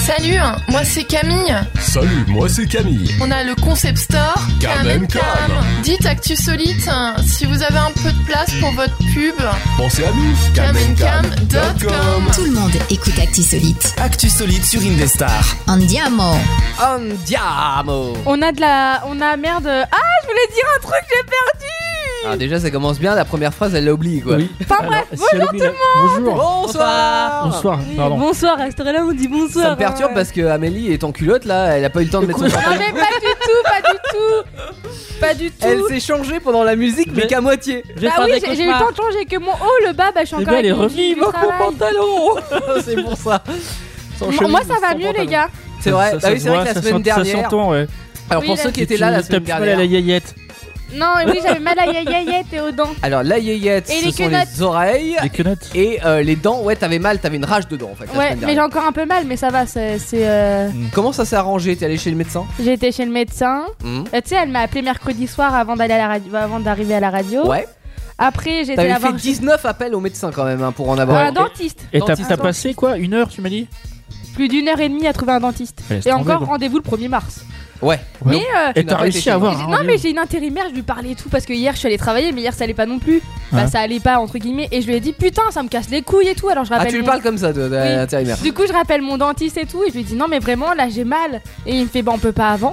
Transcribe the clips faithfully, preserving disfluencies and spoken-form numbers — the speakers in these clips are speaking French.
Salut, moi c'est Camille. Salut, moi c'est Camille. On a le concept store Cam and Cam. Dites Actu Solite, si vous avez un peu de place pour votre pub. Pensez à nous, cam and cam dot com. Tout le monde écoute Actu Solite. Actu Solite sur Indestar. Andiamo. Andiamo. On a de la... On a merde... Ah, je voulais dire un truc, j'ai perdu. Ah, déjà ça commence bien, la première phrase elle l'a oublié quoi. Oui. Enfin bref, si bonjour tout le monde. Bonjour. Bonsoir. Bonsoir. Oui, Pardon. bonsoir, resterai là, on dit bonsoir. Ça me perturbe hein. parce que Amélie est en culotte là, elle a pas eu le temps de mettre son Non pantalon. mais pas du tout, pas du tout. Pas du tout. Elle s'est changée pendant la musique mais Mais- qu'à moitié. Bah oui, j'ai, j'ai eu le temps de changer que mon haut, le bas, bah je suis Eh encore ben, elle est avec mon revenue, jean il du manque mon travail. pantalon. C'est pour ça. Sans Moi, chemise, moi, ça va sans mieux pantalon. les gars. C'est vrai, Ça, bah ça oui se c'est vrai voit, que la ça semaine sent- dernière. Ça s'entend, ouais. Alors Oui, pour la- ceux qui Et étaient tu là la tapes semaine mal à la dernière. yayette. Non, oui, j'avais mal à yayayette et aux dents. Alors la yéyette, Et ce les sont quenottes. les oreilles. Les quenottes. Et euh, les dents, ouais, t'avais mal, t'avais une rage dedans en fait. La Ouais, semaine mais j'ai dernière. encore un peu mal, mais ça va, c'est... c'est, euh... Comment ça s'est arrangé? T'es allé chez le médecin? J'ai été chez le médecin. Mmh. Euh, tu sais, elle m'a appelé mercredi soir avant d'aller à la radio, avant d'arriver à la radio. Ouais. Après, j'ai été T'avais la fait voir dix-neuf appels au médecin quand même hein, pour en à avoir. un dentiste. Et t'as Dentiste. t'as passé quoi? Une heure, tu m'as dit? Plus d'une heure et demie à trouver un dentiste. Laisse Et tomber, encore quoi. rendez-vous le premier mars. Ouais. Ouais. Mais euh, Et n'as t'as pas réussi été à chez avoir j'ai- un non rendez-vous. mais j'ai une intérimaire, je lui parlais et tout parce que hier je suis allée travailler mais hier ça allait pas non plus. Bah Hein. ça allait pas entre guillemets et je lui ai dit putain ça me casse les couilles et tout alors je Ah rappelle tu lui mon- parles comme ça toi, de Oui. l'intérimaire. Du coup je rappelle mon dentiste et tout et je lui dis non mais vraiment là j'ai mal et il me fait bah on peut pas avant.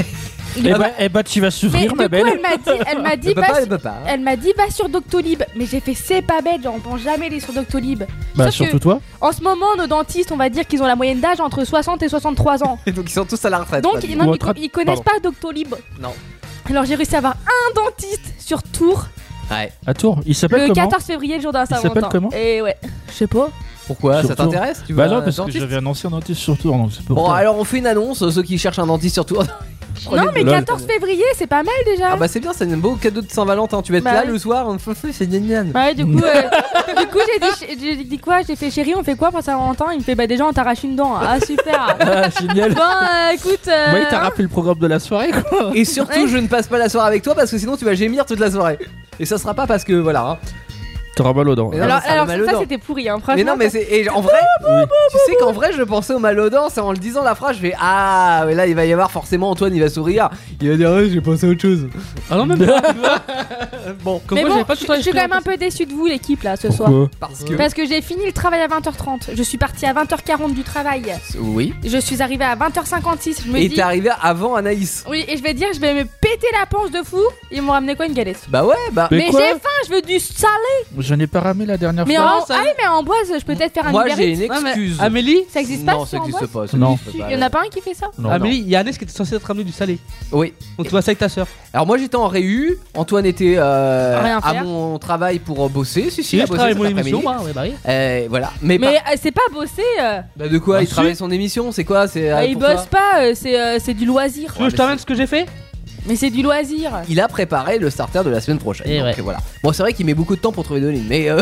Eh bah, eh bah, tu vas Mais souffrir, du ma coup belle. elle m'a dit elle m'a dit Le va papa et sur- le papa. elle m'a dit va sur Doctolib mais j'ai fait c'est pas bête genre on pense jamais aller sur Doctolib. Bah, Sauf surtout que toi. en ce moment nos dentistes on va dire qu'ils ont la moyenne d'âge entre soixante et soixante-trois ans. Donc ils sont tous à la retraite. Donc quoi. ils, non, Ou ils, co- attrape- ils connaissent pardon. pas Doctolib. Non. Alors j'ai réussi à avoir un dentiste sur Tours. Ouais. À Tours. Il s'appelle Le comment? quatorze février, le jour de la Il s'appelle Saint-Valentin. comment Et ouais, je sais pas. Pourquoi? Sur Ça Tours. t'intéresse? Tu Bah veux non, un parce que dentiste j'avais un ancien dentiste sur Tours, donc c'est pour Bon ça. alors on fait une annonce, ceux qui cherchent un dentiste sur Tours. Non, mais Lol. quatorze février, c'est pas mal déjà. Ah bah c'est bien, c'est un beau cadeau de Saint-Valentin. Tu vas être Bah là oui. le soir, c'est génial. Ouais, du coup, euh, du coup j'ai dit, j'ai dit quoi? J'ai fait chérie, on fait quoi pour Saint-Valentin? Il me fait bah déjà on t'arrache une dent. Ah super. Ah, génial. Bon, euh, écoute. euh, Moi, il t'a rappelé le programme de la soirée, quoi. Et surtout Ouais. je ne passe pas la soirée avec toi parce que sinon tu vas gémir toute la soirée. Et ça sera pas parce que voilà. Hein. T'auras mal aux dents. Mais non, Alors, mais ça alors a mal aux ça dents. c'était pourri, hein, franchement. Mais non mais c'est et en vrai, tu sais qu'en vrai je pensais au mal aux dents, c'est en le disant la phrase je fais ah mais là il va y avoir forcément Antoine il va sourire, il va dire ouais j'ai pensé à autre chose. Ah non, même pas. Bon Comme Mais quoi, bon, j'avais pas tout je, je suis quand même un peu déçue de vous l'équipe là ce soir. Pourquoi? parce que Parce que j'ai fini le travail à vingt heures trente. Je suis partie à vingt heures quarante du travail. oui. Je suis arrivée à vingt heures cinquante-six. Je me Et dis. t'es arrivé avant Anaïs. Oui, et je vais dire, je vais me péter la panche de fou. Ils m'ont ramené quoi, une galette? Bah ouais bah. Mais Mais quoi j'ai faim, je veux du salé. Je n'ai pas ramé la dernière Mais fois. en, Non, ça- ah oui, mais en boise, je peux peut-être faire un Moi j'ai Uber une Eats. Non, mais excuse. Amélie, Ça existe pas Non ça, ça en existe boise pas. ça Non. existe pas. Il y en a pas un qui fait ça? Non. Amélie, il y a Annès qui était censée te ramener du salé. Oui. Donc tu vas ça avec ta soeur. Alors moi j'étais en réu, Antoine était euh, Rien à faire. mon travail pour euh, bosser. Si si, Si, il a je bossé travaille cet mon émission, après-midi. moi, ouais, bah oui. Euh, voilà. Mais, Mais par- euh, c'est pas bosser. euh, bah, de quoi Ah, il si. travaille son émission? C'est quoi? C'est euh, euh, il pour toi bosse pas, euh, c'est euh, c'est du loisir. Tu veux que je t'amène ce que j'ai fait? Mais c'est du loisir. Il a préparé le starter de la semaine prochaine. Et donc ouais. euh, voilà. Bon c'est vrai qu'il met beaucoup de temps pour trouver deux lignes, mais euh...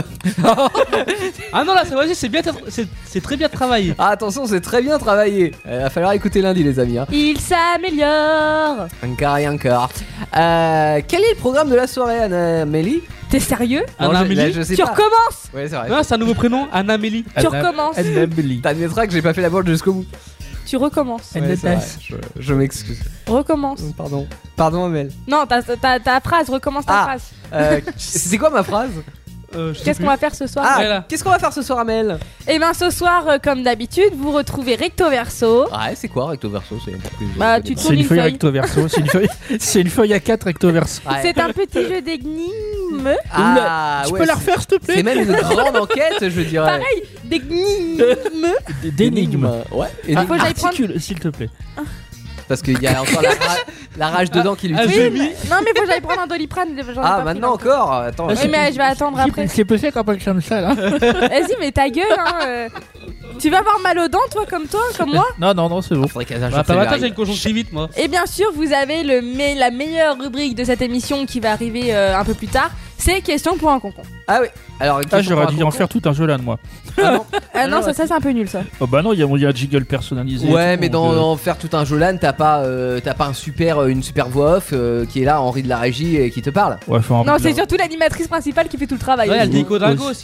Ah non, là, ça vas-y, c'est bien, c'est c'est très bien travaillé. ah, attention c'est très bien travaillé. Il va falloir écouter lundi les amis. Hein. Il s'améliore. Encore et encore. Euh, quel est le programme de la soirée Anna-Mélie? T'es sérieux? Non, je- Anna-Mélie là, je sais Tu pas. recommences. Ouais c'est vrai. Non, c'est un nouveau prénom, Anna-Mélie. Tu recommences. Annabelle. T'admettras que j'ai pas fait la boîte jusqu'au bout. Tu recommences. Elle Ouais, le c'est vrai. tasse. Je, je m'excuse. Recommence. Pardon. Pardon Amel. Non, ta, ta, ta phrase, recommence ta Ah. phrase. Euh, c'est quoi ma phrase? Euh, je sais Qu'est-ce plus. qu'on va faire ce soir? Ah, Ouais, là. qu'est-ce qu'on va faire ce soir Amel? Et ben ce soir, euh, comme d'habitude, vous retrouvez Recto Verso. Ouais c'est quoi recto verso? C'est Bah, tu C'est tournes une une feuille feuille. recto verso. C'est une feuille. C'est une feuille à quatre recto verso. Ouais. C'est un petit jeu d'énigmes. Ah, Tu ouais, peux la c'est- refaire, s'il te C'est plaît? même une grande enquête, je dirais. Pareil, d'énigmes. D'énigmes. Ouais. Ah, énigme. faut que j'aille prendre. Articule, s'il te plaît. Parce qu'il y a encore la, ra- la rage dedans qui lui Ah, tue. j'ai Oui, mis. mais- non mais faut que j'aille prendre un Doliprane. j'en ai Ah, pas pris maintenant encore. encore. Attends. Oui, mais je vais attendre après. C'est possible qu'on parle comme ça, là? Vas-y, mais ta gueule, hein. euh. Tu vas avoir mal aux dents, toi, comme toi, comme moi. Non, non, non, c'est bon. Faudrait qu'un jour Bah, ça pas lui matin, arrive. j'ai une conjonctivite, moi. Et bien sûr, vous avez le me- la meilleure rubrique de cette émission qui va arriver euh, un peu plus tard. C'est question pour un concon. Ah oui. Alors. Ah, question j'aurais pour dû un en concon. faire tout un jeu là de moi. Ah non. Ah non, non, ça, ça c'est un peu nul ça. Oh bah non, il y a il y a un jingle personnalisé. et Ouais, tout, mais donc, dans, euh, dans faire tout un Jolan, t'as pas, euh, t'as pas un super, euh, une super voix off euh, qui est là, Henri de la régie, et qui te parle. Ouais, faut en Non, rire. c'est surtout l'animatrice principale qui fait tout le travail. Ouais, il y a le aussi. Nico Dingo aussi.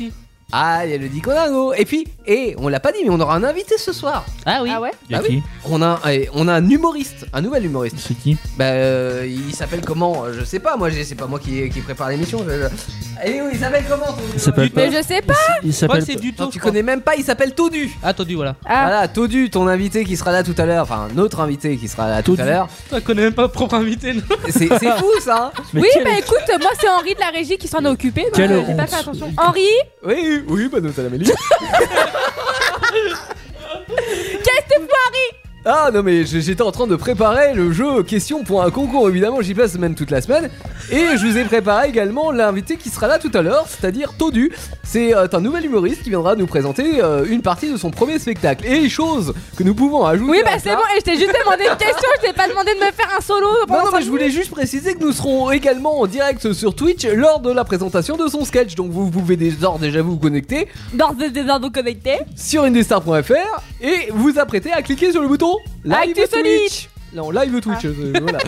Ah, il y a le Diconango. Et puis, et on l'a pas dit, mais on aura un invité ce soir. Ah oui. Ah ouais. Y'a Ah qui On a, un- eh, on a un humoriste, un nouvel humoriste. C'est qui Bah, euh, il s'appelle comment? Je sais pas, moi, j'ai- c'est pas moi qui, qui prépare l'émission. Je... je- Eh oui, il s'appelle comment ton Il s'appelle Mais pas. je sais pas. Il Moi s'appelle. c'est du Non, tout. tu connais même pas, il s'appelle Todu. Ah, Todu, voilà. Ah. Voilà, Todu, ton invité qui sera là tout à l'heure. Enfin, notre invité qui sera là tout Todu. à l'heure. Tu connais même pas propre invité. non C'est c'est fou ça. Mais Oui, quel- bah écoute, moi c'est Henri de la régie qui s'en est occupé. Donc Quelle euh, j'ai pas honte. fait attention. Henri, Oui, oui, bah, notre Amélie. qu'est-ce que tu Ah non mais je- j'étais en train de préparer le jeu question pour un concours, évidemment j'y passe même toute la semaine. Et je vous ai préparé également l'invité qui sera là tout à l'heure, c'est-à-dire Todu. C'est euh, un nouvel humoriste qui viendra nous présenter euh, une partie de son premier spectacle. Et chose que nous pouvons ajouter Oui, à bah ça- c'est bon, et je t'ai juste demandé une question, je t'ai pas demandé de me faire un solo Non, pendant non, cinq mais je voulais juste préciser que nous serons également en direct sur Twitch lors de la présentation de son sketch. Donc vous pouvez déjà, déjà vous connecter dans des des ordres connectés. sur indestar point f r et vous apprêter à cliquer sur le bouton Live Actu Solide. Twitch. Non, live Twitch, euh, voilà.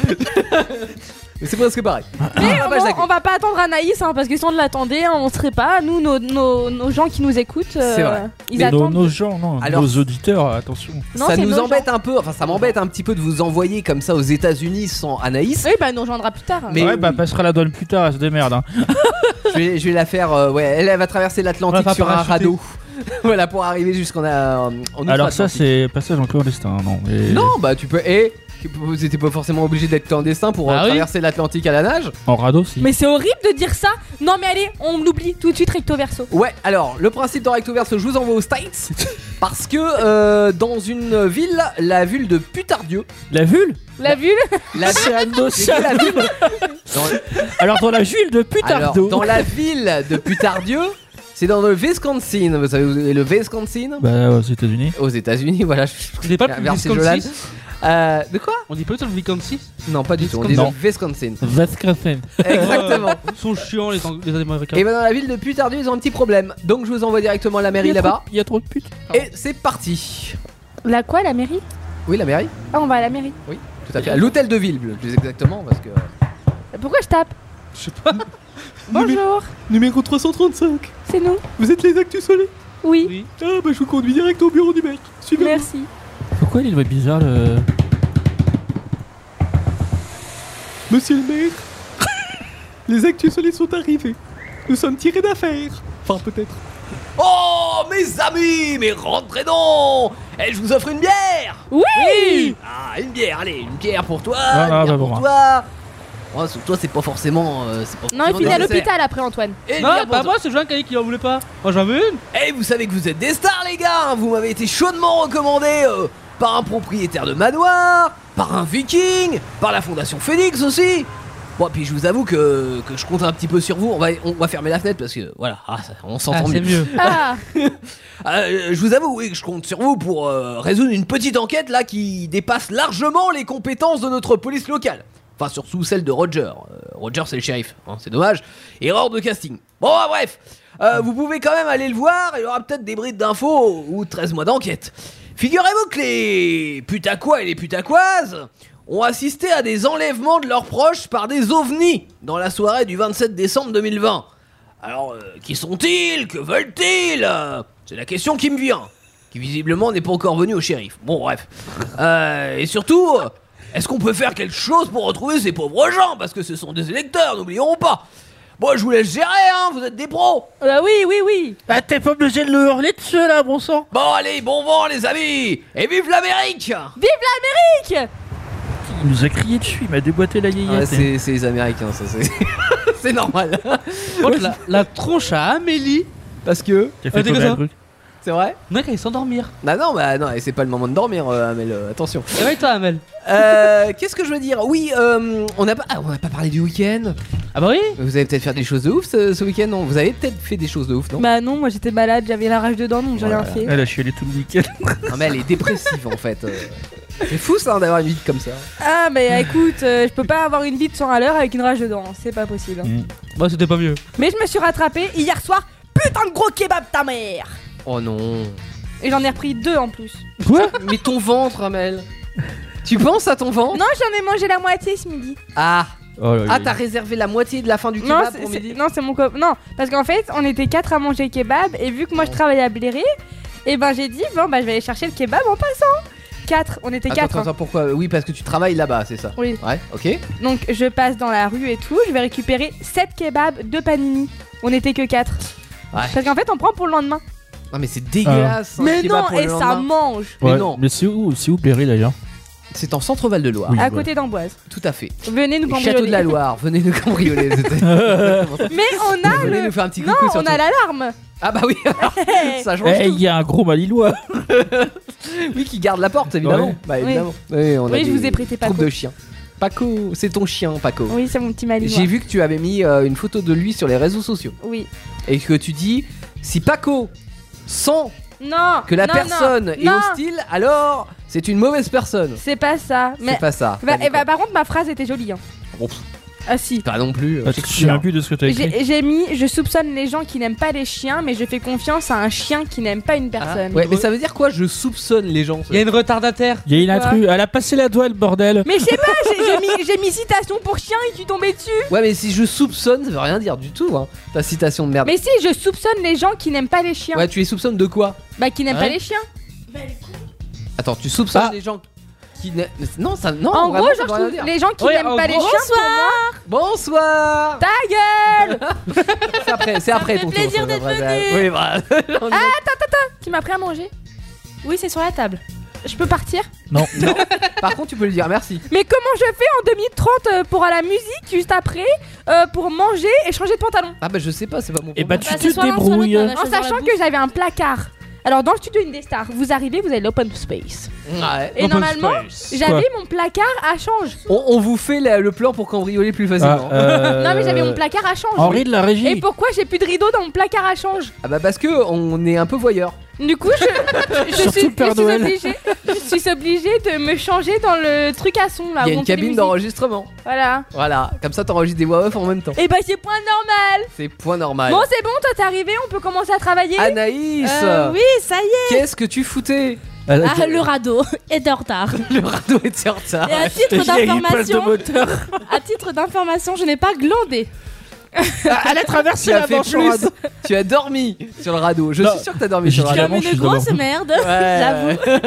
Mais c'est presque pareil. Mais Ah, on, bah, je l'accueille. on va pas attendre Anaïs, hein, parce que si on l'attendait, hein, on serait pas. Nous, nos, nos, nos gens qui nous écoutent, euh, C'est vrai. ils Nos, attendent. nos gens, non, Alors- nos auditeurs, attention. Non, ça c'est nous nos embête gens. un peu, enfin ça m'embête un petit peu de vous envoyer comme ça aux États-Unis sans Anaïs. Oui, bah elle nous rejoindra plus tard. Mais ouais, bah oui. passera la douane plus tard, elle se démerde. Hein. Je vais, je vais la faire, euh, ouais, elle, elle va traverser l'Atlantique On va sur un parachuter. radeau. Voilà, pour arriver jusqu'en euh, en Alors ça, outre-Atlantique. c'est passage en clandestin, non mais... Non, bah tu peux. Et vous étiez pas forcément obligé d'être clandestin pour euh, Ah oui. traverser l'Atlantique à la nage. En radeau, si. Mais c'est horrible de dire ça. Non, mais allez, on l'oublie tout de suite, recto verso. Ouais, alors le principe de Recto Verso, je vous envoie aux States parce que euh, dans une ville, la ville de Putardieu, La Vule La vue la C'est un J'ai dit la ville. Dans, Alors dans la ville de alors, Putardo. dans la ville de Putardieu, c'est dans le Wisconsin. Vous savez où est le Wisconsin? Bah aux États-Unis. Aux États-Unis, voilà. Je On dit pas le Merci, Wisconsin. Jolan. Euh, de quoi? On dit pas le Wisconsin. Non, pas du tout. On dit Non. le Wisconsin. Wisconsin. Exactement. Ils sont chiants les, Ang- les Américains. Et ben dans la ville de Putardieu, ils ont un petit problème. Donc je vous envoie directement à la Il y mairie a là-bas. trop- Il y a trop de putes. Et c'est parti. La quoi, la mairie Oui, la mairie. Ah, on va à la mairie. Oui, tout à fait. À l'hôtel de ville, plus exactement, parce que. Pourquoi je tape Je sais pas. Bonjour, Numéro trois cent trente-cinq. c'est nous. Vous êtes les Actus Solides? Oui, Oui. Ah bah je vous conduis direct au bureau du mec. Suivez-moi. merci. Pourquoi il est bizarre le... Monsieur le maire, les Actus Solides sont arrivés. Nous sommes tirés d'affaire. Enfin, peut-être. Oh, mes amis, mais rentrez donc. Eh, je vous offre une bière. Oui, Ah, une bière, allez, une bière pour toi, Ah, une ah, bière bah, pour bon. toi. Oh, sur toi, c'est pas forcément. euh, c'est pas Non, il forcément finit à nécessaire. l'hôpital après, Antoine. Et une Non, bière pour bah toi. moi c'est Jean qui en voulait pas. Moi j'en veux une. Eh, vous savez que vous êtes des stars, les gars. Vous m'avez été chaudement recommandé euh, par un propriétaire de manoir, par un viking, par la Fondation Phoenix aussi. Bon, puis je vous avoue que, que je compte un petit peu sur vous. On va, on va fermer la fenêtre parce que voilà, ah, ça- on s'entend Ah, c'est mieux. mieux. Ah, Euh, je vous avoue, oui, que je compte sur vous pour euh, résoudre une petite enquête là qui dépasse largement les compétences de notre police locale. Enfin, surtout celle de Roger. Euh, Roger, c'est le shérif, hein, c'est dommage. Erreur de casting. Bon, bah, bref, euh, vous pouvez quand même aller le voir. Il y aura peut-être des brides d'infos ou treize mois d'enquête. Figurez-vous que les putaquois et les putaquoises ont assisté à des enlèvements de leurs proches par des ovnis dans la soirée du vingt-sept décembre deux mille vingt. Alors, euh, qui sont-ils? Que veulent-ils? Euh, C'est la question qui me vient. Qui visiblement n'est pas encore venue au shérif. Bon, bref. Euh, et surtout, euh, est-ce qu'on peut faire quelque chose pour retrouver ces pauvres gens? Parce que ce sont des électeurs, n'oublions pas. Bon, je vous laisse gérer, hein, vous êtes des pros. bah oui, oui, oui. Bah t'es pas obligé de le hurler dessus là, bon sang. Bon, allez, bon vent, les amis. Et vive l'Amérique. Vive l'Amérique. Il nous a crié dessus, il m'a déboîté la yéyette. c'est, c'est les Américains, ça, c'est... c'est normal. Par contre, la, la tronche à Amélie. Parce que... Qui a fait Ah, t'es tomber comme un ça. truc. C'est vrai? Mec, elle s'endormir. Bah non, bah non, et c'est pas le moment de dormir, euh, Amel, euh, attention. Réveille-toi, Amel. Euh, qu'est-ce que je veux dire? Oui, euh, on n'a pas, ah, on n'a pas parlé du week-end. Ah bah oui. Vous allez peut-être faire des choses de ouf ce, ce week-end, non? Vous avez peut-être fait des choses de ouf, non? Bah non, moi j'étais malade, j'avais la rage dedans, donc j'ai rien fait. Elle a chialé tout le week-end. Non, mais elle est dépressive en fait. euh. C'est fou ça d'avoir une vie comme ça. Ah, mais écoute, euh, je peux pas avoir une vie de cent à l'heure avec une rage dedans, c'est pas possible. Mm. Bah c'était pas mieux. Mais je me suis rattrapée hier soir, putain de gros kebab ta mère. Oh non. Et j'en ai repris deux en plus. Quoi? Mais ton ventre, Amel. Tu penses à ton ventre? Non, j'en ai mangé la moitié ce midi. Ah, Oh là, Ah, il- t'as réservé la moitié de la fin du Non, kebab c'est- pour c'est- midi. non, c'est mon copain. Non, parce qu'en fait, on était quatre à manger kebab et vu que moi je travaillais à Bléré, et ben j'ai dit bon bah je vais aller chercher le kebab en passant. Quatre, on était Attends, quatre. attends, attends, pourquoi Oui, parce que tu travailles là-bas, c'est ça. Oui. Ouais, ok. Donc je passe dans la rue et tout, je vais récupérer sept kebabs, deux panini. On était que quatre. Ouais. Parce qu'en fait, on prend pour le lendemain. Non, mais c'est dégueulasse. un Mais kebab non, pour le et ça lendemain. mange. Mais Ouais, non. Mais c'est où, c'est où Bléré d'ailleurs? C'est en centre-val de Loire. Oui. À ouais. côté d'Amboise. Tout à fait. Venez nous Château cambrioler. de la Loire, venez nous cambrioler. c'était- Mais on a venez le. nous faire un petit Non, coucou on surtout. a l'alarme. Ah bah oui, ça change Eh, tout. il y a un gros Malillois. Oui, qui garde la porte, évidemment. Ouais. Bah évidemment. Oui, on a Oui, je des vous ai prêté Paco. troupes de chiens. Paco, c'est ton chien, Paco. Oui, c'est mon petit malinois. J'ai vu que tu avais mis euh, une photo de lui sur les réseaux sociaux. Oui. Et que tu dis, si Paco sent Non. que la non, personne non, est non, hostile, alors c'est une mauvaise personne. C'est pas ça. Mais. C'est pas ça. Bah, T'as et dit bah, quoi par contre, ma phrase était jolie. Hein. Bon, pff, Ah si. pas non plus. euh, Ah, tu te Shakespeare. souviens plus de ce que t'as écrit? J'ai j'ai mis, je soupçonne les gens qui n'aiment pas les chiens, mais je fais confiance à un chien qui n'aime pas une personne. Ouais, mais ça veut dire quoi? Je soupçonne les gens. ça Il y a une retardataire. Il y a une Quoi intrus, elle a passé la douane, bordel. Mais je sais pas, j'ai j'ai mis, j'ai mis citation pour chien et tu tombais dessus. Ouais, mais si je soupçonne, ça veut rien dire du tout, hein. Ta citation de merde. Mais si, je soupçonne les gens qui n'aiment pas les chiens. Ouais, tu les soupçonnes de quoi? Bah qui n'aiment Ouais. pas les chiens. Attends, tu soupçonnes Ah. les gens qui. n'a- Non, ça. Non, en vraiment, gros, ça genre, veut je rien trouve dire. les gens qui Ouais, n'aiment en pas les gros, chiens, pour moi, Bonsoir. ta gueule. C'est après, c'est après fait ton plaisir tour. d'être ça, après, venu. Oui, voilà. On y va. Qui m'a pris à manger. Oui, c'est sur la table. Je peux partir. Non. Par contre, tu peux le dire, merci. Mais comment je fais en deux mille trente euh, pour à la musique juste après, euh, pour manger et changer de pantalon, Ah bah je sais pas, c'est pas mon Et bah problème. tu Bah, c'est te soit l'un, soit l'autre, débrouilles. on a en choisi dans la sachant bouffe. que j'avais un placard. Alors dans le studio Indestar, vous arrivez, vous avez l'open space. Ouais. Et normalement, j'avais mon placard à change. On, on vous fait la- le plan pour cambrioler plus facilement. Ah, euh, Non mais j'avais mon placard à change. Henri de la Et régie. pourquoi j'ai plus de rideau dans mon placard à change? Ah bah parce que on est un peu voyeur. Du coup, je, je, Surtout suis, le Père je, suis Noël. obligée, je suis obligée de me changer dans le truc à son là. Il y a où une on fait des cabine musiques. d'enregistrement. Voilà. Voilà, comme ça t'enregistres des voix off en même temps. Et bah c'est point normal. C'est point normal. Bon c'est bon, toi t'es arrivé, on peut commencer à travailler. Anaïs, Euh, oui, ça y est. qu'est-ce que tu foutais? Elle a- Ah, le radeau est en retard. Le radeau était en retard. Et à titre Il y a une panne de d'information, moteur. à titre d'information, je n'ai pas glandé. Elle a traversé Tu as la fait Manche au plus. radeau. Tu as dormi sur le radeau. Je Non. suis sûr que t'as dormi sur le J'ai radeau. Évidemment, Comme je une suis grosse d'abord. merde, j'avoue.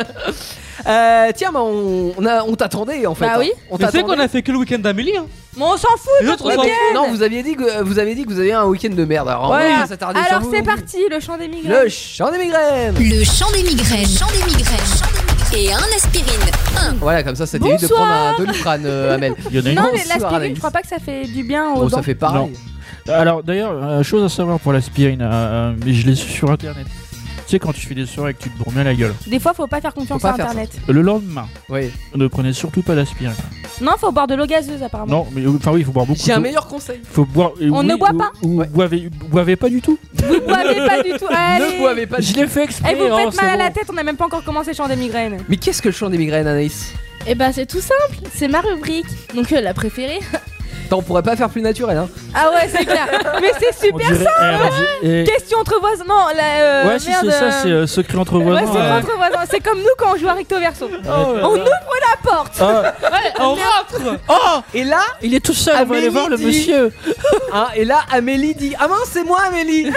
Euh, tiens, bah, on, on, a- on t'attendait en fait. Bah hein. oui. On Tu sais t'attendait. qu'on a fait que le week-end d'Amélie. Hein. Mais on s'en fout. Les autres, on Ouais, s'en mais- fout. non, vous aviez dit que vous aviez dit que vous aviez un week-end de merde. Alors, on Ouais. va pas s'attarder sur Alors vous c'est non plus. parti, le chant des migraines. Le chant des migraines. Le chant des migraines. Chant des migraines. Et un aspirine. Un. Voilà, comme ça, ça t'évite de Bonsoir. prendre un doliprane, euh, Amel. Il y en a une. Non mais Bonsoir, l'aspirine, Anaïs. je crois pas que ça fait du bien aux Bon, dents. ça fait pareil. Alors d'ailleurs, euh, chose à savoir pour l'aspirine, euh, mais je l'ai su sur internet. Tu sais quand tu fais des soirées et que tu te bourres bien la gueule, Des fois faut pas faire confiance Faut pas à faire internet. le lendemain, Oui. ne prenez surtout pas d'aspirine. Non, faut boire de l'eau gazeuse apparemment. Non, mais euh, enfin oui, il faut boire beaucoup. J'ai un d'eau. meilleur conseil. Faut boire. euh, On oui, ne boit ou- pas. Ou Ouais. boivez, boivez pas du tout. Vous boivez pas du tout. Allez. Ne boivez pas. Je l'ai fait exprès. Et vous hein, faites c'est mal à bon. la tête, on a même pas encore commencé le chant des migraines. Mais qu'est-ce que le chant des migraines, Anaïs? Et bah, c'est tout simple, c'est ma rubrique. Donc, euh, la préférée. Attends, on pourrait pas faire plus naturel, hein. Ah ouais, c'est clair. Mais c'est On super dirait- ça. eh, vas-y, eh, Question entre voisins. Non, la. euh, Ouais, si merde, c'est ça, euh, c'est euh, secret entre Ouais, voisins. c'est euh, entre voisins. C'est comme nous quand on joue à recto verso. On ouvre la porte. Ah, On rentre. oh, Et là, il est tout seul, on va aller Amélie voir le dit- monsieur. hein, et là, Amélie dit: ah mince, c'est moi, Amélie.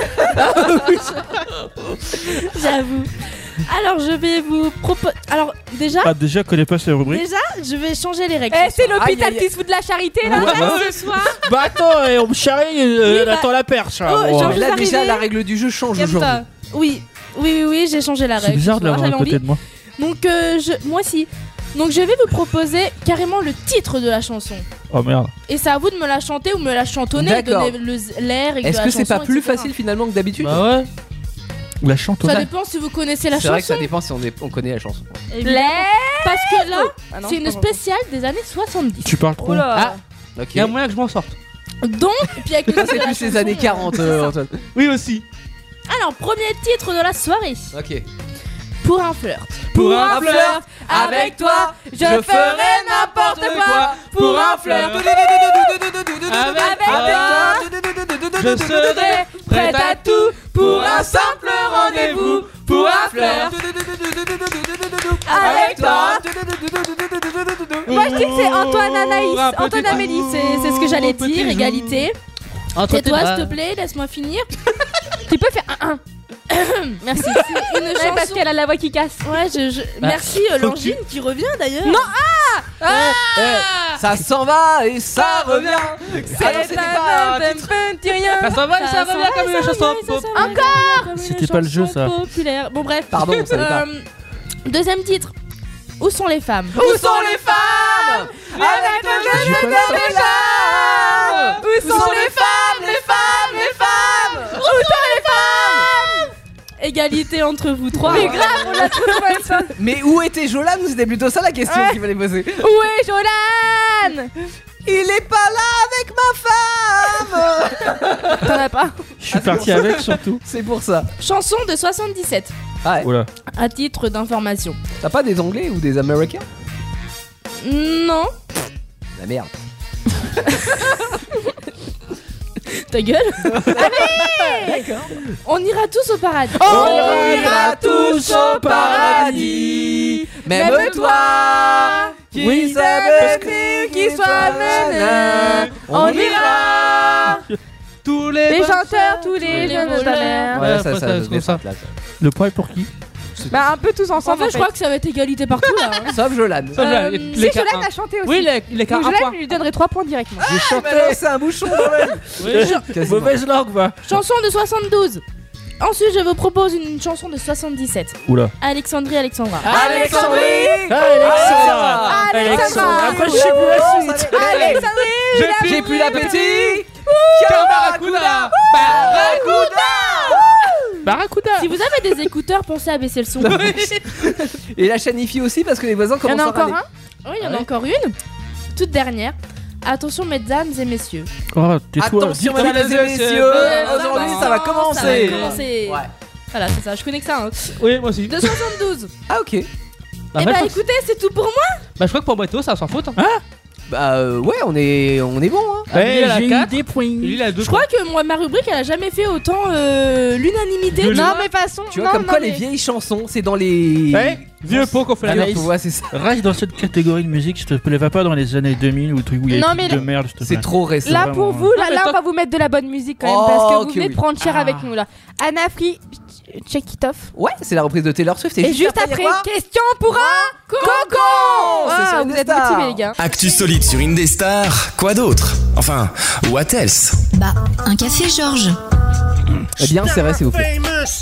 J'avoue. Alors, je vais vous proposer. Alors, déjà, Ah, déjà, je connais pas cette rubrique. déjà, je vais changer les règles. Eh, c'est Aïe, l'hôpital aïe, aïe. qui se fout de la charité là. Ouais, ouais. Ce soir, Bah attends, eh, on me charrie, euh, Oui, elle bah- attend la perche. hein, Oh, bon, genre- hein. vous Là, déjà, arrivez la règle du jeu change aujourd'hui. calme-toi. Oui, oui, oui, oui, j'ai changé la C'est règle. bizarre ce de soir, l'avoir à j'avais côté envie. de moi. Donc, euh, je... moi aussi. Donc, je vais vous proposer carrément le titre de la chanson. Oh merde. Et c'est à vous de me la chanter ou me la chantonner, D'accord. donner le- l'air et Est-ce la que c'est chanson, pas plus et cetera. facile finalement que d'habitude? Bah ouais. La Ça chantonnette. dépend si vous connaissez la C'est vrai que ça chanson. dépend si on, est- on connaît la chanson. Évidemment. Les. Parce que là, Ah non, c'est je une comprends pas. spéciale des années soixante-dix. Tu parles trop. Oh là. Ah. Ok. Il y a moyen que je m'en sorte. Donc, et puis avec le Ça, titre c'est de la plus les chanson, années euh, quarante, euh, Antoine. Oui aussi. Alors, premier titre de la soirée. Ok. Pour un flirt. Pour un flirt, avec toi, je ferai n'importe quoi. Pour un flirt, Avec toi, Je serai prête à tout pour un simple rendez-vous. Pour un flirt, avec toi. Moi je dis que c'est Antoine Anaïs. Un petit Antoine Amélie. C'est c'est ce que j'allais Petit dire, jour. égalité. Entre Tais-toi, tes s'il te bras. plaît, laisse-moi finir. Tu peux faire un un. Merci. C'est une Ouais, parce chanson. qu'elle a la voix qui casse. Ouais, je, je- Merci euh, faut que Langine qui revient d'ailleurs. Non, Eh, ça s'en va et ça revient. C'est Ah non, c'était pas un un titre. petit rien. Ça s'en va et ça revient comme une chanson pop. Encore. C'était pas le jeu, ça. Populaire. Bon bref. Pardon, on savait pas. Euh, Deuxième titre. Où sont les femmes? Où sont les femmes? Avec le jeu J'ai de pas- les femmes. Où sont les femmes, les femmes, les femmes? Où sont les femmes? Égalité entre vous trois. Mais grave, on l'a trouvé ça. Mais où était Jolan? C'était plutôt ça la question Ouais. qu'il fallait poser. Où est Jolan? Il est pas là avec ma femme. T'en as pas? Je suis parti avec surtout. C'est pour ça. Chanson de soixante-dix-sept. Ah ouais. Oula. À titre d'information. T'as pas des Anglais ou des Américains? Non. La merde. Ta gueule. On ira tous au paradis. On ira tous au paradis, même toi qui Oui, savais que- qui soit mené. On ira. Tous les Les bonnes chanteurs, sœurs, tous les les jeunes de ta voleurs. mère. Ouais, Ouais, après, ça, ça, ça, c'est ça comme ça. descend, là, ça. Le point est pour qui? Bah un peu tous En ensemble. fait, je crois que ça va être égalité partout là. hein. Sauf Jolan. Ça, Euh, j'ai- si les Si cas Jolan un. a chanté aussi. Oui, les, les cas Donc un Jolan, point. je lui donnerai trois points directement. J'ai chanté. C'est un bouchon quand même. Oui. Quasiment. Mauvaise langue, va. Chanson de soixante-douze. Ensuite, je vous propose une chanson de soixante-dix-sept. Oula. Alexandrie Alexandra. Alexandrie. Alexandra. Alexandra. Alexandra. Après, je sais plus la suite. Alexandrie. J'ai plus d'appétit. Car Barracuda. Barracuda. Barracuda. Si vous avez des écouteurs, pensez à baisser le son. Et la chaîne I F I aussi parce que les voisins Il y en commencent a à encore râler. un. Oui, il y en a encore une. Toute dernière. Attention, mesdames et messieurs. Oh, tais-toi. Attention Dis-toi, mesdames et mesdames, messieurs, euh, aujourd'hui ça ça va commencer. Ça va commencer. Ouais. Voilà, c'est ça, je connais que ça. Hein. Oui, moi aussi. De soixante-douze. Ah ok. Bah, Eh en bah fait, je crois- écoutez, c'est tout pour moi. bah, je crois que pour Breto, ça sans faute. Hein. Bah euh, ouais on est on est bon hein. Ah, lui, il a j'ai eu quatre. des points. Et lui, il a deux Je crois que moi, ma rubrique, elle a jamais fait autant euh, l'unanimité. De tu joie. Non vois. mais façon. Tu vois non, comme non, quoi mais- les vieilles chansons c'est dans les Ouais, vieux pot qu'on fait la Anaïs. danse. Ouais c'est ça. Reste dans cette catégorie de musique, s'il te plaît, va pas dans les années deux mille ou truc où il y a Non, des mais trucs de le- merde, s'il te C'est plaît. trop récent. Là vraiment, pour hein. vous, là, Non, mais là on toi- va vous mettre de la bonne musique quand même Oh, parce que vous ok, venez oui. de prendre cher Ah. avec nous là. Anna Free, check it off. Ouais c'est la reprise de Taylor Swift. Et juste il y a après, quoi question pour un coco. C'est sur Ah, vous êtes Indestar. motivés les gars. Actu solide sur Indestar, quoi d'autre? Enfin, what else? Bah, un café, Georges. Eh bien c'est vrai s'il vous plaît.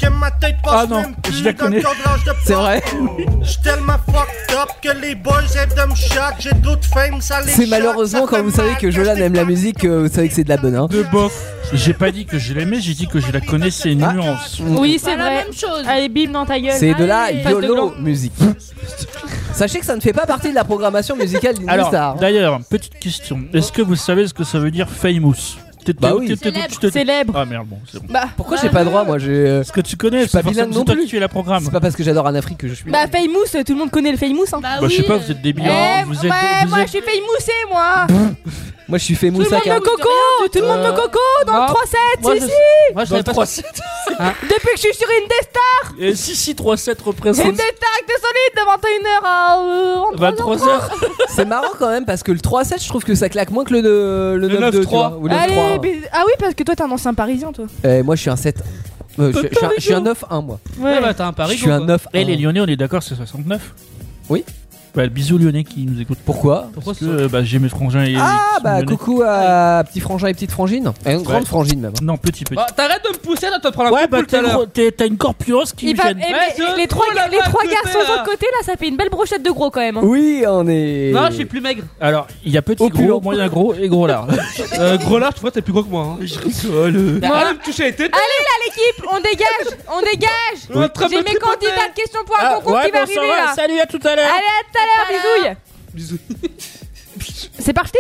Ah non, je la connais. C'est vrai. J'suis tellement fucked up que les boys aiment de me shot. J'ai trop de fame, ça les C'est choque, malheureusement ça quand fait vous savez mal que Jolan j'étais aime la pas- musique, euh, vous savez que c'est de la bonne hein. De bof. J'ai pas dit que je l'aimais, j'ai dit que je la connaissais, une Ah. nuance. Oui C'est c'est la vrai. même chose. Allez bim dans ta gueule. C'est de la Allez, face de YOLO gland. musique. Sachez que ça ne fait pas partie de la programmation musicale Alors, d'Indestar. d'ailleurs, petite question. Est-ce que vous savez ce que ça veut dire famous? T'es- Bah t'es- oui. t'es- t'es- Célèbre. tu te- Célèbre. Ah merde, bon, c'est bon. Bah, Pourquoi j'ai pas droit moi j'ai euh, Est-ce que tu connais? Je suis pas c'est bilingue forcément non toi plus. qui fais la programme. C'est pas parce que j'adore Anna Free que je suis bah Famous, tout le monde connaît le Famous hein. Bah, Bah, je sais oui, pas, euh, vous êtes débiles. Eh, hein. Vous êtes. ouais, vous moi êtes- je suis Famousé moi. Moi je suis fait Tout le monde moussaka. me coco, tout le monde me coco dans le non. trois sept, Moi, si je- si. Moi, je Dans savais le pas trois ça. sept. Depuis que je suis sur Indestar, Et si si trois sept représente Indestar acte solide de vingt et une heures à euh, vingt-trois heures. C'est marrant quand même parce que le trois sept je trouve que ça claque moins que le, le, le Le neuf deux neuf trois. tu vois, ou le neuf Allez, trois. mais- ah oui parce que toi t'es un ancien parisien toi. Euh, moi je suis un sept. Euh, je, je suis un- je suis un neuf un moi. Ouais, bah, t'as un Je pari. suis un neuf Et les un. Lyonnais, on est d'accord, c'est soixante-neuf? Oui. Bah, le bisou Lyonnais qui nous écoute. Pourquoi Pourquoi Parce que euh, bah, j'ai mes frangins et. Ah qui sont bah lyonnais. coucou à petit frangin et petite frangine. Et une grande Ouais. frangine même. Non, petit, petit. Bah, t'arrêtes de me pousser là, tu vas te prendre un Ouais, coup de bah poule tout à t'as l'heure. gros- t'es- t'as une corpulence qui Il me va, gêne. eh, Ouais, mais je les trois, trouve ga- la les balle trois de garçons terre. sur le côté là ça fait une belle brochette de gros quand même. hein. Oui on est. Non, je suis plus maigre. Alors, il y a petit Opulent. gros, moyen gros et gros large. Euh, gros large, tu vois, t'es plus gros que moi. Hein. Je rigole. Bah, arrête de me toucher les têtes. Allez là l'équipe, on dégage, on dégage. On est en train de J'ai me mes tripoter. candidats de questions pour un Ah, concours ouais, qui va bon, ça arriver va. là. Salut, à tout à l'heure. Allez à tout à l'heure, bisouille. Bisous. C'est parti.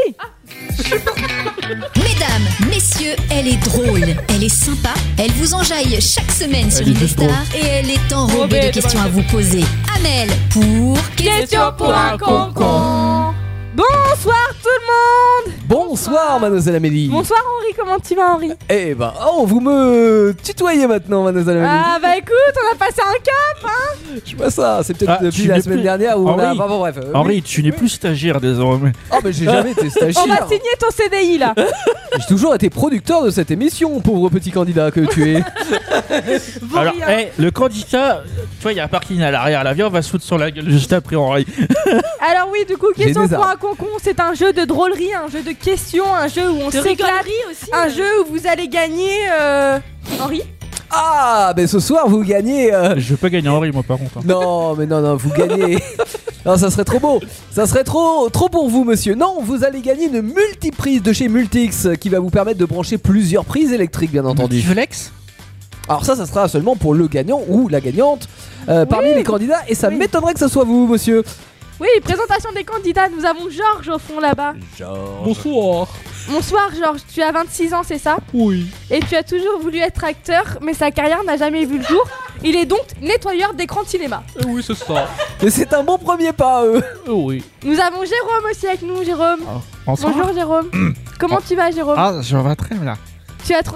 Mesdames, messieurs, elle est drôle, elle est sympa, elle vous enjaille chaque semaine sur Elle est juste Indestar et elle est enrobée Enrobée de de questions à bonnes vous poser. Amel pour Question pour un concon. Bonsoir tout le monde. Bonsoir, mademoiselle Amélie. Bonsoir Henri, comment tu vas Henri? Eh ben, oh, vous me tutoyez maintenant, mademoiselle Amélie. Ah bah écoute, on a passé un cap, hein. Je vois ça, c'est peut-être Ah, depuis tu la n'es semaine plus- dernière où on a... Henri, Enfin, bon, bref. euh, Henri, oui. tu n'es plus stagiaire désormais. Oh, mais j'ai jamais été On stagiaire. va signer ton C D I là. J'ai toujours été producteur de cette émission, pauvre petit candidat que tu es. Alors, hey, le candidat, tu vois, il y a un parking à l'arrière. L'avion va se foutre sur la gueule juste après Henri. Alors oui, du coup, J'ai question des pour armes. un concon, c'est un jeu de drôlerie, un jeu de questions, un jeu où on De s'éclate, rigolerie aussi. un jeu où vous allez gagner. Euh... Henri? Ah, ben ce soir vous gagnez. euh, Je peux gagner Henri, moi, par contre. hein. Non, mais non, non, vous gagnez. Non, ça serait trop beau. Ça serait trop, trop pour vous, monsieur. Non, vous allez gagner une multiprise de chez Multix qui va vous permettre de brancher plusieurs prises électriques, bien entendu. Flex. Alors ça, ça sera seulement pour le gagnant ou la gagnante euh, parmi les candidats. Et ça Oui. m'étonnerait que ce soit vous, monsieur. Oui, présentation des candidats, nous avons Georges au fond là-bas. Bonsoir. Bonsoir Georges, tu as vingt-six ans, c'est ça? Oui. Et tu as toujours voulu être acteur, mais sa carrière n'a jamais vu le jour. Il est donc nettoyeur d'écran de cinéma. Oui, c'est ça. Mais c'est un bon premier pas, eux. Oui. Nous avons Jérôme aussi avec nous, Jérôme. Bonsoir. Bonjour Jérôme. Comment tu vas Jérôme? Ah, je vais très bien. Tu as trop...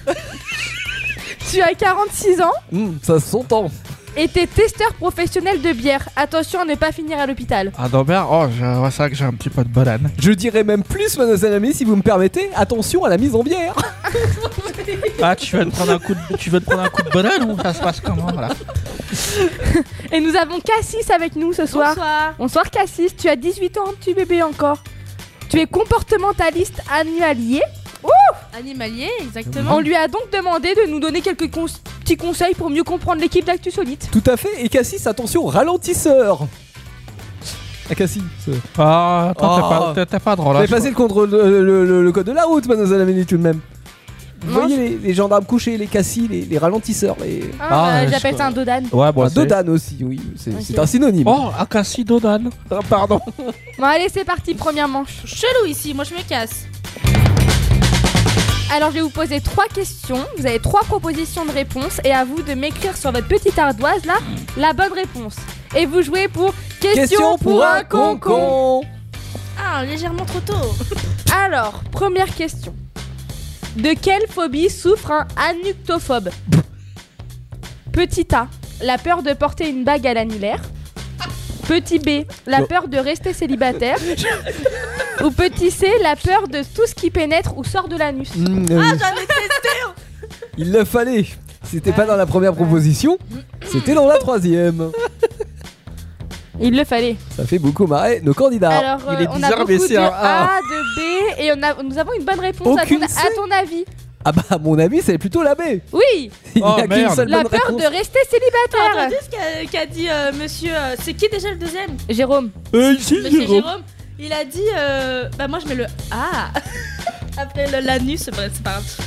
Tu as quarante-six ans Hum, ça s'entend. et t'es testeur professionnel de bière. Attention à ne pas finir à l'hôpital. Ah, Dobert, oh, je vois ça que j'ai un petit peu de banane. Je dirais même plus, mademoiselle Amélie, si vous me permettez. Attention à la mise en bière. Ah, tu vas te prendre un coup de, tu vas te prendre un coup de banane ou ça se passe comment là? Et nous avons Cassis avec nous ce soir. Bonsoir. Bonsoir Cassis, tu as dix-huit ans, petit bébé encore. Tu es comportementaliste animalier. Animalier, exactement. On lui a donc demandé de nous donner quelques cons- petits conseils pour mieux comprendre l'équipe d'Actu Solite. Tout à fait. Et Cassis, attention, ralentisseur. Ah, Cassis. c'est- Ah, attends, t'es Oh. pas, t'es- t'es pas drôle. Vous hein, avez je passé le, contrôle, le, le- le- le code de la route, mademoiselle Amélie, tout de même. Vous Non, voyez les, les gendarmes couchés, les cassis, les, les ralentisseurs, les... Ah, Ah, bah, je j'appelle sais ça un dodan. crois. Ouais, bon, Ah, c'est- Dodan aussi, oui, c'est Ok. c'est un synonyme. Oh, un cassis Dodan. Ah, pardon. Bon allez c'est parti, première manche. Chelou ici, moi je me casse. Alors je vais vous poser trois questions, vous avez trois propositions de réponse et à vous de m'écrire sur votre petite ardoise là la bonne réponse. Et vous jouez pour question, Question pour un concon. Ah, légèrement trop tôt. Alors, première question. De quelle phobie souffre un anuctophobe? Petit A, la peur de porter une bague à l'annulaire. Petit B, la Non. peur de rester célibataire. Ou petit C, la peur de tout ce qui pénètre ou sort de l'anus. Mmh, euh, J'en ai testé. il le fallait. C'était pas dans la première proposition, c'était dans la troisième. Il le fallait. Ça fait beaucoup marrer nos candidats. Alors, il est euh, on a bizarre, mais beaucoup c'est de un A, A. de B, et on a, nous avons une bonne réponse à ton, Aucune à C. ton avis. Ah bah, à mon avis, c'est plutôt la B. Oui, Il n'y Oh, a qu'une merde. seule la bonne peur réponse. de rester T'as célibataire. entendu ce qu'a qu'a dit euh, monsieur euh, c'est qui déjà le deuxième? Jérôme. Euh, ici, Monsieur Jérôme. Jérôme. Il a dit euh, bah moi je mets le A. Après le- l'anus, c'est pas, c'est pas grave.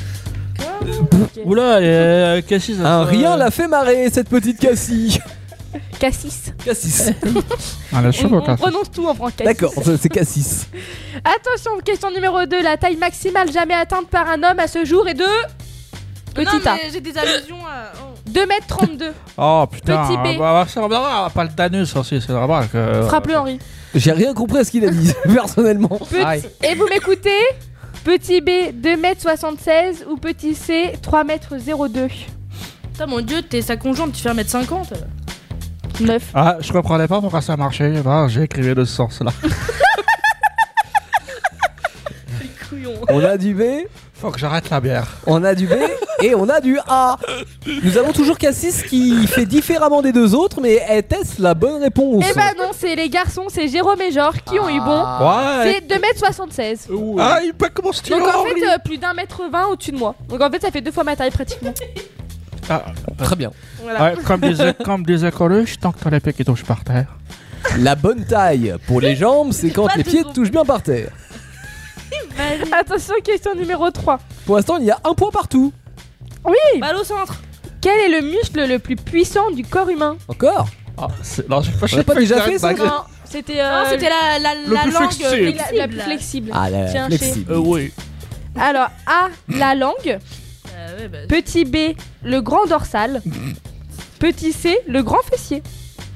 Oula, euh, cassis. ça Un se- rien l'a fait marrer, cette petite Cassie. Cassis. Cassis. Ah, la On, cheveux, on cassis. prononce tout en français. D'accord, c'est Cassis. Attention, question numéro deux. La taille maximale jamais atteinte par un homme à ce jour est de... Non, Petit A. mais j'ai des allusions à. Oh. deux mètres trente-deux. Oh putain. Petit B. Bah, bah, ça va bien, pas le danus aussi, c'est vraiment que. Frappe-le, Henri. J'ai rien compris à ce qu'il a dit, personnellement. Petit... Et vous m'écoutez? Petit B, deux mètres soixante-seize ou petit C, trois mètres zéro deux. Putain, mon dieu, t'es sa conjointe, tu fais un mètre cinquante. neuf. Ah, je comprenais pas pourquoi ça marchait. Bah, j'ai écrivé de ce sens-là. Couillon. On a du B, Faut que j'arrête la bière. on a du B et on a du A. Nous avons toujours Cassis qui fait différemment des deux autres, mais est-ce la bonne réponse? Eh ben non, c'est les garçons, c'est Jérôme et Georges qui ont eu bon. Ouais. C'est deux mètres soixante-seize. Ah, il peut comment stylo. Donc en fait, euh, plus d'un mètre vingt au-dessus de moi. Donc en fait, ça fait deux fois ma taille pratiquement. Ah, Très bien. Voilà. ouais, comme des, comme des écologistes, tant que t'as les pieds qui touchent par terre. La bonne taille pour les jambes, c'est quand pas les de pieds groupe. touchent bien par terre. Attention, question numéro trois. Pour l'instant, il y a un point partout. Oui. Balle au centre. Quel est le muscle le plus puissant du corps humain? Encore? Ah, c'est- non, j'ai pas, On l'a pas déjà fait, ça? Non, c'était euh, Non, c'était la, la, le la plus langue flexible. oui, flexible. la, la plus flexible. Ah, la Tiens, flexible. Euh, oui. Alors A, la langue. Euh, ouais, bah, Petit B, le grand dorsal. Petit C, le grand fessier.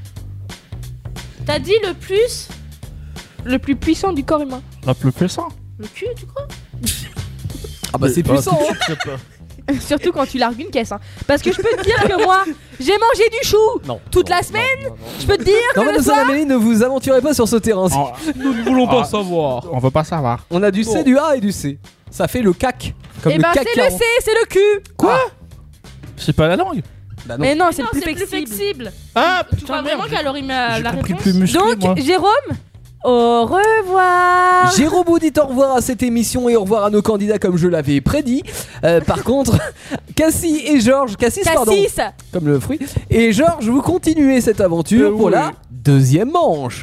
T'as dit le plus. Le plus puissant du corps humain. La plus puissant. Le cul, tu crois? Ah bah c'est puissant. hein. Surtout quand tu largues une caisse. Hein. Parce que je peux te dire que moi, j'ai mangé du chou non, toute non, la semaine. Non, non, non, je peux te dire non, que le mademoiselle soir... Amélie, ne vous aventurez pas sur ce terrain. Oh. Nous ne voulons pas Ah. savoir. On veut pas savoir. On a du C, Bon. du A et du C. Ça fait le C A C. Comme Eh le ben C A C c'est le quarante. C, c'est le cul. Quoi? C'est pas la langue. Bah non. Mais non, Non, c'est le plus c'est plus flexible. flexible. Ah Tu crois vraiment qu'elle aurait mis la J'ai la compris réponse? plus musclé, Donc, moi. Jérôme, au revoir. Jérôme vous dit au revoir à cette émission et au revoir à nos candidats comme je l'avais prédit. Euh, par contre, Cassie et Georges, Cassis, pardon, Cassis. comme le fruit, et Georges, vous continuez cette aventure Euh, pour oui. la deuxième manche.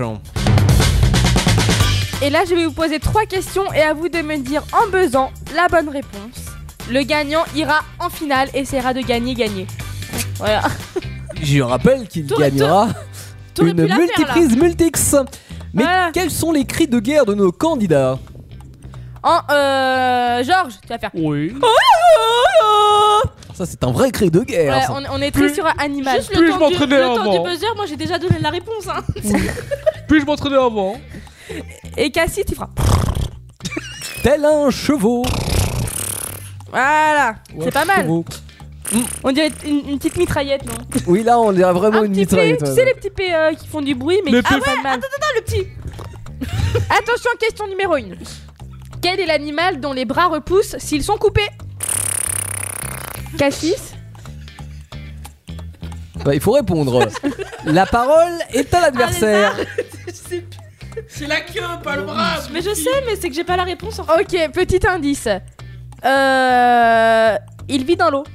Et là, je vais vous poser trois questions et à vous de me dire en buzzant la bonne réponse. Le gagnant ira en finale et essaiera de gagner, gagner. Voilà. Je rappelle qu'il T'aurais- gagnera t'aurais une pu la faire, multiprise multix. Mais Voilà. quels sont les cris de guerre de nos candidats? En euh, Georges, tu vas faire. Oui. Ça, c'est un vrai cri de guerre. Ouais, ça. on, on est très sur animal. Juste Puis-je le temps, du, m'entraîner le temps avant du buzzer, moi j'ai déjà donné la réponse. Hein. Puis-je m'entraîner avant? Et Cassis, tu feras. Tel un chevaux. Voilà, Ouais, c'est pas mal. chevaux. On dirait une, une petite mitraillette, non? Oui, là, on dirait vraiment Un une petit P, mitraillette. tu ouais. sais les petits P euh, qui font du bruit, mais Les qui P. font pas de mal. Non, le petit. Attention, question numéro un. Quel est l'animal dont les bras repoussent s'ils sont coupés? Cassis. Bah, il faut répondre. La parole est à l'adversaire. C'est la queue, pas le bras. Mais je sais, mais c'est que j'ai pas la réponse en fait. Ok, petit indice. Euh... Il vit dans l'eau.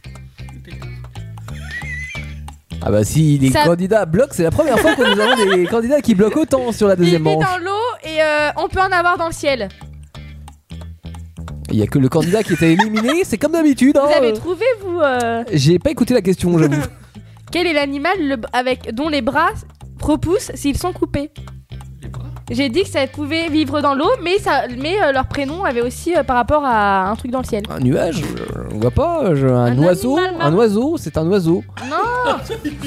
Ah bah si les Ça- candidats bloquent, c'est la première fois que nous avons des candidats qui bloquent autant sur la Il deuxième vit manche. dans l'eau et euh, on peut en avoir dans le ciel. Il y a que le candidat qui était éliminé, c'est comme d'habitude. Vous hein. avez trouvé, vous euh, J'ai pas écouté la question, j'avoue. Quel est l'animal le- avec dont les bras repoussent s'ils sont coupés? J'ai dit que ça pouvait vivre dans l'eau, mais, ça, mais euh, leur prénom avait aussi euh, par rapport à un truc dans le ciel. Un nuage, euh, on voit pas, je- un, Un oiseau, animal un oiseau, c'est un oiseau. Non.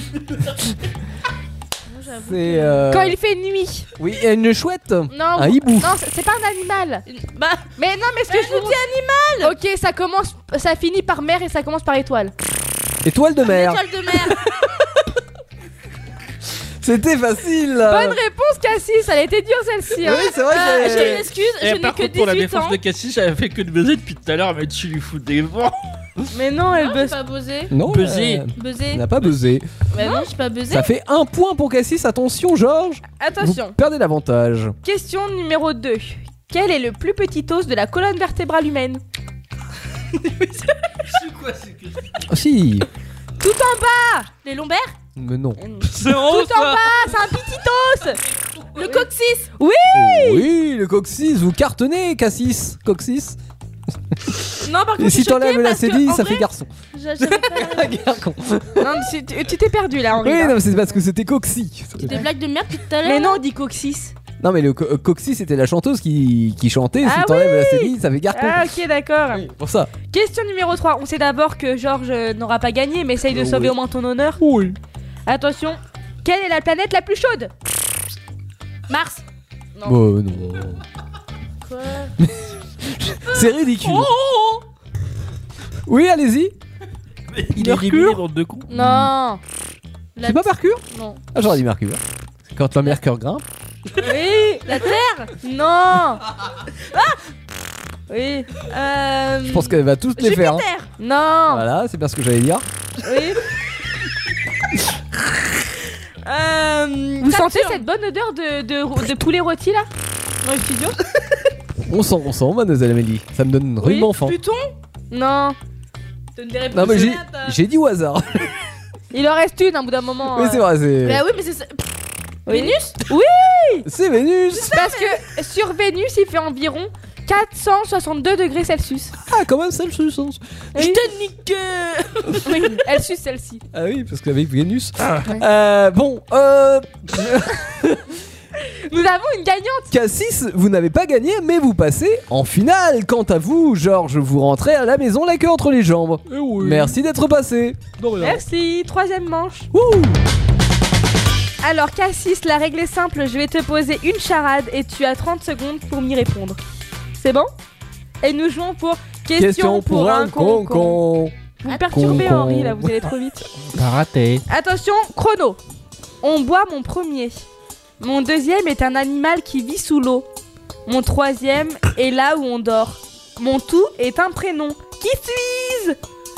C'est euh, Quand il fait nuit. oui, il y a une chouette, Non. un hibou. Non, c'est c'est pas un animal. Bah, Mais non, mais ce que je vous dis animal. Ok, ça commence, ça finit par mer et ça commence par étoile. Étoile de mer. étoile de mer. C'était facile. Bonne réponse, Cassis. Elle a été dure celle-ci. hein. Oui, c'est vrai Euh, que J'ai une excuse, je Et n'ai par que contre, pour la dix-huit défense ans. de Cassis, j'avais fait que de buzzer depuis tout à l'heure, mais tu lui fous des vents. Mais non, elle Non, j'ai buzz. pas buzzé. non, Buzzer. euh, Buzzé. il n'a pas buzzé. Bah non, j'ai pas buzzé. Ça fait un point pour Cassis. Attention, Georges. Attention. Vous perdez l'avantage. Question numéro deux. Quel est le plus petit os de la colonne vertébrale humaine? C'est quoi, c'est que Ah si. Tout en bas. Les lombaires. Mais non. c'est en haut, Tout en ça. bas, c'est un petit os. Le coccyx. Oui, le coccyx, vous cartonnez, Cassis. Coccyx. Non, par contre, Et je si suis choquée t'enlèves la parce que, cédille, en ça vrai, fait garçon. j'a- j'avais pas- Garçon. Non, tu tu- tu t'es perdu là, Henri. Oui, là. non, mais c'est parce que c'était Coxy. Des blagues de merde tout à l'heure. Mais non, on dit coccyx. Non, mais le co- euh, Coxy, c'était la chanteuse qui, qui chantait. Ah si t'enlèves la cédille, ça fait garçon. Ah, ok, d'accord. Oui, pour ça. Question numéro trois. On sait d'abord que Georges euh, n'aura pas gagné, mais essaye de Oh, sauver oui. au moins ton honneur. Oui. Attention. Quelle est la planète la plus chaude? Mars. Non. Oh, non. Quoi? C'est ridicule. Oh, Oui, allez-y. Il est éliminé dans deux cons. Non. C'est pas Mercure? Non. Ah, j'aurais dit Mercure. Quand le Mercure grimpe. Oui. La Terre? Non. Ah. Oui. Euh... Je pense qu'elle va tous les faire. hein. Jupiter. Non. Voilà, c'est bien ce que j'allais dire. Oui. Euh... Vous Saturne. sentez cette bonne odeur de, de, de poulet rôti là? Dans le studio? On sent, on sent, mademoiselle Amélie. Ça me donne Oui, rudement faim. Pluton. Non. Donne des réponses Non, mais j'ai, honnêtes, euh. j'ai dit au hasard. Il en reste une, un bout d'un moment. Oui, euh. c'est vrai, c'est. Bah oui, mais c'est ça. Oui. Vénus. C'est Vénus. Parce que sur Vénus, il fait environ quatre cent soixante-deux degrés Celsius. Ah, quand même, Celsius. hein. Oui. Je te nique. Oui, elle suce celle-ci. Ah oui, parce qu'avec Vénus. Ouais. Euh, bon, euh. Nous avons une gagnante. Cassis, vous n'avez pas gagné, mais vous passez en finale. Quant à vous, Georges, vous rentrez à la maison la queue entre les jambes. Eh oui. Merci d'être passé. Non, mais non. Merci. Troisième manche. Wouh. Alors Cassis, la règle est simple. Je vais te poser une charade et tu as trente secondes pour m'y répondre. C'est bon? Et nous jouons pour question, Question pour, pour un un concon. concon. Vous me perturbez Concon. Henri là, vous allez trop vite. Pas raté. Attention, chrono. On boit mon premier. Mon deuxième est un animal qui vit sous l'eau. Mon troisième est là où on dort. Mon tout est un prénom. Qui suis-je?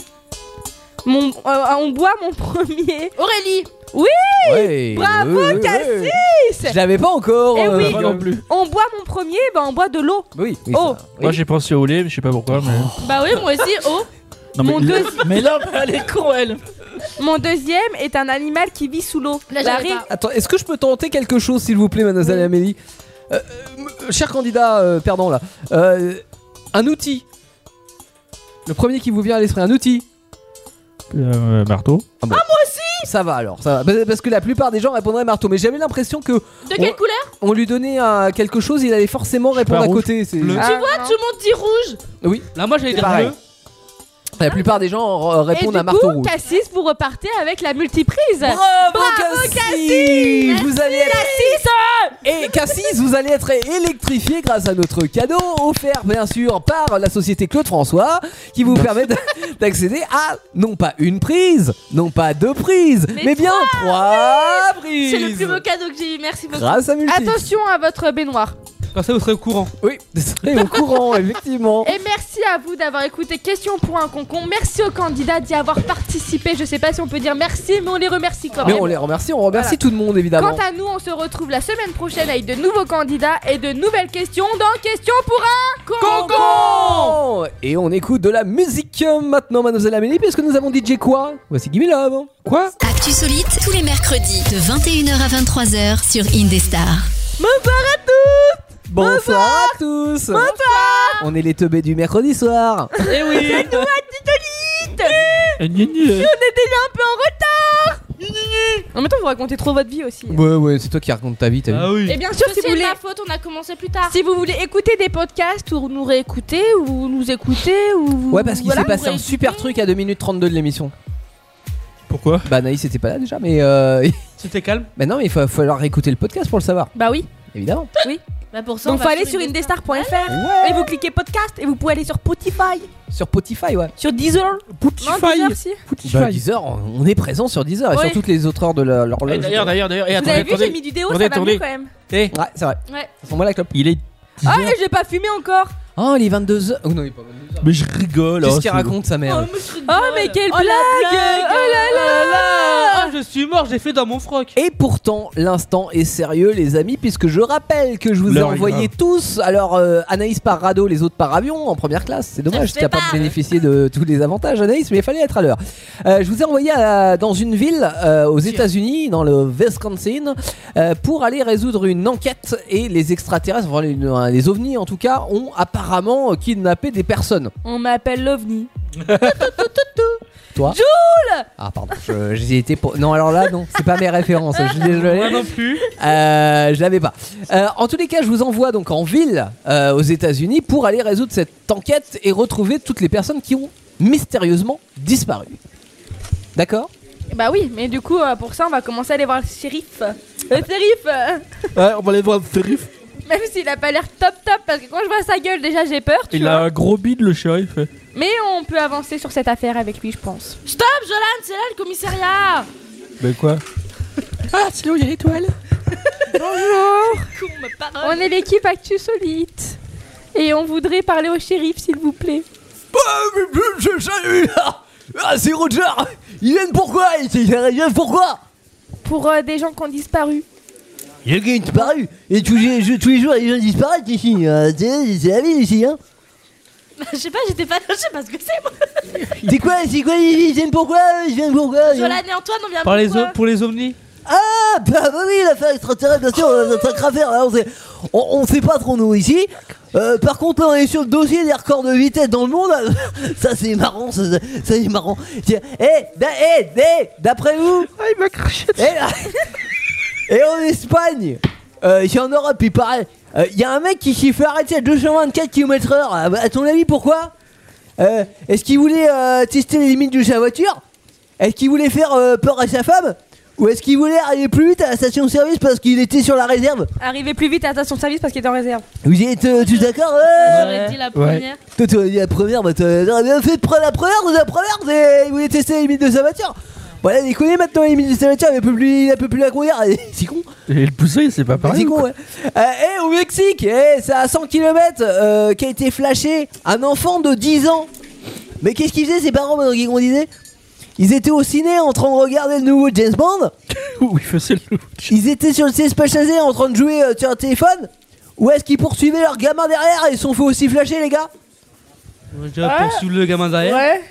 Mon, euh, on boit mon premier. Aurélie. Oui. Ouais, Bravo, ouais, ouais, Cassis. ouais. Je l'avais pas encore. Eh oui. euh, Moi non plus. On boit mon premier, bah on boit de l'eau. Oui, oui, Oh. ça, oui. Moi j'ai pensé au lait, mais je sais pas pourquoi. Mais... Bah oui, moi aussi. Oh. Non, Mon mais, deux- mais là, elle est con, elle. Mon deuxième est un animal qui vit sous l'eau. Là, La j'avais ri- pas. Attends, est-ce que je peux tenter quelque chose, s'il vous plaît, mademoiselle Oui. Amélie euh, euh, Cher candidat euh, perdant là, euh, un outil. Le premier qui vous vient à l'esprit, un outil. Euh, marteau. Ça va alors, ça va. Parce- Parce que la plupart des gens répondraient marteau, mais j'avais l'impression que De quelle on, couleur? on lui donnait un- quelque chose, il allait forcément répondre pas à rouge. côté. c'est- Bleu. Ah, Tu vois, non. tout le monde dit rouge. Oui, Là, moi, j'allais dire pareil. bleu. La plupart des gens euh, Et répondent du à marteau coup, rouge. Cassis, vous repartez avec la multiprise. Bravo, Cassis, Cassis. Vous allez être... Et Cassis, vous allez être électrifié grâce à notre cadeau offert bien sûr par la société Claude François qui vous permet de- d'accéder à non pas une prise, non pas deux prises, mais, Mais bien trois prises. C'est le plus beau cadeau que j'ai eu. Merci beaucoup. Grâce à Multi. Attention à votre baignoire. Comme ça, vous serez au courant. Oui, c'est au courant, effectivement. Et merci à vous d'avoir écouté Question pour un concon. Merci aux candidats d'y avoir participé. Je sais pas si on peut dire merci, mais on les remercie quand Mais même. on les remercie, on remercie Voilà. tout le monde évidemment. Quant à nous, on se retrouve la semaine prochaine avec de nouveaux candidats et de nouvelles questions dans Question pour un Concon. Et on écoute de la musique euh, maintenant, mademoiselle Amélie, puisque nous avons D J quoi? Voici Gimme Love. Quoi? Actu Solite, tous les mercredis, de vingt et une heures à vingt-trois heures sur Indestar. Bonsoir à tous. Bonsoir à tous. Bonsoir. On est les teubés du mercredi soir. Eh oui. Euh, gna, gna. On est déjà un peu en retard. En même temps, vous racontez trop votre vie aussi. Ouais, ouais, c'est toi qui racontes ta vie, t'as vu. Ah oui. Et bien sûr, si C'est vous voulez, ma faute, on a commencé plus tard. si vous voulez écouter des podcasts ou nous réécouter ou nous écouter ou vous- Ouais, parce qu'il voilà, s'est passé vous un super truc à deux minutes trente-deux de l'émission. Pourquoi? Bah, Naïs était pas là déjà, mais euh. C'était calme. Bah, non, mais il va falloir réécouter le podcast pour le savoir, Bah oui. évidemment. Bah pour ça, Donc on faut va aller sur Indestar. indestar point f r et vous cliquez podcast et vous pouvez aller sur Spotify, Sur Spotify, ouais. sur Deezer. Non, Deezer si. Bah, Deezer, on est présent sur Deezer et Ouais. sur toutes les autres heures de la- Eh, l'horloge. D'ailleurs, d'ailleurs, d'ailleurs. Et Vous attendez, avez vu, j'ai attendez. mis du déo, Attendez, ça va attendez. mieux quand même. Eh, Ouais, c'est vrai. Ouais. Sens-moi la clope. il est. Ah, et j'ai pas fumé encore. Oh, il est vingt-deux heures. Oh non, il est pas vingt-deux heures. Mais je rigole. Qu'est-ce oh, qu'il c'est- raconte sa mère? Oh, mais quelle Oh, la blague. blague. Oh là là. Ah, je suis mort, j'ai fait dans mon froc. Et pourtant, l'instant est sérieux, les amis, puisque je rappelle que je vous ai L'heure est envoyé grave. tous, alors euh, Anaïs par radeau, les autres par avion, en première classe. C'est dommage, Je tu n'as sais pas pas. bénéficié de tous les avantages, Anaïs, mais il fallait être à l'heure. Euh, je vous ai envoyé à- dans une ville euh, aux États-Unis, dans le Wisconsin, euh, pour aller résoudre une enquête. Et les extraterrestres, enfin, les, les ovnis en tout cas, ont apparemment kidnappé des personnes. On m'appelle l'OVNI. Toi Joule. Ah, pardon, je- j'y étais pour. Non, alors là, non, c'est pas mes références, je suis désolé. Moi non plus. Euh, je l'avais pas. Euh, en tous les cas, je vous envoie donc en ville euh, aux États-Unis pour aller résoudre cette enquête et retrouver toutes les personnes qui ont mystérieusement disparu. D'accord? Bah oui, mais du coup, euh, pour ça, on va commencer à aller voir le shérif. Le shérif, euh, Ouais, on va aller voir le shérif. même s'il a pas l'air top top, parce que quand je vois sa gueule, déjà j'ai peur. Tu Il vois. a un gros bide, le shérif. Mais on peut avancer sur cette affaire avec lui, je pense. Stop, Jolan, c'est là le commissariat. Mais quoi? Ah, c'est là où il y a l'étoile. Bonjour. Con, ma parole. On est l'équipe Actu Solite. Et on voudrait parler au shérif, s'il vous plaît. Salut. Ah, c'est Roger. Ils viennent pourquoi? Ils viennent pourquoi? Pour euh, des gens qui ont disparu. Il y a qui ont disparu. Et tous les, tous les jours, les gens disparaissent ici. Euh, c'est c'est la vie ici, hein. Bah, je sais pas, j'étais pas là, je sais pas ce que c'est moi. C'est quoi? C'est quoi? Ils viennent pourquoi? Ils viennent pourquoi? Jolan et Antoine, on vient Par les pourquoi o- pour les ovnis. Ah, bah, bah oui, l'affaire extraterrestre, bien sûr, on a notre truc à faire. Là, on, sait, on, on sait pas trop nous ici. Euh, par contre, là, on est sur le dossier des records de vitesse dans le monde. Ça, c'est marrant, ça, ça, ça, c'est marrant. Tiens, hé, da, hé, hé, d'après vous. Ah, il m'a craché. Et en Espagne, euh, c'est en Europe, il paraît. Il y a un mec qui s'est fait arrêter à deux cent vingt-quatre kilomètres heure. À ton avis, pourquoi? euh, Est-ce qu'il voulait euh, tester les limites de sa voiture? Est-ce qu'il voulait faire euh, peur à sa femme? Ou est-ce qu'il voulait arriver plus vite à la station-service parce qu'il était sur la réserve? Arriver plus vite à la station-service parce qu'il était en réserve. Vous êtes euh, tous d'accord? Ouais. J'aurais dit la première. Toi, tu aurais dit la première, bah t'aurais bien fait de prendre la première, de la première, c'est... il voulait tester les limites de sa voiture. Voilà, il connaît maintenant les limites de sa voiture, il peut plus, il peut plus la conduire. C'est con. Et le pousser, c'est pas pareil. C'est con, ouais. Euh, et au Mexique, eh, c'est à cent kilomètres euh, qu'a été flashé un enfant de dix ans. Mais qu'est-ce qu'ils faisaient ses parents pendant qu'ils conduisaient? Ils étaient au ciné en train de regarder le nouveau James Bond. Oui, il faisait le nouveau. Ils étaient sur le siège passager en train de jouer euh, sur un téléphone. Ou est-ce qu'ils poursuivaient leur gamin derrière et ils se sont fait aussi flasher, les gars? On va déjà poursuivre le gamin derrière. Ouais.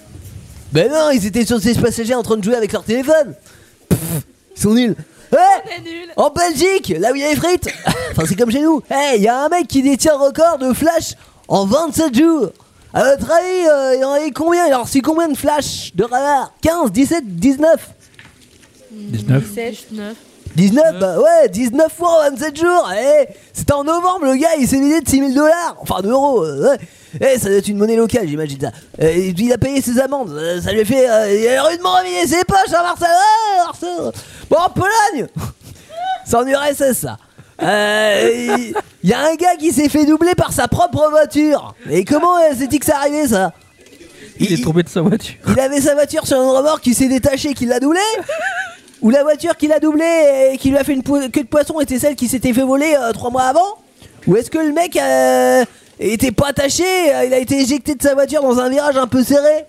Ben non, ils étaient sur le siège passager en train de jouer avec leur téléphone. Pff, ils sont nuls. Ouais. Nul. En Belgique, là où il y a les frites. Enfin, c'est comme chez nous. Hey, il y a un mec qui détient le record de flash en vingt-sept jours. À votre avis, euh, il en a eu combien? Il a reçu combien de flash de radar? Quinze, dix-sept, dix-neuf? dix-neuf. dix-neuf. dix-neuf, bah ouais, dix-neuf fois en vingt-sept jours. Eh, c'était en novembre, le gars, il s'est vidé de six mille dollars. Enfin, d'euros. Euh, ouais. Eh, ça doit être une monnaie locale, j'imagine ça. Euh, et puis il a payé ses amendes. Euh, ça lui a fait. Euh, il a rudement réveillé ses poches à Marseille. Ouais, Marseille. Bon, en Pologne. C'est en U R S S, ça. Euh, il y a un gars qui s'est fait doubler par sa propre voiture. Et comment euh, c'est-il que ça arrivé, ça? Il est tombé de sa voiture. Il avait sa voiture sur une remorque qui s'est détachée, qui l'a doublé? Ou la voiture qui l'a doublé et qui lui a fait une po- queue de poisson était celle qui s'était fait voler euh, trois mois avant? Ou est-ce que le mec euh, était pas attaché, euh, il a été éjecté de sa voiture dans un virage un peu serré?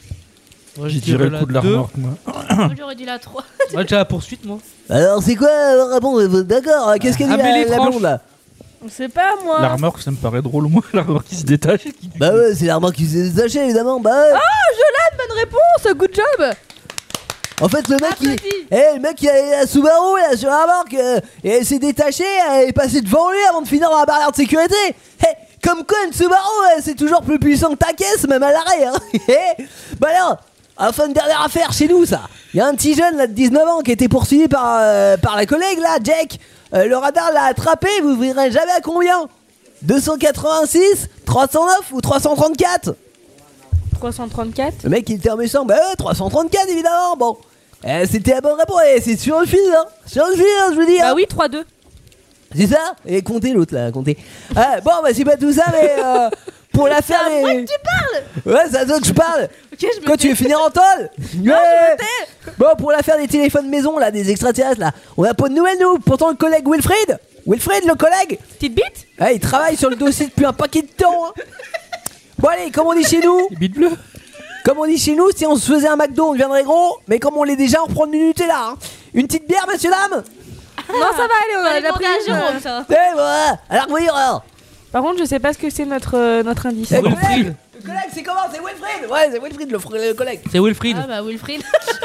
Moi, J'ai tiré le coup de la deux. remorque, moi. Moi, j'aurais dit la trois. Moi, j'ai la poursuite, moi. Alors c'est quoi la réponse? D'accord, qu'est-ce qu'elle dit la, Amélie la Tranche. blonde là? On sait pas, moi. La remorque, ça me paraît drôle, moi. La remorque qui se détache. et Qui... Bah ouais, c'est la remorque qui s'est détachée évidemment, bah ouais. Ah, Jolane, bonne réponse. Good job. En fait, le mec, il, Applaudis. eh, le mec, il a la Subaru là sur la remorque euh, et elle s'est détachée, elle est passée devant lui avant de finir dans la barrière de sécurité. Eh, comme quoi, une Subaru, euh, c'est toujours plus puissant que ta caisse, même à l'arrêt. Hein. Eh, bah alors, enfin, une dernière affaire chez nous, ça. Il y a un petit jeune là de dix-neuf ans qui a été poursuivi par, euh, par la collègue là, Jack. Euh, le radar l'a attrapé, vous verrez jamais à combien? deux cent quatre-vingt-six, trois cent neuf ou trois cent trente-quatre? trois cent trente-quatre. Le mec il était en méchant, bah ouais, trois cent trente-quatre évidemment, bon. Euh, c'était la bonne réponse, et c'est sur le fil, hein. Sur le fil, hein, je veux dire. Bah oui, trois deux. C'est ça? Et comptez l'autre là, comptez. Ah, bon, bah c'est pas tout ça, mais euh, pour l'affaire. C'est à moi les... que tu parles. Ouais, c'est à toi que je parle. Ok, je me Quoi, tu veux finir en tôle? Non, Ouais. je me tais. Bon, pour l'affaire des téléphones maison là, des extraterrestres là, on a pas de nouvelles nous. Pourtant le collègue Wilfried, Wilfried le collègue, Petite bite. ah, il travaille sur le dossier depuis un paquet de temps. Hein. Bon allez, comme on dit chez nous, Les bites bleues. comme on dit chez nous, si on se faisait un McDo, on deviendrait gros. Mais comme on l'est déjà, on reprend du Nutella. Hein. Une petite bière, messieurs dames. Non, ça va aller, on a Fallait déjà demander pris. à une, Jérôme, euh, ça. Eh voilà. Alors voyons alors. Par contre, je sais pas ce que c'est notre, euh, notre indice. Eh, Wilfried. collègue, le collègue, c'est comment? C'est Wilfried. Ouais, c'est Wilfried le, fr- le collègue. C'est Wilfried. Ah bah Wilfried.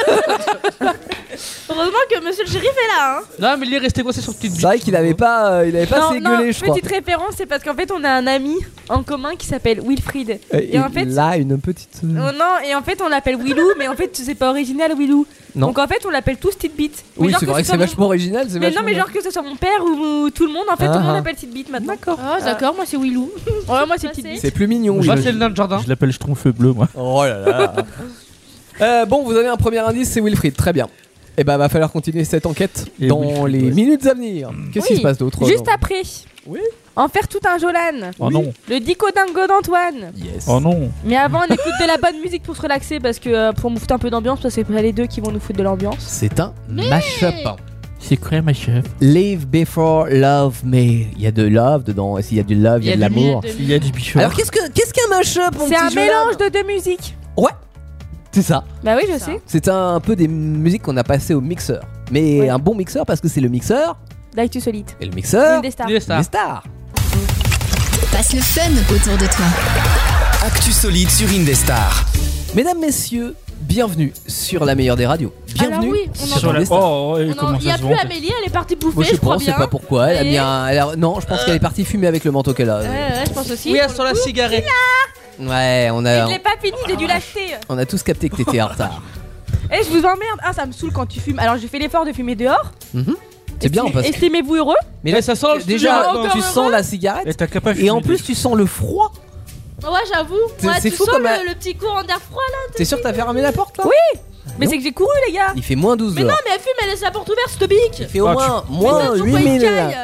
Heureusement que monsieur le shérif est là, hein. Non, mais il est resté coincé sur petite C'est bite. vrai qu'il avait pas, euh, il avait pas non, assez non, gueulé, je crois. petite référence, c'est parce qu'en fait, on a un ami en commun qui s'appelle Wilfried. Et, en fait, là, une petite. oh non, et en fait, on l'appelle Willou, mais en fait, c'est pas original, Willou. Non. Donc en fait, on l'appelle tous Petite Bite. Mais Oui, genre c'est que vrai ce que soit c'est mon- vachement original. C'est Mais non, vachement mais genre que ce soit mon père ou, ou tout le monde, en fait, Ah, tout le monde ah. l'appelle Petite Bite maintenant. D'accord. Oh d'accord, moi c'est Willou. Ouais, moi c'est Petite Bite. C'est plus mignon. Moi, oui. c'est le nain de jardin. Je l'appelle Schtroumpf bleu, moi. Oh là là. euh, bon, vous avez un premier indice, c'est Wilfried. Très bien. Et bah, va falloir continuer cette enquête Et dans Wilfried, les ouais. minutes à venir. Qu'est-ce qui Oui, se passe d'autre? Juste non après. Oui. En faire tout un Jolan. Oh non. Le Dico Dingo d'Antoine. Yes. Oh non. Mais avant, on écoute de la bonne musique pour se relaxer parce que euh, pour nous foutre un peu d'ambiance, parce que c'est pas les deux qui vont nous foutre de l'ambiance. C'est un mashup. C'est quoi, ma chef? Live before love me. Il y a de love dedans. Et s'il y a du love, il y a de l'amour. Il y a du bichon. Alors qu'est-ce que qu'est-ce qu'un mashup mon C'est petit un Jolan mélange de deux musiques. Ouais. C'est ça. Bah oui, je sais. C'est un peu des musiques qu'on a passées au mixeur. Mais Ouais. un bon mixeur parce que c'est le mixeur D'actu solide. et le mixeur. Une des stars. Les stars. Les stars. Passe le fun autour de toi. Actu solide sur Indestar. Mesdames, messieurs, bienvenue sur la meilleure des radios. Bienvenue Alors oui, on sur Sur la... Indestar. Oh, et Il comment n'y a ça se plus vend Amélie, elle est partie bouffer, Moi je je crois pense, je bien. sais pas pourquoi. Elle a Et- mis un. elle a- Non, je pense qu'elle est partie fumer avec le manteau qu'elle a. Ouais, ouais, je pense aussi. Oui, elle sort la cigarette. Ouais, on Je a, l'ai pas fini, j'ai dû l'acheter. on a tous capté que t'étais en retard. Eh, je vous emmerde. Ah, ça me saoule quand tu fumes. Alors, j'ai fait l'effort de fumer dehors. Mhm. C'est bien parce que. Estimez-vous heureux? Mais là, ça sent le studio, déjà, maintenant. tu sens la cigarette. Et t'as qu'à pas Et fumer en plus, des- tu sens le froid. Ouais, j'avoue. C'est- Ouais, c'est tu fou sens comme le, elle- le petit courant d'air froid là. T'es sûr que t'as fermé la porte là? Oui. Mais Non. c'est que j'ai couru, les gars. Il fait moins douze Mais non, dehors. mais elle fume, elle laisse la porte ouverte, cette bique. Il fait au Ah, moins, Mais t'as moins toujours huit pas une mille. caille.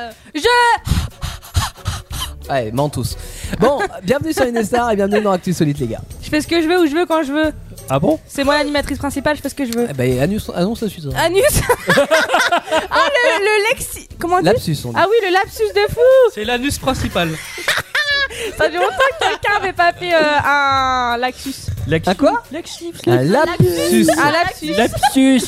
Je. Ouais, mentos. Bon, bienvenue sur Indestar et bienvenue dans Actu Solide, les gars. Je fais ce que je veux où je veux quand je veux. Ah bon? C'est moi l'animatrice principale, je fais ce que je veux. Eh bah, annonce, annonce la suite. hein. Anus. Ah, le, le lexi. Comment on dit? Lapsus, on dit. Ah oui, le lapsus de fou. C'est l'anus principal. Ça fait longtemps que quelqu'un avait pas fait euh, un laxus. À quoi Laxus. Un lapsus. Un lapsus. Lapsus.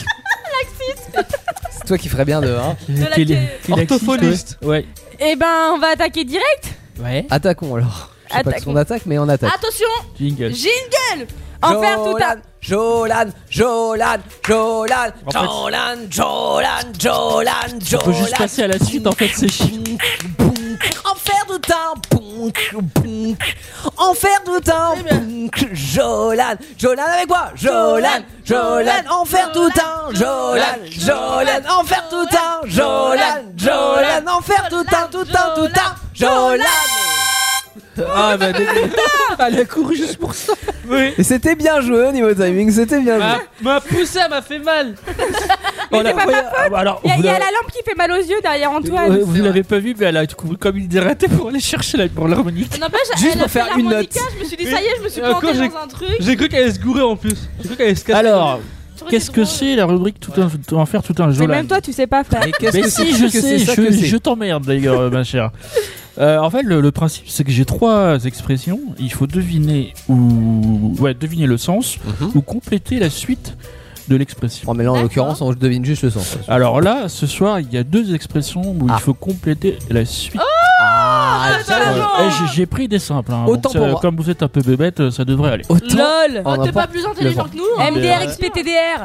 C'est toi qui ferais bien de. Hein. la Quel- quai- quel Orthophoniste. Ouais. Eh ben, on va attaquer direct. Ouais. Attaquons alors. Je sais pas Attaquons. qu'on attaque, mais on attaque. Attention, Jingle. jingle. En faire tout un. Jolan, Jolan, Jolan, En fait- Jolan, Jolan, Jolan, Jolan. On peut juste passer à la suite, en fait, c'est chiant. En faire de temps, bounk, bounk. En faire de temps, bounk. Jolan, Jolan avec moi, Jolan, Jolan, en faire tout temps, Jolan, Jolan, en faire tout temps, Jolan, Jolan, en faire tout temps, tout temps, tout temps, Jolan. Ah bah désolé. Elle a couru juste pour ça. Oui. Et c'était bien joué au niveau timing, c'était bien M'a joué. m'a poussé, elle m'a fait mal. On a- pas ouais, ah, bah alors, Il y, a- vous y a l'avez- la lampe qui fait mal aux yeux derrière Antoine. Ouais, vous l'avez pas vu, mais elle a couru comme une dératée pour aller chercher la, pour l'harmonique. N'empêche, Juste elle pour a fait faire une l'harmonica, note. Je me suis dit, ça y est, je me suis Et encore, plantée j'ai- dans un truc. J'ai cru qu'elle allait se gourer en plus. J'ai cru qu'elle allait se casser. Alors, Ça aurait qu'est-ce été que drôle. c'est la rubrique tout un, tout en faire tout un Mais Jolan? même toi, tu sais pas faire. Mais qu'est-ce Mais que si, c'est je que sais, c'est ça que je, c'est je t'emmerde d'ailleurs, euh, ma chère. Euh, en fait, le, le principe, c'est que j'ai trois expressions. Il faut deviner ou ouais, deviner le sens Mhm. ou compléter la suite de l'expression. Oh mais là en D'accord. l'occurrence on devine juste le sens. Alors là, ce soir, il y a deux expressions où Ah. il faut compléter la suite. Ah, Euh, eh, j'ai- j'ai pris des simples. hein. Autant Donc, ça, pour moi. Comme vous êtes un peu bébête, ça devrait aller. autant LOL. on Oh, n'a t'es pas- pas plus intelligent que nous. hein. M D R X P T D R.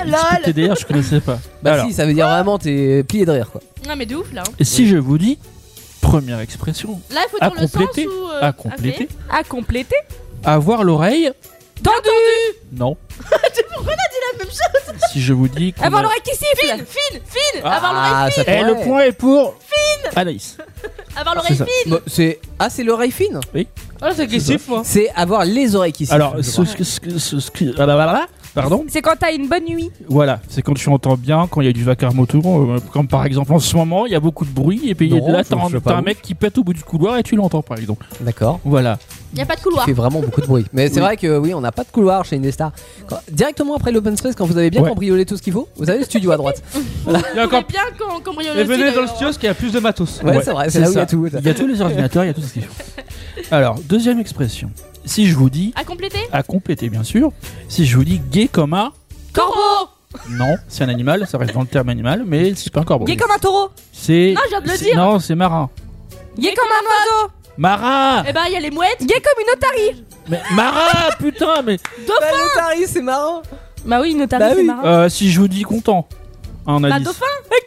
T D R, je connaissais pas. Bah Alors, si, ça veut dire vraiment t'es plié de rire quoi. Non, mais de ouf là. hein. et si je vous dis première expression, Là, il faut à dire le sens compléter, ou. euh, à compléter, À compléter. avoir l'oreille, Tendu. non. Pourquoi on a dit la même chose? Si je vous dis qu'on Avoir a- l'oreille qui siffle. Fine, fine, fine. Ah, Avoir l'oreille Ah ça Eh, le pourrait. point est pour Anaïs. Avoir c'est l'oreille ça. fine. Bon, c'est ah c'est l'oreille fine. Ah, c'est agressif, moi. C'est avoir les oreilles qui sifflent. Alors, je ce, crois. ce, ce, ce- ce qui- ah bah voilà, pardon. C'est quand t'as une bonne nuit. Voilà, c'est quand tu entends bien, quand il y a du vacarme autour, euh, comme par exemple en ce moment, il y a beaucoup de bruit et puis Non, là je- t'as un, je sais pas t'as un où. mec qui pète au bout du couloir et tu l'entends par exemple. D'accord. Voilà. Y a pas de Il couloir. fait vraiment beaucoup de bruit. Mais c'est Oui. vrai que oui, on n'a pas de couloir chez Indestar. Quand- Directement après l'open space, quand vous avez bien Ouais. cambriolé tout ce qu'il faut, vous avez le studio à droite. Il y a On encore. est bien qu'on cambriole Et le venez studio, dans le d'ailleurs. studio, parce qu'il y a plus de matos. Ouais, Ouais, c'est vrai, c'est c'est là où il y a ça. tout. Il y a tous les ordinateurs, il y a tout ce qu'il faut. Alors, deuxième expression. Si je vous dis, À compléter. à compléter bien sûr, si je vous dis gay comme un, Corbeau. non, c'est un animal, ça reste dans le terme animal, mais c'est pas un corbeau. Gay comme un taureau. C'est. Non, je viens de le c'est- dire. Non, c'est marin. Gay comme un oiseau. Marin. Eh ben, y a les mouettes. Gay comme une otarie. Mais marin, putain, mais. Bah, l'otarie, c'est marrant. Bah oui, une otarie, Bah c'est oui. marrant. Euh, si je vous dis content, un Bah, indice. dauphin.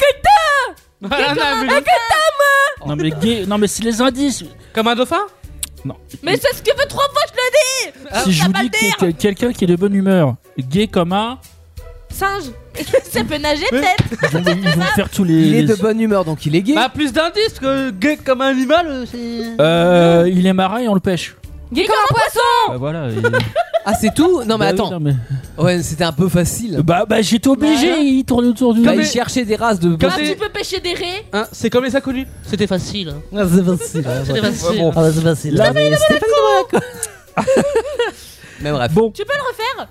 Ah, non, mais- Non mais gay, non mais c'est les indices. Comme un dauphin. Non. Mais c'est ce que fait trois fois, je le dis. si je ça vous va dis le dire. que- que- quelqu'un qui est de bonne humeur, gay comme un, Singe. Ça peut nager Mais- peut-être. ils vont, ils vont faire tous les. Il est les- de bonne humeur, donc il est gay. Bah, plus d'indices que gay comme un animal, euh, c'est. Euh, il est marin et on le pêche. Gay comme un poisson. Bah voilà. et- Ah, c'est tout. Non, mais Bah oui, attends. non, mais- Ouais, c'était un peu facile. Bah bah j'étais obligé, Bah, il tourne autour du. Bah, Comme il les- cherchait des races de. Comme Ah, des- tu peux pêcher des raies. Hein, c'est comme les inconnus. C'était facile. hein. Ah, c'est facile. C'était facile. Ah, bah, c'est facile. Là, mais Stéphanie de Monaco. Mais bref. Bon, Tu peux le refaire.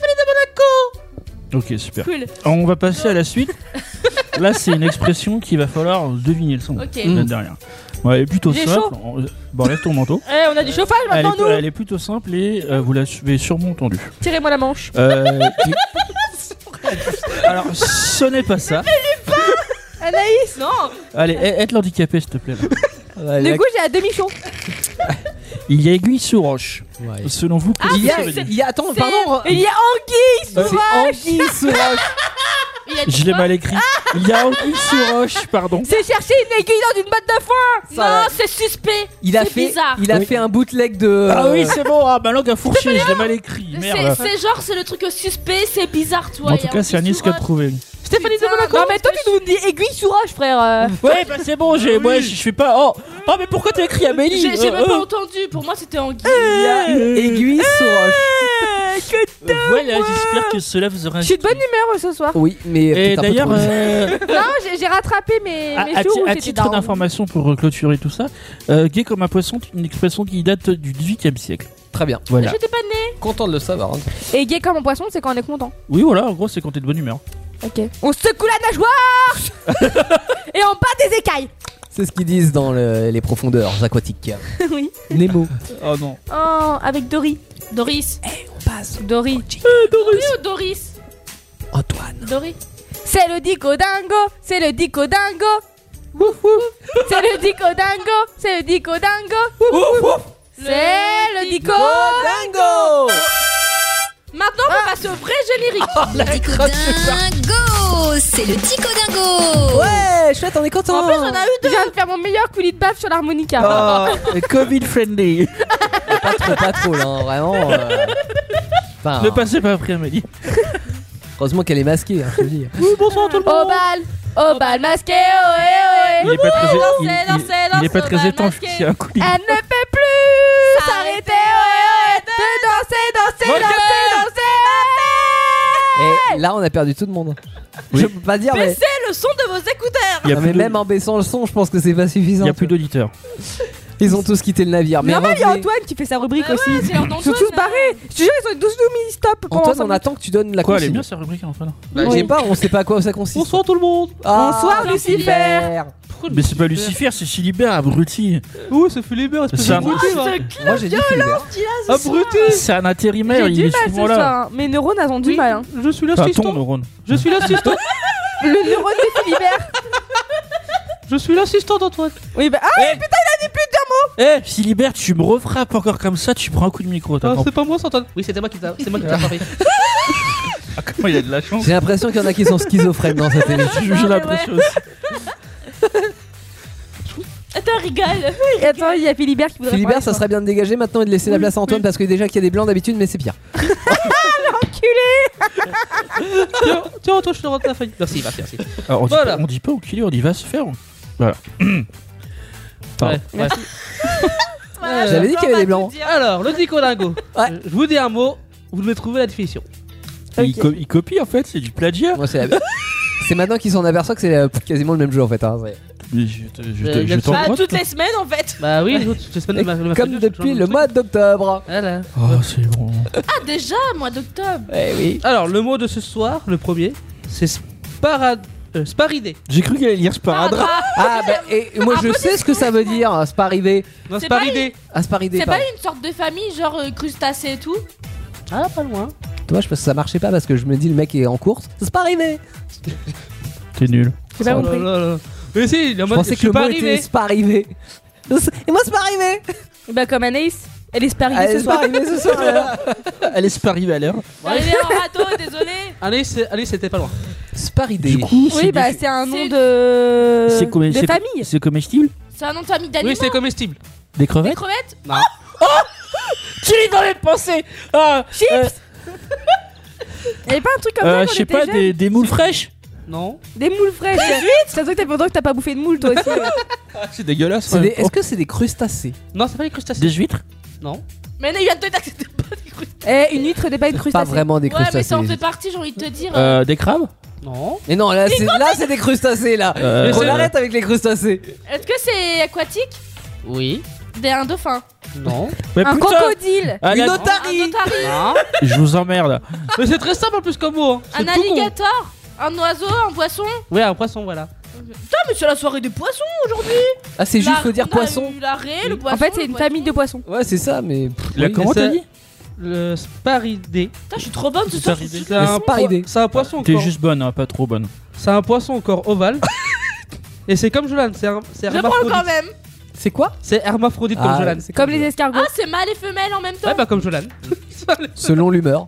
ok super. Cool. On va passer à la suite. Là c'est une expression qu'il va falloir deviner le son. Ok. La dernière. Ouais, elle est plutôt J'ai simple. chaud. On- Bon, lève ton manteau. Eh, on a du chauffage Elle maintenant, est, nous. elle est plutôt simple et euh, vous l'avez sûrement entendu. Tirez-moi la manche. Euh, qui- Alors, ce n'est pas ça. Anaïs. Non. Allez, aide l'handicapé, s'il te plaît. là. Ouais, Du la- coup, j'ai à demi chaud. Il y a aiguille sous roche. Ouais. Selon vous, qu'est-ce Il y que ça a, veut dire il y a, attends, C'est- pardon. Il y a anguille sous C'est Anguille sous roche. Il a dit Je l'ai quoi mal écrit. Il y a anguille sous roche, pardon. C'est chercher une aiguille dans une botte de foin. Ça, Non, ouais. c'est suspect. Il a C'est fait, bizarre. il a Oui. fait un bootleg de. Ah oui, c'est bon. Ah, ma langue a fourché. Je l'ai mal écrit. C'est Merde. c'est genre, c'est le truc suspect, c'est bizarre, toi. En il y tout a cas, c'est anguille Anis sous qui a roche. trouvé. Stéphanie de Monaco. Non, mais toi, tu nous dis aiguille sous roche, frère. euh. Ouais, bah c'est bon. J'ai, moi, je fais pas. Oh, oh, mais pourquoi t'as écrit Amélie J'ai j'ai Euh, même pas euh. entendu. Pour moi, c'était anguille. Il y a aiguille sous roche. que Voilà, j'espère que cela vous aura Je suis de bonne humeur euh, ce soir. Oui, mais Et peut-être un peu d'ailleurs, trop. euh, Non, j'ai- j'ai rattrapé mes, à, mes à jours ti- où à j'étais titre down. d'information pour euh, clôturer tout ça, euh, gay comme un poisson, c'est une expression qui date du dix-huitième siècle. Très bien. Voilà. J'étais pas née. Content de le savoir. hein. Et gay comme un poisson, c'est quand on est content. Oui, voilà, en gros, c'est quand t'es de bonne humeur. Ok. On secoue la nageoire et on bat des écailles. C'est ce qu'ils disent dans le- les profondeurs aquatiques. Oui. Nemo. Oh non. Oh, avec Dory. Doris. On passe. Dory. Doris ou Doris Antoine. Doris. C'est le dico dingo. C'est le dico dingo. C'est le dico dingo. C'est le dico dingo. C'est le dico Dingo. Maintenant, on va passer au vrai générique. Dico dingo. C'est le Dico dingo. Ouais, chouette, on est content. En plus, on a eu Je viens de faire mon meilleur coulis de baffe sur l'harmonica. Oh, Covid friendly. Pas trop, pas trop, là, hein, vraiment. euh. Enfin, Ne passez pas après Amélie. heureusement qu'elle est masquée, hein, je te le dis. Bonsoir tout le Au bal. Au bal masqué. Ohé Il est pas très, il, il- dansez, il- dansez, il est pas dansez, très on va étanche masquer. c'est un coulis. Elle ne peut plus s'arrêter. Ohé, ohé. De danser, danser, danser, danser. Et là, on a perdu tout le monde. Je peux pas dire, mais. Baissez le son de vos écouteurs. Il y a Non, plus mais de- même en baissant le son, je pense que c'est pas il suffisant. y a plus d'auditeurs. Ils ont tous quitté le navire. Mais Normal, il y a revenez. Antoine qui fait sa rubrique Bah aussi. ouais, c'est l'heure Ils sont d'Antoine, tous là. barrés. Je te jure, ils ont tous nous mis stop pendant Antoine, cinq on minutes. attend que tu donnes la Quoi, elle est consigne. bien sa rubrique Antoine. Bah, j'ai pas, on sait pas à quoi ça consiste. Bonsoir tout le monde. Ah, Bonsoir, Lucifer. Mais c'est pas Lucifer, c'est Philibert, abruti. Oui, c'est Philibert, espèce C'est de un- abruti, va. Moi j'ai dit Philibert. Abruti. C'est un intérimaire, J'ai il du est mal ce souvent là. soir. hein. Mes neurones, elles ont du Oui. mal. hein. Je suis Enfin, ton l'assistant. neurone. Je suis l'assistant. Le neurone de Philibert. Je suis l'assistant d'Antoine. Oui, bah. Ah, Eh, Eh, Philibert, tu me refrappes encore comme ça, tu prends un coup de micro. t'as Ah, compris. c'est pas moi, c'est Antoine. Oui, c'était moi qui t'a c'est moi qui t'a frappé. Ah, comment il a de la chance. J'ai l'impression qu'il y en a qui sont schizophrènes dans cette émission. J'ai l'impression aussi. Attends, rigole. Et attends, il y a Philibert qui voudrait Philibert, parler, ça quoi. serait bien de dégager maintenant et de laisser la place à Antoine parce que déjà qu'il y a des blancs d'habitude, mais c'est pire. Tiens, tiens, Antoine, je te rends ta feuille. Merci, merci, merci. Alors, on, dit Voilà. pas, on dit pas au killer, on dit va se faire. Voilà. Pardon. Ouais, ouais. Voilà, J'avais dit on qu'il y avait va des tout blancs. dire. Alors, le Dicolingo. Ouais. Euh, Je vous dis un mot, vous devez trouver la définition. Il, co- il copie en fait, c'est du plagiat. Moi, c'est la- c'est maintenant qu'ils s'en aperçoivent que c'est euh, quasiment le même jeu en fait. hein, c'est- Mais je te, je Euh, te, il y je a t'en Bah, crois, toutes toi. les semaines en fait. Bah oui, les autres, toutes les semaines, le mercredi, Comme je depuis change le de mois truc. d'octobre. Voilà. Oh, c'est bon. Ah, déjà, mois d'octobre. Eh oui. Alors, le mot de ce soir, le premier, c'est sparad... euh, sparidé. J'ai cru qu'elle allait lire Sparadra. Ah bah et moi je sais ce que ça veut dire, hein, sparidé. Non, C'est pas sparidé. Ah, sparidé. C'est pardon. pas une sorte de famille, genre euh, crustacés et tout. Ah, pas loin. Dommage parce que ça marchait pas parce que je me dis le mec est en course. C'est pas arrivé. T'es nul. J'ai pas Oh compris. là là là. Mais si, il est en Je mode, pensais je que suis le pas mot arrivé. était pas arrivé. Et moi c'est pas arrivé. Bah, comme Anaïs. Elle est sparidée Elle ce est pas soir. arrivée ce soir. là. Elle est pas arrivée à l'heure. Arrivé en râteau, désolé. Allez, c'est- allez, c'était pas loin. Sparidé. Du coup, Oui, c'est bah, du- c'est un nom c'est- de. c'est comé- de c'est- famille. C'est comestible. C'est un nom de famille d'animaux. Oui, c'est comestible. Des Des crevettes. crevettes. Tu y dans les pensées. Ah, Chips. euh, Il y avait pas un truc comme euh, ça je quand sais on pas, était des, jeunes des moules fraîches. Non. Des moules fraîches. Ça se voit que t'as pendant que t'as pas bouffé de moules toi aussi. C'est dégueulasse. C'est des- Est-ce que c'est des crustacés? Non, c'est pas les crustacés. Des huîtres. Non. Mais non, il vient de te dire que c'était pas des crustacés. Eh, une huître n'est pas une Pas crustacée. vraiment des Ouais, mais crustacés. ça en fait partie, j'ai envie de te dire. Euh, des crabes. Non. Mais non, là c'est là c'est des crustacés là. Euh, On c'est- arrête avec les crustacés. Est-ce que c'est aquatique? Oui. Des un dauphin. Non. Mais Un putain. crocodile. Ah, Une là, otarie. Un otarie. Non. je vous emmerde. Mais c'est très simple en plus comme mot. Hein. C'est Un tout con. alligator. Un oiseau, un poisson. Ouais, un poisson, voilà. Putain, mais c'est la soirée des poissons aujourd'hui. Ah c'est juste La- faut dire on a poisson. eu la raie, le poisson. En fait, c'est le une poisson. famille de poissons. Ouais c'est ça mais. pff, La oui. comment c'est- t'as dit? Le sparidé. Putain, je suis trop bonne ce soir. Sparidé. C'est un, sparidé. po- c'est un poisson au T'es corps. juste bonne, hein, pas trop bonne. C'est un poisson au corps ovale. Et c'est comme Jolan, c'est un- c'est Je prends hermaphrodite. quand même. C'est quoi? C'est hermaphrodite Ah, comme Jolan. c'est Comme les escargots. Ah, c'est mâle et femelle en même temps. Ouais, bah comme Jolan. Selon l'humeur.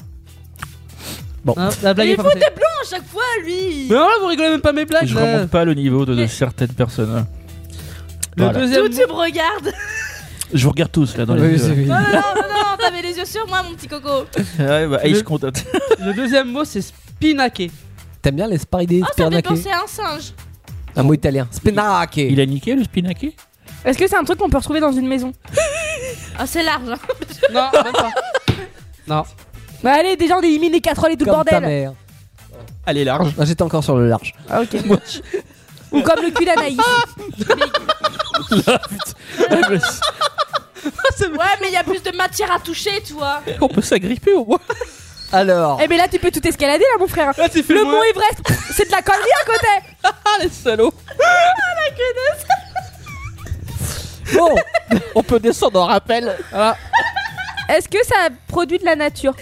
Bon. Hein, la blague Mais est il pas faut passée. des blancs à chaque fois, lui. Mais alors là, vous rigolez même pas mes blagues. Je là. remonte pas le niveau de, de Mais- certaines personnes. hein. Le Voilà. deuxième. D'où tu me regardes? Je vous regarde tous là dans les Oui, yeux. c'est- oui. Non, non, non, non, non, t'avais les yeux sur moi, mon petit coco. Ouais, bah, Le- Ace content. Le deuxième mot, c'est spinaké. T'aimes bien les sparidés Ah, ça me fait spinaké? penser à un singe. Un mot italien. Spinaké. Il a niqué le spinaké. Est-ce que c'est un truc qu'on peut retrouver dans une maison? Ah, c'est large. Hein. Non, même pas. Non. Bah allez, déjà on élimine les casseroles et tout le Comme ta bordel. mère. Elle est large. Non, j'étais encore sur le large. Ah ok. Ou comme le cul d'Anaïs. Là, putain. Ouais, mais il y a plus de matière à toucher, tu vois. On peut s'agripper au moins. Alors. Eh ben là tu peux tout escalader là mon frère. Là, tu fais Le moins. mont Everest, c'est de la connerie à côté. Ah, les salauds. Bon, on peut descendre en rappel. Ah, Est-ce que ça produit de la nature?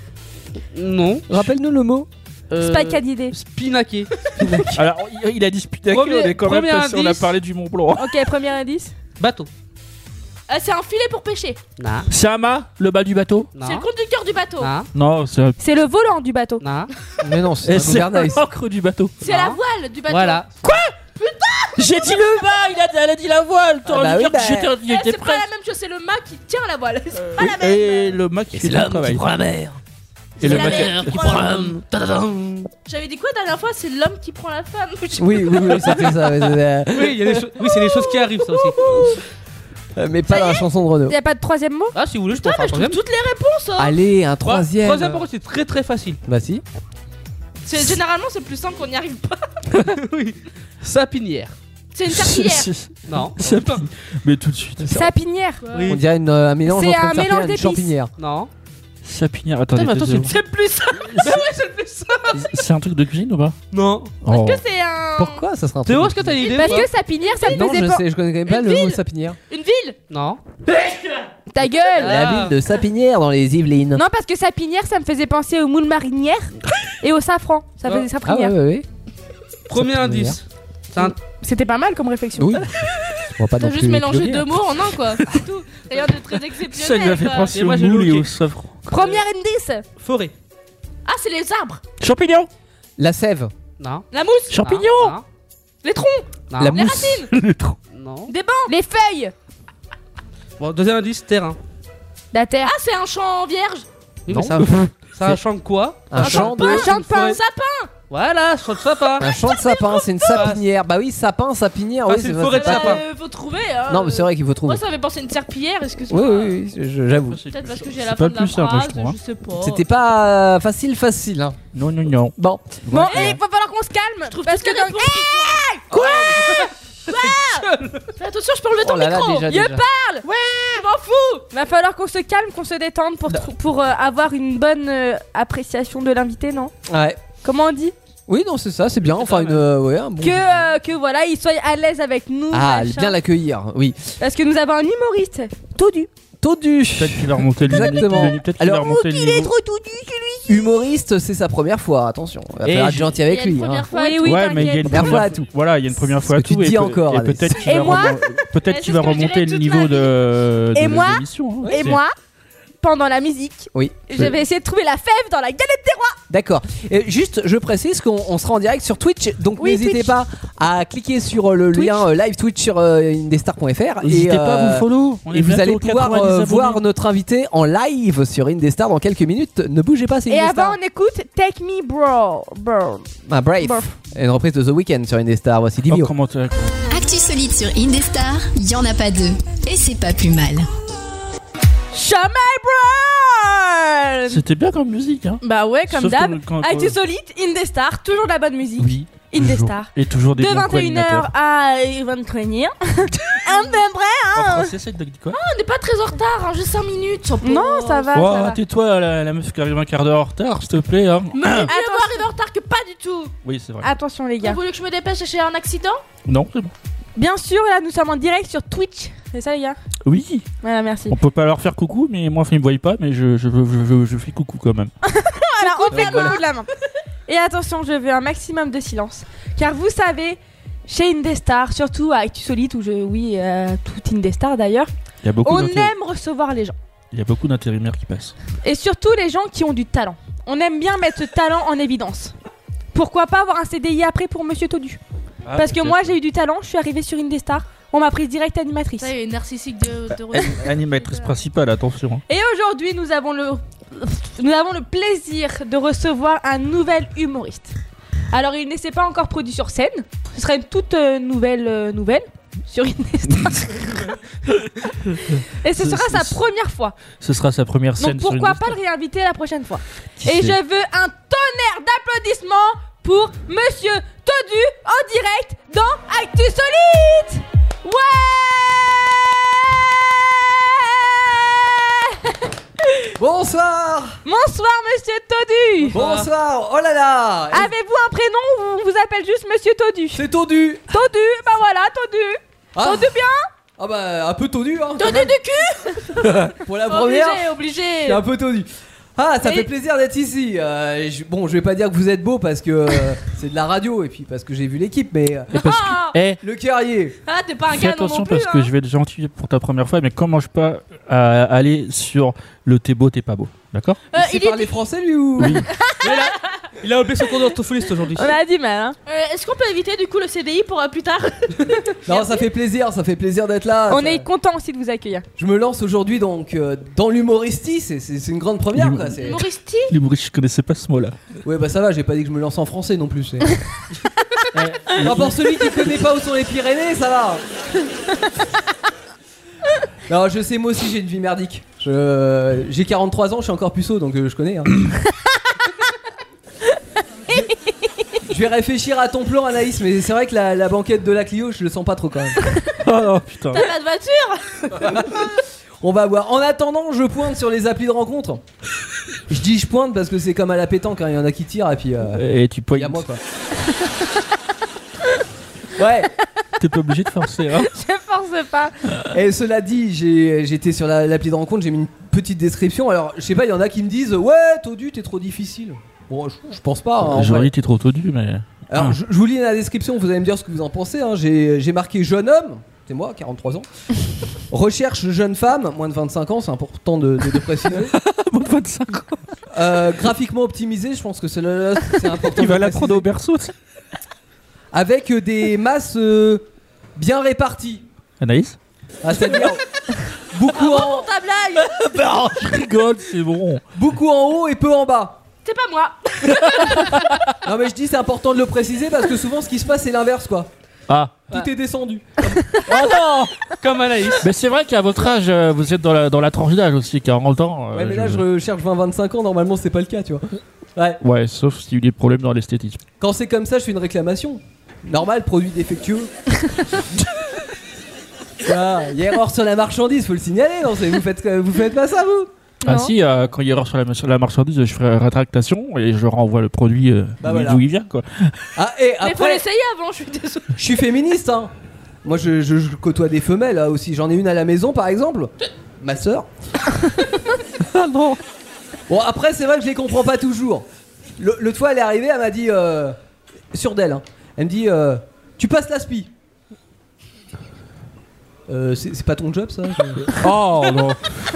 non. Rappelle-nous le mot. Euh, Spicadidé. Spinaké. Alors, il- il a dit Spinaké, Premier- on est quand même premier passé, on a indice. parlé du Mont Blanc. Ok, premier indice. Bateau. Euh, c'est un filet pour pêcher. Non. C'est un mât, le bas du bateau? Non. C'est le conducteur du bateau. Non. Non, c'est un... C'est le volant du bateau. Non. Mais non, c'est Et un c'est gouvernail. l'encre du bateau. C'est la voile du bateau. Voilà. J'ai dit le bas, il a, elle a dit la voile. T'aurais bah dû oui, dire que bah. j'étais Eh, il était c'est pas prêt. la même chose, c'est le mât qui tient la voile. C'est pas la même. Et le mât qui fait le travail. la mer. Et le la mât mer qui qui prend prend l'homme. Tadadam. J'avais dit quoi la dernière fois? C'est l'homme qui prend la femme. Oui, oui, oui, c'était ça. mais c'était- Oui, il y a des choses- oui, c'est des choses qui arrivent, ça aussi. Euh, Mais pas dans la chanson de Renaud. Y'a pas de troisième mot? Ah, si vous voulez, je peux en Putain, faire mais un je trouve troisième. toutes les réponses. hein. Allez, un Bah, troisième. Troisième, par contre, c'est très très facile. Bah si. C'est généralement c'est plus simple qu'on n'y arrive pas. Oui. Sapinière. C'est une serpillière. Non. Sapi- Mais tout de suite. Sapinière. Oui. On dirait une, euh, un mélange C'est entre un une serpillière mélange et une d'épices. champinière. Non. Sapinière, attendez. Putain, mais attends, deux c'est- secondes. C'est plus simple. Bah ouais, c'est le plus simple. C'est un truc de cuisine ou pas? Non. Oh. Est-ce que c'est un. Pourquoi ça serait un truc Théo, de est-ce que t'as une idée Parce ou pas que sapinière, ça me Non, faisait je pas. sais, je connais pas Une le mot ville. sapinière. Une ville. Non. Ta gueule. La Ah. ville de Sapinière dans les Yvelines. Non, parce que sapinière, ça me faisait penser aux moules marinières et au safran. Ça Ah. faisait Ah ouais, sapinière. ouais, ouais. Premier Sapinière. indice. C'est un- C'était pas mal comme réflexion. Oui. On va pas T'as non juste plus mélangé écouler. deux mots en un quoi. C'est tout. Rien de très Ça lui a exceptionnel. fait quoi. penser Et moi, au j'ai moule et bloqué. au safran. Premier indice. Forêt. Ah, c'est les arbres. Champignons. La sève. Non. La mousse. Champignons. Non. Les troncs. Non. La Les mousse. racines. Le tronc. Non. Des bancs. Les feuilles. Bon, deuxième indice, terrain. La terre. Ah, c'est un champ vierge. Oui, Non. mais ça, ça a un champ de quoi? Un champ de. Un champ de pain. Forêt. Voilà, champ de sapin. Un champ de sapin, c'est une sapinière. Bah oui, sapin, sapinière. Ah, oui, c'est une vrai, forêt de pas- sapin. Euh, faut trouver. Hein. Non, mais c'est vrai qu'il faut trouver. Moi, ça avait pensé une serpillière. Est-ce que c'est Oui, pas- oui, oui, je- j'avoue. Peut-être parce que j'ai C'est à la pas fin le de la plus simple, phrase. je trouve, hein. Je sais pas. C'était pas euh, facile, facile. Hein. Non, non, non. Bon. Bon, et il va falloir qu'on se calme. trouve Parce toutes que les dans- réponses qui sont- Fais attention, je peux enlever ton Oh là là, micro. déjà, Je déjà. parle. Je m'en fous. Va falloir qu'on se calme, qu'on se détende pour, trou- pour euh, avoir une bonne euh, appréciation de l'invité, non? Ouais. Comment on dit? Oui, non, c'est ça, c'est bien. Enfin, une, euh, ouais, un bon. Que, euh, que voilà, il soit à l'aise avec nous. Ah, machin. bien l'accueillir, oui. Parce que nous avons un humoriste, Todu. Todu. Peut-être qu'il va remonter le niveau. Exactement. Peut-être qu'il va Alors, remonter le Il est niveau. trop Todu, celui. Humoriste, c'est sa première fois, attention. Il va Et falloir être je- gentil Il y avec a une lui. première hein. fois. Oui, oui, Ouais, mais il y a une t'inquiète. Première fois à première tout. Voilà, il y a une première fois Ce à que tu tout. et dis peut- encore, et Alex. peut-être qu'il Et va moi remon- peut-être Mais qu'il c'est va ce que je remonter dirais le toute niveau ma vie. de Et de moi l'émission, hein. Et C'est- moi, pendant la musique, Oui. je vais essayer de trouver la fève dans la galette des rois. D'accord. Et juste, je précise qu'on on sera en direct sur Twitch, donc Oui, n'hésitez Twitch. pas à cliquer sur euh, le Twitch. lien euh, live Twitch sur euh, indestar point f r. N'hésitez et, pas à euh, vous follow. On est Et vous bientôt allez aux pouvoir quatre-vingt-dix euh, abonnés. voir notre invité en live sur Indestar dans quelques minutes. Ne bougez pas, c'est Et Indestar. avant, on écoute Take Me Bro. Bro. Ah, Brave. Bof. Et une reprise de The Weeknd sur Indestar. Voici Oh, Divio. comment t'as- Actu solide sur Indestar, y en a pas deux. Et c'est pas plus mal. Jamais Bro. C'était bien comme musique, hein. Bah ouais, comme Sauf d'hab. quand- quand- Actu solide, Indestar, toujours de la bonne musique. Oui. Indestar. toujours. Et toujours des De bons vingt et une heures co-animateurs. à vingt-trois heures. Un peu vrai, En hein. français, ça te dit quoi? On n'est pas très en retard, hein, juste cinq minutes. sans Non, pause. ça va, ça Oh, va. tais-toi, la, la meuf qui arrive un quart d'heure en retard, s'il te plaît. Hein. Mais mieux vaut arriver en retard que pas du tout. Oui, c'est vrai. Attention les Vous gars. voulez que je me dépêche chez un accident? Non, c'est bon. Bien sûr, là, nous sommes en direct sur Twitch. C'est ça, les gars? Oui, Voilà, merci. on peut pas leur faire coucou, mais moi, enfin, ils me voient pas, mais je, je, je, je, je fais coucou quand même. Voilà, on fait Voilà. coucou de la main. Et attention, je veux un maximum de silence. Car vous savez, chez Indestar, surtout à Actu Solide, où je, oui, euh, tout Indestar d'ailleurs, Il y a beaucoup on d'intér- aime recevoir les gens. il y a beaucoup d'intérimaires qui passent. Et surtout les gens qui ont du talent. On aime bien mettre ce talent en évidence. Pourquoi pas avoir un C D I après pour Monsieur Todu? Ah, Parce que moi j'ai eu du talent, je suis arrivée sur Indestar, on m'a prise direct animatrice. Ça y est, narcissique de, de Renaud. Animatrice principale, attention. Et aujourd'hui nous avons le nous avons le plaisir de recevoir un nouvel humoriste. Alors il ne s'est pas encore produit sur scène, ce sera une toute euh, nouvelle euh, nouvelle. sur Indestar. Et ce sera sa première fois. Ce sera sa première scène. Donc pourquoi sur pas le réinviter la prochaine fois. Qui Et sait je veux un tonnerre d'applaudissements pour Monsieur Todu en direct dans Actu Solide. Ouais. Bonsoir. Bonsoir Monsieur Todu. Bonsoir. Oh là là. Avez-vous un prénom ou on vous appelle juste Monsieur Todu? C'est Todu. Todu, bah voilà, Todu. Ah. Todu bien. Ah bah un peu Todu hein. Todu du cul. Pour la première. Obligé, obligé. Je suis un peu Todu. Ah, ça Et- fait plaisir d'être ici. Euh, je- bon, je vais pas dire que vous êtes beau parce que euh, c'est de la radio et puis parce que j'ai vu l'équipe, mais euh, Ah, Eh, le carrier. ah, t'es pas un fais canon attention non plus. parce que hein. je vais être gentil pour ta première fois, mais commence pas à aller sur le t'es beau, t'es pas beau. D'accord? Euh, il il sait est- parler français lui ou Oui. Il a oublié son cours d'orthophoniste aujourd'hui. On a du mal, hein. Euh, Est-ce qu'on peut éviter du coup le C D I pour euh, plus tard? Non, ça fait plaisir, ça fait plaisir d'être là. On Ça- est content aussi de vous accueillir. Je me lance aujourd'hui donc euh, dans l'humoristie, c'est, c'est, c'est une grande première L'humo- quoi. C'est... Moristi? L'humoriste, je connaissais pas ce mot-là. Ouais bah ça va, j'ai pas dit que je me lance en français non plus. C'est... Enfin, pour celui qui connaît pas où sont les Pyrénées, ça va. Non, je sais, moi aussi j'ai une vie merdique. Je... J'ai quarante-trois ans, je suis encore puceau donc euh, je connais. Hein. Je vais réfléchir à ton plan, Anaïs, mais c'est vrai que la, la banquette de la Clio, je le sens pas trop quand même. Oh non, putain. T'as pas de voiture? On va voir. En attendant, je pointe sur les applis de rencontre. Je dis je pointe parce que c'est comme à la pétanque, hein, il y en a qui tirent et puis euh, Et tu il pointes. y a moi quoi. Ouais. T'es pas obligé de forcer, hein. Je force pas. Et cela dit, j'ai, j'étais sur la- l'appli de rencontre, j'ai mis une petite description. Alors, je sais pas, il y en a qui me disent ouais, Todu, t'es trop difficile. Bon, je, je pense pas. Hein, en J'aurais vrai. dit t'es trop todu, mais. Alors, Ah. je, je vous lis la description, vous allez me dire ce que vous en pensez. Hein. J'ai, j'ai marqué jeune homme, c'est moi, quarante-trois ans. Recherche jeune femme, moins de vingt-cinq ans, c'est important de, de, de préciser. Moins de vingt-cinq ans. Euh, graphiquement optimisé, je pense que c'est, le, c'est important. Il de va le l'apprendre préciser. au berceau, tu sais. Avec euh, des masses euh, bien réparties. Anaïs? Ah, c'est-à-dire beaucoup, en, Ta blague? Bah, je rigole, c'est bon. beaucoup en haut et peu en bas. C'est pas moi. Non mais je dis c'est important de le préciser parce que souvent ce qui se passe c'est l'inverse quoi. Ah. Tout est descendu. Oh non! Comme Anaïs. Mais c'est vrai qu'à votre âge, euh, vous êtes dans la, dans la tranche d'âge aussi, quarante ans. euh, Ouais mais là je recherche vingt à vingt-cinq ans, normalement c'est pas le cas tu vois. Ouais. Ouais, sauf s'il y a eu des problèmes dans l'esthétisme. Quand c'est comme ça je fais une réclamation. Normal, produit défectueux. Ah, il y a erreur sur la marchandise, faut le signaler, non c'est- vous faites, vous faites pas ça vous? Ah Non. si, euh, quand il y a erreur sur la, sur la marchandise, je ferai rétractation et je renvoie le produit euh, Bah d'où voilà. d'où il vient, quoi. Ah et Mais faut après, l'essayer avant, je suis désolée. je suis féministe hein. Moi je, je- je côtoie des femelles là aussi, j'en ai une à la maison par exemple. Ma sœur. Ah non. Bon après c'est vrai que je les comprends pas toujours. Le- L'autre fois elle est arrivée, elle m'a dit euh, sur d'elle, hein. Elle me dit euh, tu passes l'aspi. Euh, c'est c'est pas ton job ça je- Oh non.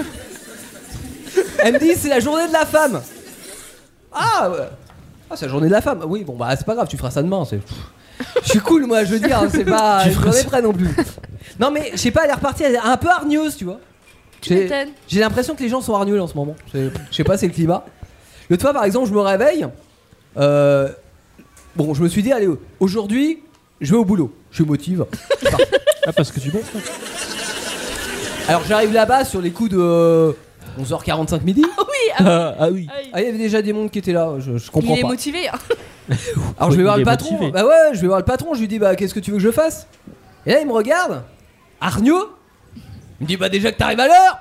Elle me dit c'est la journée de la femme. Ah ouais. Ah c'est la journée de la femme. Oui bon bah c'est pas grave, tu feras ça demain. C'est... Je suis cool moi je veux dire, c'est pas Tu je feras suis ça. prêt non plus. Non mais je sais pas, elle est repartie, elle est un peu hargneuse tu vois. Tu J'ai- m'étonnes. J'ai l'impression que les gens sont hargneux en ce moment. C'est- Je sais pas, c'est le climat. L'autre fois, par exemple, je me réveille. euh, bon, je me suis dit, allez, aujourd'hui, je vais au boulot. Je motive. Ah, parce que tu bosses, toi. Alors, j'arrive là-bas sur les coups de euh, onze heures quarante-cinq midi. Oui, ah, Ah, ah oui. ah oui. Ah, il y avait déjà des mondes qui étaient là. Je, je comprends Il est pas. motivé. hein. Alors, je vais Il voir est le patron. motivé. Bah ouais, je vais voir le patron. Je lui dis, bah, qu'est-ce que tu veux que je fasse? Et là, il me regarde. Hargneux. Il me dit, bah, déjà que t'arrives à l'heure.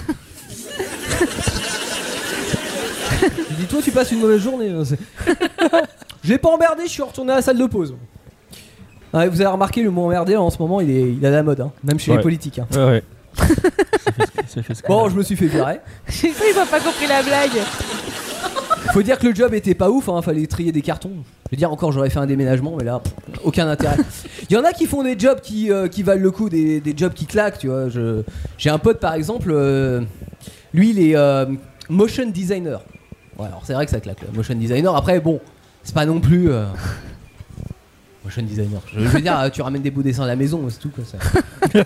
Je lui dis, toi, tu passes une mauvaise journée. hein, c'est- Je l'ai pas emmerdé, je suis retourné à la salle de pause. Ouais, vous avez remarqué, le mot emmerdé en ce moment, il est, il est à la mode, hein, même chez Ouais. les politiques. hein. Ouais, ouais. ça fait, ça fait Bon, scandale. je me suis fait virer. J'ai cru qu'ils ont pas compris la blague. Faut dire que le job était pas ouf, hein, fallait trier des cartons. Je veux dire, encore, j'aurais fait un déménagement, mais là, pff, aucun intérêt. Il y en a qui font des jobs qui, euh, qui valent le coup, des, des jobs qui claquent, tu vois. Je- J'ai un pote, par exemple, euh, lui, il est euh, motion designer. Ouais, alors c'est vrai que ça claque, le motion designer. Après, bon, c'est pas non plus. euh, Motion designer. Je, je veux dire, euh, tu ramènes des beaux dessins à la maison, c'est tout, quoi. Ça.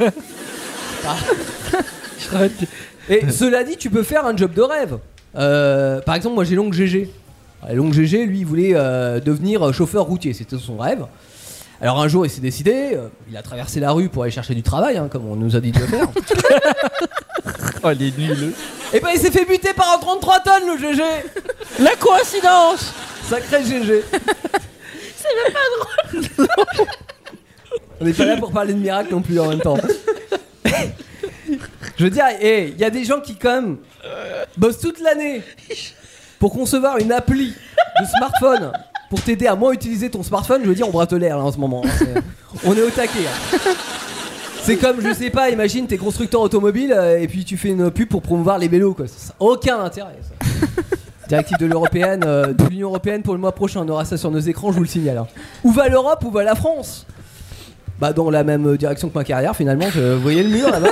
Ah. Et cela dit, tu peux faire un job de rêve. Euh, par exemple, moi j'ai Long G G. Et Long G G, lui, il voulait euh, devenir chauffeur routier, c'était son rêve. Alors un jour il s'est décidé, euh, il a traversé la rue pour aller chercher du travail, hein, comme on nous a dit de le faire. Oh, il est nul. Et ben il s'est fait buter par un trente-trois tonnes le G G. La coïncidence. Sacré G G. C'est même pas drôle. On n'est pas là pour parler de miracle non plus en même temps. Je veux dire, il hey, y a des gens qui quand même bossent toute l'année pour concevoir une appli de smartphone pour t'aider à moins utiliser ton smartphone. Je veux dire, on brate l'air là en ce moment. Hein. C'est... On est au taquet. Hein. C'est comme, je sais pas, imagine t'es constructeur automobile euh, et puis tu fais une pub pour promouvoir les vélos quoi. Ça n'a aucun intérêt ça. Directive de l'Européenne, euh, de l'Union Européenne pour le mois prochain, on aura ça sur nos écrans, je vous le signale. Hein. Où va l'Europe, où va la France? Bah dans la même direction que ma carrière finalement, je... vous voyez le mur là-bas.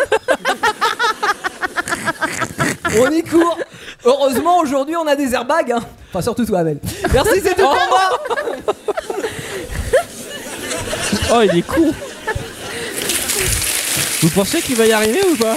On y court. Heureusement aujourd'hui on a des airbags hein. Enfin surtout toi Amel. Merci, c'est tout pour moi. Oh il est con. Vous pensez qu'il va y arriver ou pas?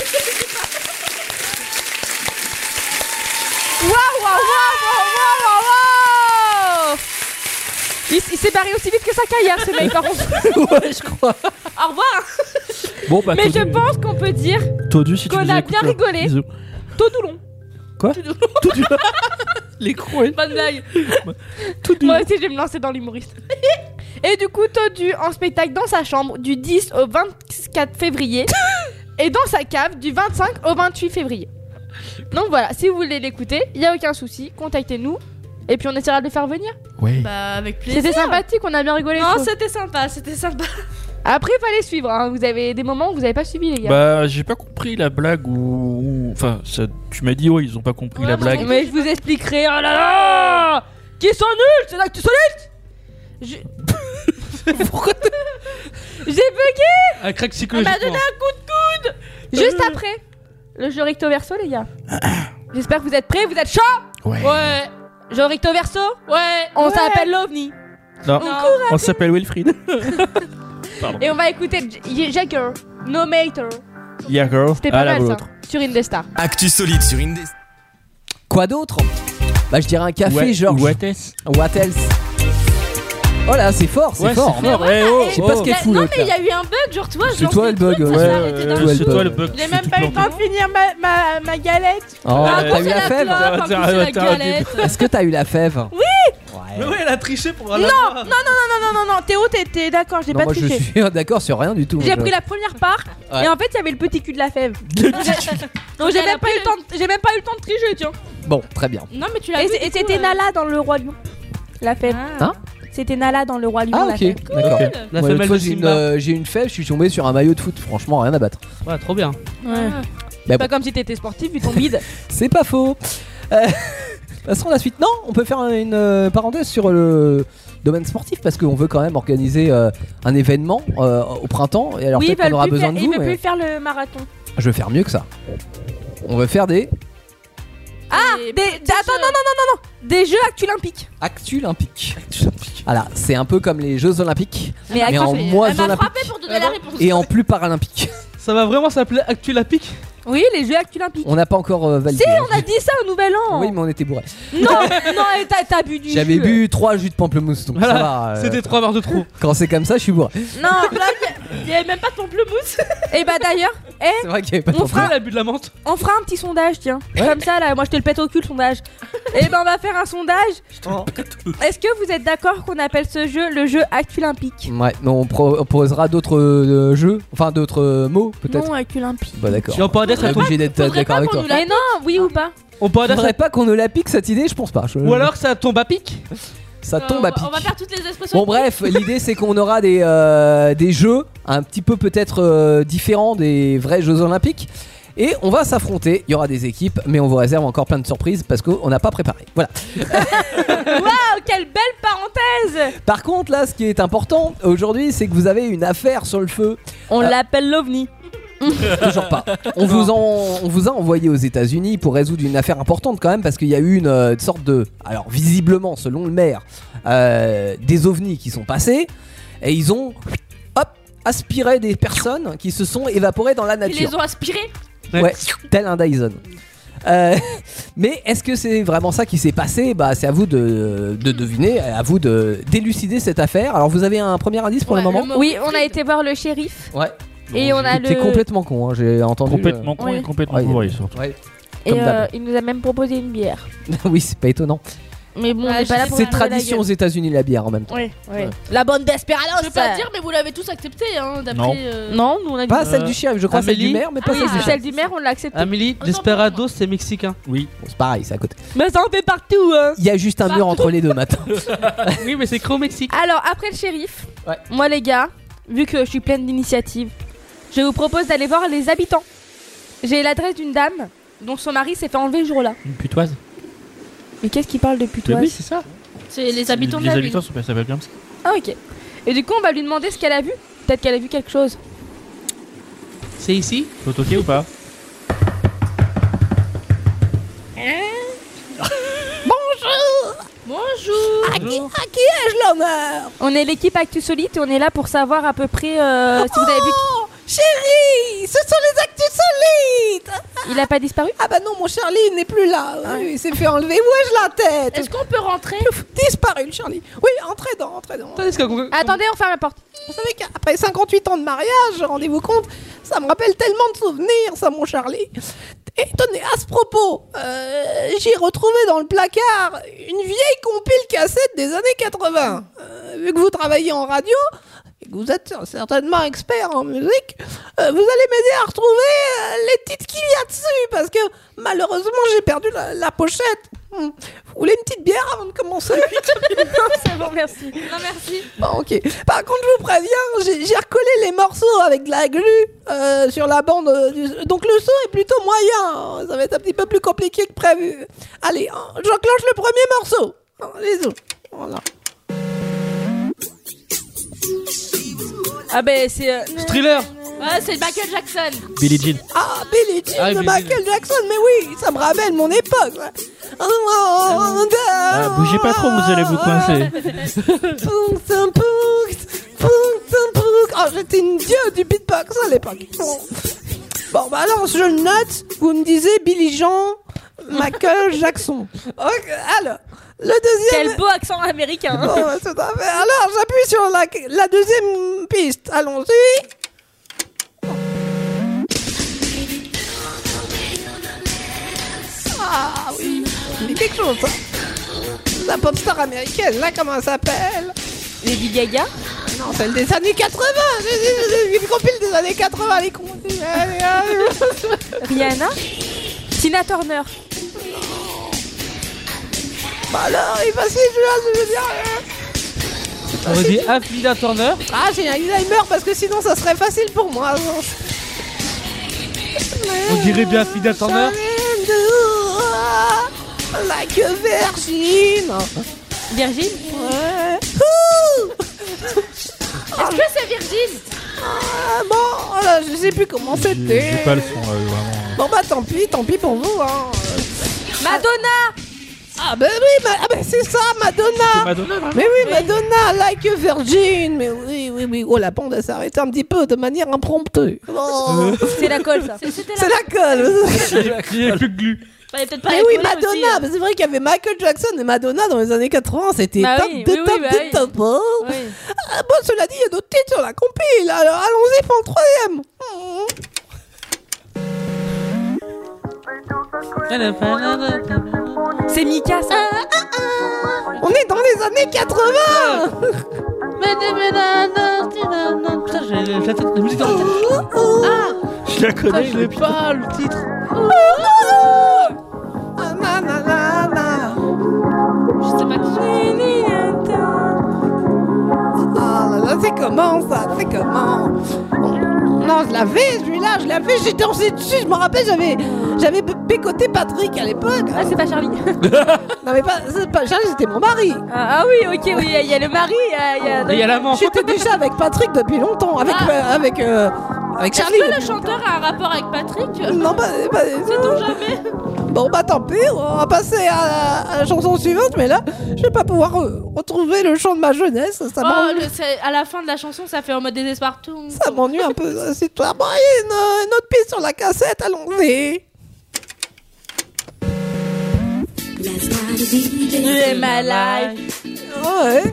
Waouh, waouh, waouh, waouh, waouh. Il, il s'est barré aussi vite que sa carrière ce mec par contre. Ouais je crois. Au revoir. Bon bah Mais Todu, je pense qu'on peut dire Todu, si tu qu'on nous a écoutes, bien là. rigolé. Bisous. Todoulon. Quoi? Todu. Les croix. Bonne blague. Todu. Moi aussi je vais me lancer dans l'humoriste. Et du coup Todu en spectacle dans sa chambre du dix au vingt-quatre février et dans sa cave du vingt-cinq au vingt-huit février. Donc voilà, si vous voulez l'écouter, il y a aucun souci, contactez-nous et puis on essaiera de le faire venir. Oui. Bah avec plaisir. C'était sympathique, on a bien rigolé. je Non, trouve. c'était sympa, c'était sympa. Après il fallait suivre, hein. Vous avez des moments où vous avez pas suivi les gars. Bah j'ai pas compris la blague ou... ou- Enfin ça... tu m'as dit ouais ils ont pas compris Ouais, la moi, blague. Mais je vous expliquerai. Oh là là, qui sont nuls, c'est là que tu solides. Je... Pourquoi t'es- J'ai bugué. Un crack On psychologique. m'a donné un coup de coude. Juste après le jeu recto verso les gars. J'espère que vous êtes prêts, vous êtes chaud. Ouais. Ouais, Jeu recto verso. ouais. On ouais. s'appelle l'OVNI. Non, Non. on s'appelle Wilfried. Pardon. Et on va écouter J- Jagger, No Matter. Yeah girl. C'était pas Ah, la mal ça. vôtre. Sur Indestar. Actu solide sur Indestar. Quoi d'autre? Bah je dirais un café Ouais, Georges. what else? What else? Oh là c'est fort, c'est Ouais, fort. c'est fort. Eh, oh, Je sais pas ce oh. qu'elle fout Non l'autre, mais il y là. a eu un bug, genre tu vois, je C'est lance toi des le bug, trucs, ouais. ça s'est Ouais, arrêté d'un ouais, coup. ouais, c'est bug. toi le bug. J'ai qui même fait pas eu tout le temps de planter. finir ma, ma, ma galette. Oh, Ah, t'as eu c'est la la fève? clope, T'as- en plus, t'as- c'est la t'as- galette. Est-ce que t'as eu la fève? Oui. Ouais. Mais ouais, elle a triché pour Non, non, non, non, non, non, non, Théo, t'es- t'es d'accord, j'ai Non, pas moi je triché. suis d'accord sur rien du tout. J'ai Je- pris la première part Ouais. et en fait il y avait le petit cul de la fève. Donc j'ai Elle a même pas pris eu le temps, de- j'ai même pas eu le temps de tricher, tiens. Bon, très bien. Non mais tu l'as Et vu, c'est- du et coup, c'était euh, Nala dans le Roi Lion. La fève. Hein? C'était Nala dans le Roi Lion. Ah la ok, fève. d'accord. La Moi, l'autre femelle fois, de j'ai une, Simba. euh, j'ai une fève, je suis tombé sur un maillot de foot. Franchement, rien à battre. Ouais, trop bien. Ouais. Bah, Pas comme si t'étais sportif vu ton bide. C'est pas faux. Euh, passons à la suite. Non, on peut faire une euh, parenthèse sur le domaine sportif parce qu'on veut quand même organiser euh, un événement euh, au printemps. Et alors Oui, il peut-être veut qu'on aura plus besoin faire, de il vous. veut Mais plus faire le marathon. je vais faire mieux que ça. On veut faire des Ah, Des des, petits attends, jeux. non, non, non, non, non, des Jeux Actu Olympiques. actus olympiques. Voilà, c'est un peu comme les Jeux olympiques, Mais mais Actu en Elle moins m'a olympique frappé pour donner la réponse. et en plus paralympique. Ça va vraiment s'appeler Actu la pique. Oui, les Jeux Actu Olympiques. On n'a pas encore euh, validé. Si, hein. on a dit ça au Nouvel An. Oui, mais on était bourrés. Non, non, et t'as, t'as bu du J'avais jus. bu trois jus de pamplemousse, donc ça Voilà, va. euh, c'était trois barres de trop. Quand c'est comme ça, je suis bourré. Non, Il y avait même pas de pamplemousse. et bah d'ailleurs, eh, C'est vrai qu'il y avait pas de On pamplemousse. Pourquoi elle a bu de la menthe? on fera un petit sondage, tiens. Ouais. Comme ça, là, moi je te le pète au cul le sondage. Et ben on va faire un sondage. Est-ce que vous êtes d'accord qu'on appelle ce jeu le jeu Actu Olympique? Ouais, mais on proposera d'autres euh, jeux, enfin d'autres euh, mots peut-être. Non, Actu Olympique. Bah d'accord. Si on peut On adresse est à toi. obligé d'être faudrait d'accord pas avec qu'on toi. nous la- Mais non, oui ou pas? On peut Je adresse voudrais pas qu'on ne la pique cette idée, je pense pas. Je- Ou alors ça tombe à pic. ça Euh, tombe on à va- pic. On va faire toutes les expressions. Bon bref, l'idée c'est qu'on aura des, euh, des jeux un petit peu peut-être euh, différents des vrais Jeux Olympiques. Et on va s'affronter, il y aura des équipes, mais on vous réserve encore plein de surprises parce qu'on n'a pas préparé. Voilà. Oh, quelle belle parenthèse. Par contre là, ce qui est important aujourd'hui, c'est que vous avez une affaire sur le feu. On Ah. l'appelle l'OVNI. Toujours pas. On vous, en- on vous a envoyé aux États-Unis pour résoudre une affaire importante quand même parce qu'il y a eu une euh, sorte de, alors visiblement selon le maire, euh, des ovnis qui sont passés et ils ont, hop, aspiré des personnes qui se sont évaporées dans la Ils nature. les ont aspirés. Ouais, tel un Dyson. Euh, mais est-ce que c'est vraiment ça qui s'est passé? Bah, c'est à vous de, de deviner, à vous de d'élucider cette affaire. Alors, vous avez un premier indice pour Ouais, le moment? le mot Oui, on a Fried. été voir le shérif. Ouais. Et on a T'es le. complètement con, hein, j'ai entendu. Complètement con Ouais. et complètement Ouais. bourré surtout. Ouais. Et comme euh, d'hab. il nous a même proposé une bière. Oui, c'est pas étonnant. Mais bon, on Ouais, n'est pas là pour C'est se crever la tradition aux gueule. États-Unis la bière en même temps. Ouais, ouais. Ouais. La bonne Desperados. Je veux pas dire, mais vous l'avez tous accepté, hein, d'après. Non. euh, Non, nous on a dit. Pas Euh, celle du chien, je crois celle Amélie du maire, mais pas Oui, celle du c'est chien. celle du maire, on l'a acceptée. Amélie, Desperados, c'est mexicain. Oui. Bon, c'est pareil, c'est à côté. Mais ça en fait partout, hein. Il y a juste un mur entre les deux maintenant. Oui, mais c'est écrit au Mexique. Alors, après le shérif, Ouais. moi les gars, vu que je suis pleine d'initiatives, je vous propose d'aller voir les habitants. J'ai l'adresse d'une dame dont son mari s'est fait enlever le jour-là. Une putoise. Mais qu'est-ce qui parle de Mais putoise? oui, c'est ça. C'est les habitants de Les la ville. habitants sont- ça s'appelle comme ça. Ah ok. Et du coup, on va lui demander ce qu'elle a vu. Peut-être qu'elle a vu quelque chose. C'est ici? Faut toquer ou pas? Bonjour. À qui, à qui ai-je l'honneur? On est l'équipe Actu Solite et on est là pour savoir à peu près euh, si vous avez vu. Oh, chérie, ce sont les Actus Solites. Il a pas disparu? Ah bah non, mon Charlie il n'est plus là. Oui, il s'est fait enlever. Où ai-je la tête? Est-ce qu'on peut rentrer? Pouf, disparu le Charlie. Oui, entrez dans, entrez dans. Attendez, est-ce qu'on- Attendez, on ferme la porte. Vous savez qu'après cinquante-huit ans de mariage, rendez-vous compte, ça me rappelle tellement de souvenirs, ça, mon Charlie. Et tenez, à ce propos, euh, j'ai retrouvé dans le placard une vieille compile cassette des années quatre-vingts. Euh, vu que vous travaillez en radio, et que vous êtes certainement expert en musique, euh, vous allez m'aider à retrouver euh, les titres qu'il y a dessus, parce que malheureusement, j'ai perdu la, la pochette. Hmm. Vous voulez une petite bière avant de commencer? Non, c'est bon, merci. Non, merci. Bon, ok. Par contre, je vous préviens, j'ai j'ai recollé les morceaux avec de la glu euh, sur la bande. euh, du- Donc le son est plutôt moyen. Ça va être un petit peu plus compliqué que prévu. Allez, hein, j'enclenche le premier morceau. Les autres. Voilà. Ah ben c'est. euh, Thriller. Ouais, c'est Michael Jackson. Billie Jean. Ah, Billie Jean Ah, de Billie Michael Jackson, mais oui, ça me rappelle mon époque. ouais. Ah, bougez pas trop, vous allez vous coincer. Pouk, tum, pouk, pouk, tum, pouk. Oh, j'étais une dieu du beatbox à l'époque. Bon, bah alors, je le note. Vous me disiez Billy Jean, Michael Jackson. Ok, alors, le deuxième... Quel beau accent américain. hein. Bon, tout à fait. Alors, j'appuie sur la, la deuxième piste. Allons-y. Ah oui, mais quelque chose. hein. La pop star américaine, là, comment elle s'appelle? Lady Gaga. Non, celle des années quatre-vingts. J'ai j'ai- j'ai une compile des années quatre-vingts. Les cons. Rihanna. Tina Turner. Bah alors, il est facile, je veux dire. On aurait dit Afida Turner. Ah, j'ai un Alzheimer parce que sinon, ça serait facile pour moi. On dirait bien Afida Turner. Like a virgin. Virgin. Ouais. Est-ce que c'est Virgin? Ah, bon, là, je sais plus comment J'ai c'était. j'ai pas le son, là, vraiment. Bon bah tant pis, tant pis pour vous. Hein. Madonna. Ah bah oui, ma- ah, bah, c'est ça, Madonna. Madonna, vraiment. Mais oui, Madonna, like a virgin. Mais oui, oui, oui. Oh, la bande, elle s'est arrêtée un petit peu de manière impromptue. Oh. C'est la colle ça. C'était C'est la. la colle. Il n'y a plus de glu. Fallait peut-être pas Mais oui, rigoler aussi, Madonna. hein. Mais c'est vrai qu'il y avait Michael Jackson et Madonna dans les années quatre-vingts. C'était Bah top oui, de oui, top oui, bah de oui. top. hein. Oui. Ah, bon, cela dit, il y a d'autres titres sur la compile. Alors allons-y pour le troisième. C'est Mika ça. On est dans les années quatre-vingts. Putain, j'ai la tête de musique dans la tête. Je la connais, Je l'ai pas le titre. Ah, na, na, na, na. Je sais pas qui c'est. Ah là là, c'est comment ça? C'est comment? Non, je l'avais, celui-là, je l'avais, j'ai dansé dessus, je me rappelle, j'avais j'avais bécoté Patrick à l'époque. Ah c'est pas Charlie. Non mais pas, c'est pas Charlie, c'était mon mari. Ah, ah oui, ok, oui, il y, a- il y a le mari, il y a- il y a. Et il y a l'amant. J'étais déjà avec Patrick depuis longtemps, avec Ah. euh, avec euh, avec Charlie. Est-ce que le depuis chanteur a un rapport avec Patrick? longtemps. Non, bah, bah, Sait-on jamais? bon bah tant pis, on va passer à, à la chanson suivante, mais là, je vais pas pouvoir euh, retrouver le chant de ma jeunesse, ça Oh, m'ennuie. le- c'est- à la fin de la chanson, ça fait en mode désespoir. Tout. Ça m'ennuie un peu, cette histoire. Bon, il y a une, une autre piste sur la cassette, allons-y. C'est ma life. Ouais.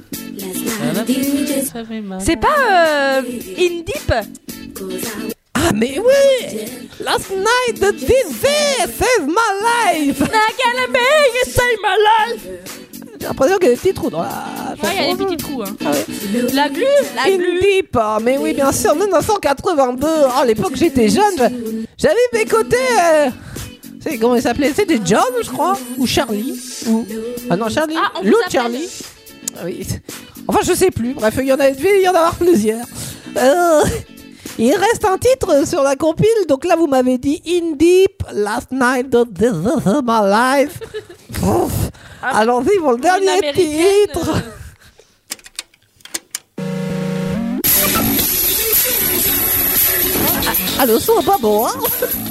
C'est pas euh, In Deep? Ah mais oui. Last night the D V saved my life. I gotta make it save my life. J'ai l'impression qu'il y a des petits trous dans la Ouais, il y a des petits trous. Hein. Ah ouais. La glu, la In glu. Deep, ah, mais oui bien sûr, dix-neuf cent quatre-vingt-deux. Oh, à l'époque j'étais jeune, j'a- j'avais bécoté. Euh... C'est comment il s'appelait? C'était John, je crois, ou Charlie, ou ah non Charlie, Ah, on vous l'autre appelle. Charlie. Ah oui. Enfin je sais plus. Bref, il y en a devait y en avoir plusieurs. Euh... Il reste un titre sur la compile, donc là vous m'avez dit In Deep, Last Night of This Is My Life. Ouf. Allons-y pour le Une dernier américaine, titre. euh, Ah, le son est pas bon, hein.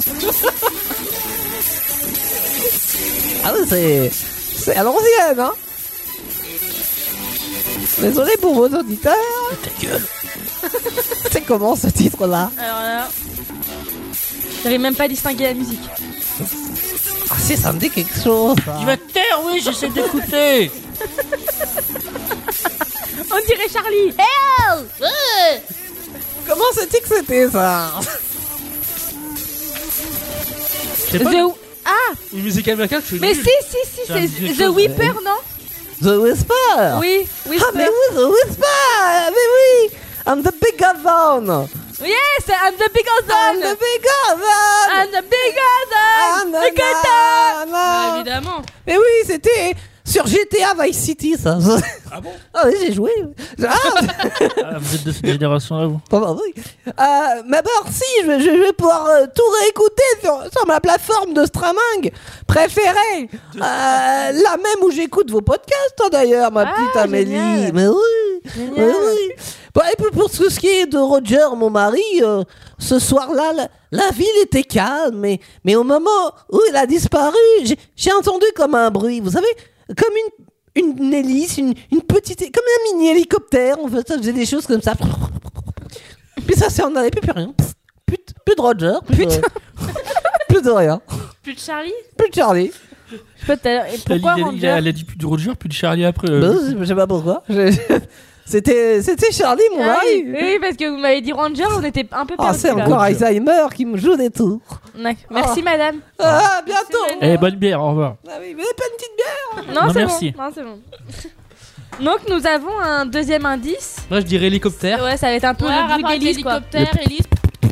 Ah oui, c'est... C'est à l'ancienne, hein. Désolé pour vos auditeurs. Ta gueule. C'est comment ce titre-là? Alors là, j'arrive même pas à distinguer la musique. Ah si, ça me dit quelque chose. ça. Tu vas te taire, oui, j'essaie d'écouter. On dirait Charlie. Comment c'est-il que c'était ça? Je sais pas. The... Ah, Une musique américaine, je suis mais nul. si, si, si, Ça me dit c'est quelque The chose, Whipper, non? The Whisper. Oui, Ah Whisper. mais oui, The Whisper. Mais oui. I'm the big one. Yes, I'm the big I'm one. the big one. I'm the big one. Ah, The good one. Ah, évidemment. Mais oui, c'était sur G T A Vice City, ça. Ah bon? Ah oui, j'ai joué. Ah, Ah, vous êtes de cette génération-là, vous? ah bah oui. Euh, mais d'abord, si, je vais, je vais pouvoir euh, tout réécouter sur, sur ma plateforme de streaming préférée. Euh, là même où j'écoute vos podcasts, hein, d'ailleurs, ma Ah, petite Amélie. génial. Mais oui. Génial. Oui, oui. Bon, et puis pour ce qui est de Roger, mon mari, euh, ce soir-là, la, la ville était calme, mais, mais au moment où il a disparu, j'ai, j'ai entendu comme un bruit, vous savez, comme une, une hélice, une, une petite, comme un mini hélicoptère, en fait, ça faisait des choses comme ça. Puis ça s'en allait, plus, plus rien. Plus, de- plus de Roger, plus de, plus de rien, Plus de Charlie. plus de Charlie. Peut-être. Et pourquoi il, a, il, a, Ranger? il a dit plus de Roger, plus de Charlie après. euh. Bah, je sais pas pourquoi. Je- C'était, c'était Charlie, mon Ah oui, mari. oui, parce que vous m'avez dit Ranger, on était un peu Ah, perdus. c'est là. encore Alzheimer qui me joue des tours. Ouais. Merci, madame. Ah, à bientôt. Eh, bonne bière, au revoir. Ah oui, mais pas une petite bière. Non, Non, c'est merci. bon. Non, c'est bon. Donc, nous avons un deuxième indice. Moi, je dirais hélicoptère. Ouais, ça va être un peu Ouais, le rapport bruit avec d'hélice, quoi. l'hélicoptère, hélice.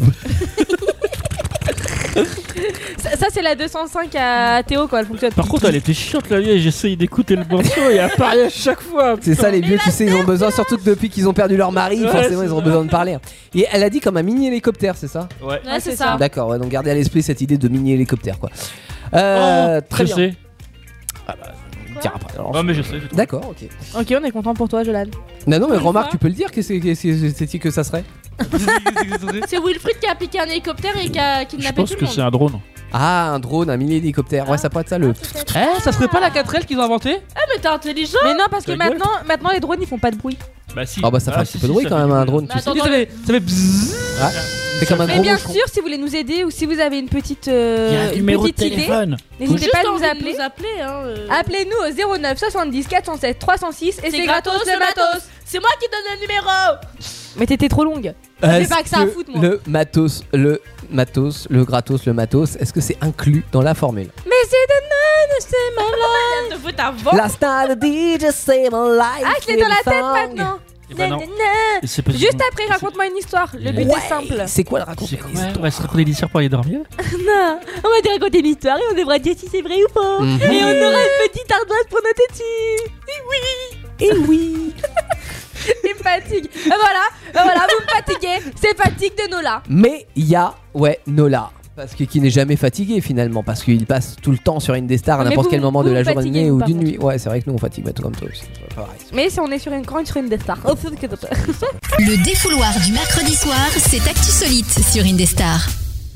Ça, ça, c'est la deux cent cinq à Théo, quoi. Elle fonctionne. Par contre, elle était chiante, la vieille. J'essaye d'écouter le morceau et elle apparaît à chaque fois. C'est ça, les vieux, tu sais, ils ont besoin, surtout que depuis qu'ils ont perdu leur mari, Ouais, forcément, c'est ils ont ça. besoin de parler. Et elle a dit comme un mini hélicoptère, c'est ça? Ouais. Ouais, c'est c'est ça. ça. D'accord, ouais, donc gardez à l'esprit cette idée de mini hélicoptère, quoi. Euh, très je bien. sais. Tiens, après, alors, Ouais, mais je sais. c'est tout. D'accord, ok. Ok, on est content pour toi, Jolan. Non, non, mais Une remarque, fois. tu peux le dire, qu'est-ce que c'est c'est- que ça serait? C'est Wilfried qui a piqué un hélicoptère et qui a Je kidnappé pense tout le que monde. c'est un drone. Ah, un drone, un mini hélicoptère. Ouais, ça pourrait être ça le. Eh, ça serait pas la quatre L qu'ils ont inventé? Ah, mais t'es intelligent. Mais non, parce que Ta gueule. maintenant, maintenant, les drones, ils font pas de bruit. Bah si. Ah, bah ça fait un petit peu de bruit quand même, un drone, Mais tu sais. attends, Ça fait, ça fait bzzz. Ah, c'est comme un Mais gros bien moucheron. sûr, si vous voulez nous aider ou si vous avez une petite, Il y a euh, un une numéro de petite idée, téléphone. n'hésitez Juste pas à envie nous de appeler. nous appeler, hein. euh. Appelez-nous au zéro neuf soixante-dix quatre cent sept trois cent six et c'est gratos le matos. C'est moi qui donne le numéro. Mais t'étais trop longue. T'avais Est-ce pas que ça à que foutre, moi. Le matos, le matos, le gratos, le matos, est-ce que c'est inclus dans la formule? Mais c'est de man, c'est ma life. Viens de foutre avant. Last night the D J saved my life. Ah, je l'ai dans la with tête song. maintenant. Eh ben non. Gna, gna, gna. Et c'est pas Juste après, raconte-moi une histoire. Le but Ouais, est simple. c'est quoi le raconter? C'est quoi? On va se raconter des histoires pour aller dormir. Non, on va te raconter une histoire et on devra dire si c'est vrai ou pas. Mhm. Et on aura une petite ardoise pour noter dessus. Et oui. Il me fatigue. Et voilà, et voilà, vous me fatiguez. C'est fatigue de Nola. Mais il y a, ouais, Nola. Parce que qui n'est jamais fatigué finalement, parce qu'il passe tout le temps sur Indestar à Mais n'importe vous- quel moment vous de la me fatiguez, journée vous, ou par d'une contre. nuit. Ouais, c'est vrai que nous on fatigue, bah, tout comme toi aussi. C'est pas pareil. Mais si on est sur une grande sur une des stars. Le défouloir du mercredi soir, c'est Actu-Solite sur Indestar.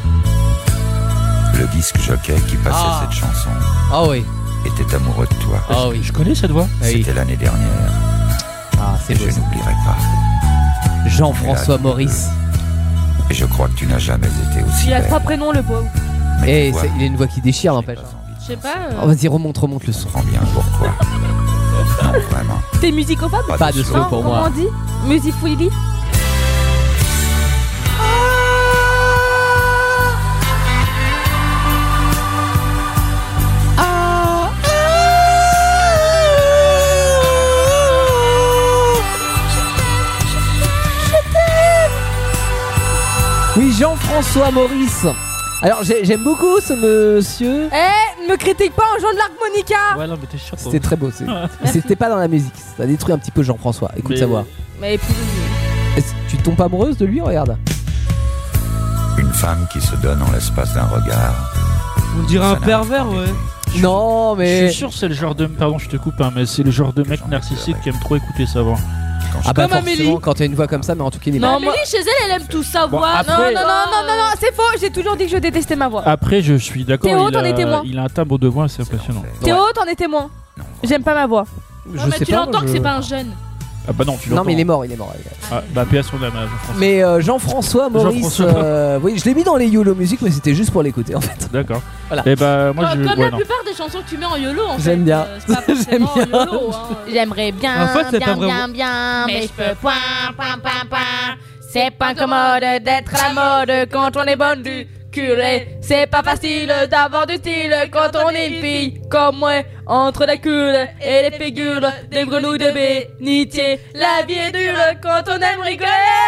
Le disque jockey qui passait Ah. cette chanson Ah oui. était amoureux de toi. Ah oui. Je connais cette voix. Oui. C'était l'année dernière Ah, et c'est je beau. ça. n'oublierai pas. Jean-François Maurice. Et je crois que tu n'as jamais été aussi Il a belle. trois prénoms, le pauvre. Mais Et tu vois, c'est- il a une voix qui déchire, j'ai n'empêche. pas envie Je sais pas. euh, Oh, vas-y, remonte, remonte le son. Prends bien pourquoi. Non, vraiment. T'es musicophobe? Pas Pas de de son. son Non, pour comment moi. on dit? Musifouli? Oui, Jean-François Maurice. Alors, j'ai- j'aime beaucoup ce monsieur. Eh, ne me critique pas en jouant de l'harmonica! Ouais, non, mais t'es chiant. toi. C'était très beau. c'est- C'était pas dans la musique. Ça détruit un petit peu Jean-François. Écoute Mais- sa voix. Mais épouse. Est-ce- Tu tombes pas amoureuse de lui? Regarde. Une femme qui se donne en l'espace d'un regard. On dirait un Ça n'a- pervers, ouais. Non, Je mais. suis sûr que c'est le genre de. Pardon, je te coupe, hein, mais c'est le genre de mec J'en ai narcissique pleuré. qui aime trop écouter sa voix. Ah bah Comme forcément Amélie. quand t'as une voix comme ça, mais en tout cas il est Non, pas. moi- Amélie, chez elle, elle aime tout savoir. Bon, Non, après- non, non, non, non, non, c'est faux! J'ai toujours dit que je détestais ma voix. Après, je suis d'accord. Théo, il t'en a- es témoin. Il a un timbre de voix, c'est impressionnant. Théo, t'en es témoin. J'aime pas ma voix. Non, mais tu l'entends que c'est pas un jeune. Ah bah non, tu Non, l'entends. mais il est mort, il est mort. il est- Ah, bah paix à son âme, Jean-François. Mais euh, Jean-François Maurice, Jean-François. euh, oui, je l'ai mis dans les YOLO Music, mais c'était juste pour l'écouter en fait. D'accord. Voilà. Et bah moi Comme je. comme ouais, la non. plupart des chansons que tu mets en YOLO, en fait. J'aime bien. euh, C'est pas J'aime forcément en bien. YOLO. hein. J'aimerais bien, En fait, c'est bien, pas bien, vraiment- bien, Mais mais je je peux point, point, point, point. C'est pas incommode d'être à la mode quand on est bonne du curé. C'est pas facile d'avoir du style quand on est une fille comme moi. Entre la culle et les figures des grenouilles de bénitier. La vie est dure quand on aime rigoler.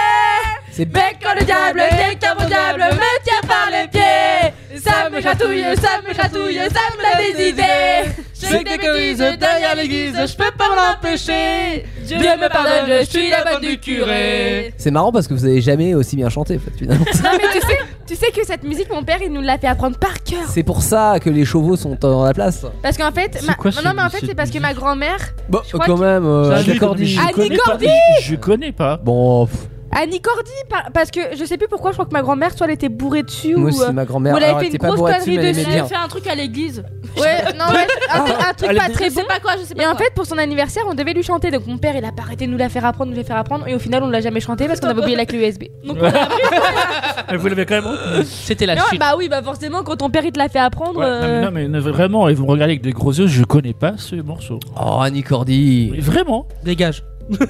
C'est Bec quand le diable, dès qu'un bon diable me tient par les pieds. Ça me chatouille, ça me chatouille, ça me donne des idées. Je fais des bêtises derrière l'église, je peux pas m'en empêcher. Dieu me pardonne, je suis la bonne du curé. C'est marrant parce que vous avez jamais aussi bien chanté en fait, finalement. Non mais tu sais, tu sais que cette musique, mon père, il nous l'a fait apprendre par cœur. C'est pour ça que les chevaux sont dans la place. Parce qu'en fait, C'est ma- quoi non ce- mais en fait cette c'est parce que ma musique grand-mère, Bon, Je crois quand même, euh, Ça Annie dit, Cordy. Je Annie connais Cordy. pas. Je connais pas. Bon, pff, Annie Cordy, par- parce que je sais plus pourquoi, je crois que ma grand-mère, soit elle était bourrée dessus moi ou. aussi, euh, ma grand-mère. ou elle avait alors, fait elle une était pas grosse bourrée dessus, mais connerie elle aimait dessus. Elle bien. a fait un truc à l'église. Ouais, non, ouais, un, truc- un truc Elle pas est- très Je bon. sais pas quoi, je sais pas Et en quoi. fait, pour son anniversaire, on devait lui chanter. Donc mon père, il a pas arrêté de nous la faire apprendre, nous la faire apprendre. Et au final, on l'a jamais chanté parce qu'on avait oublié la clé U S B. Donc on a appris. Mais vous l'avez quand même. Ouais, C'était la Non, chute. bah oui, bah forcément, quand ton père il te l'a fait apprendre. non, mais, euh, non, mais ne- vraiment, et vous me regardez avec des gros yeux, je connais pas ce morceau. Oh, Annie Cordy. Mais vraiment. Dégage.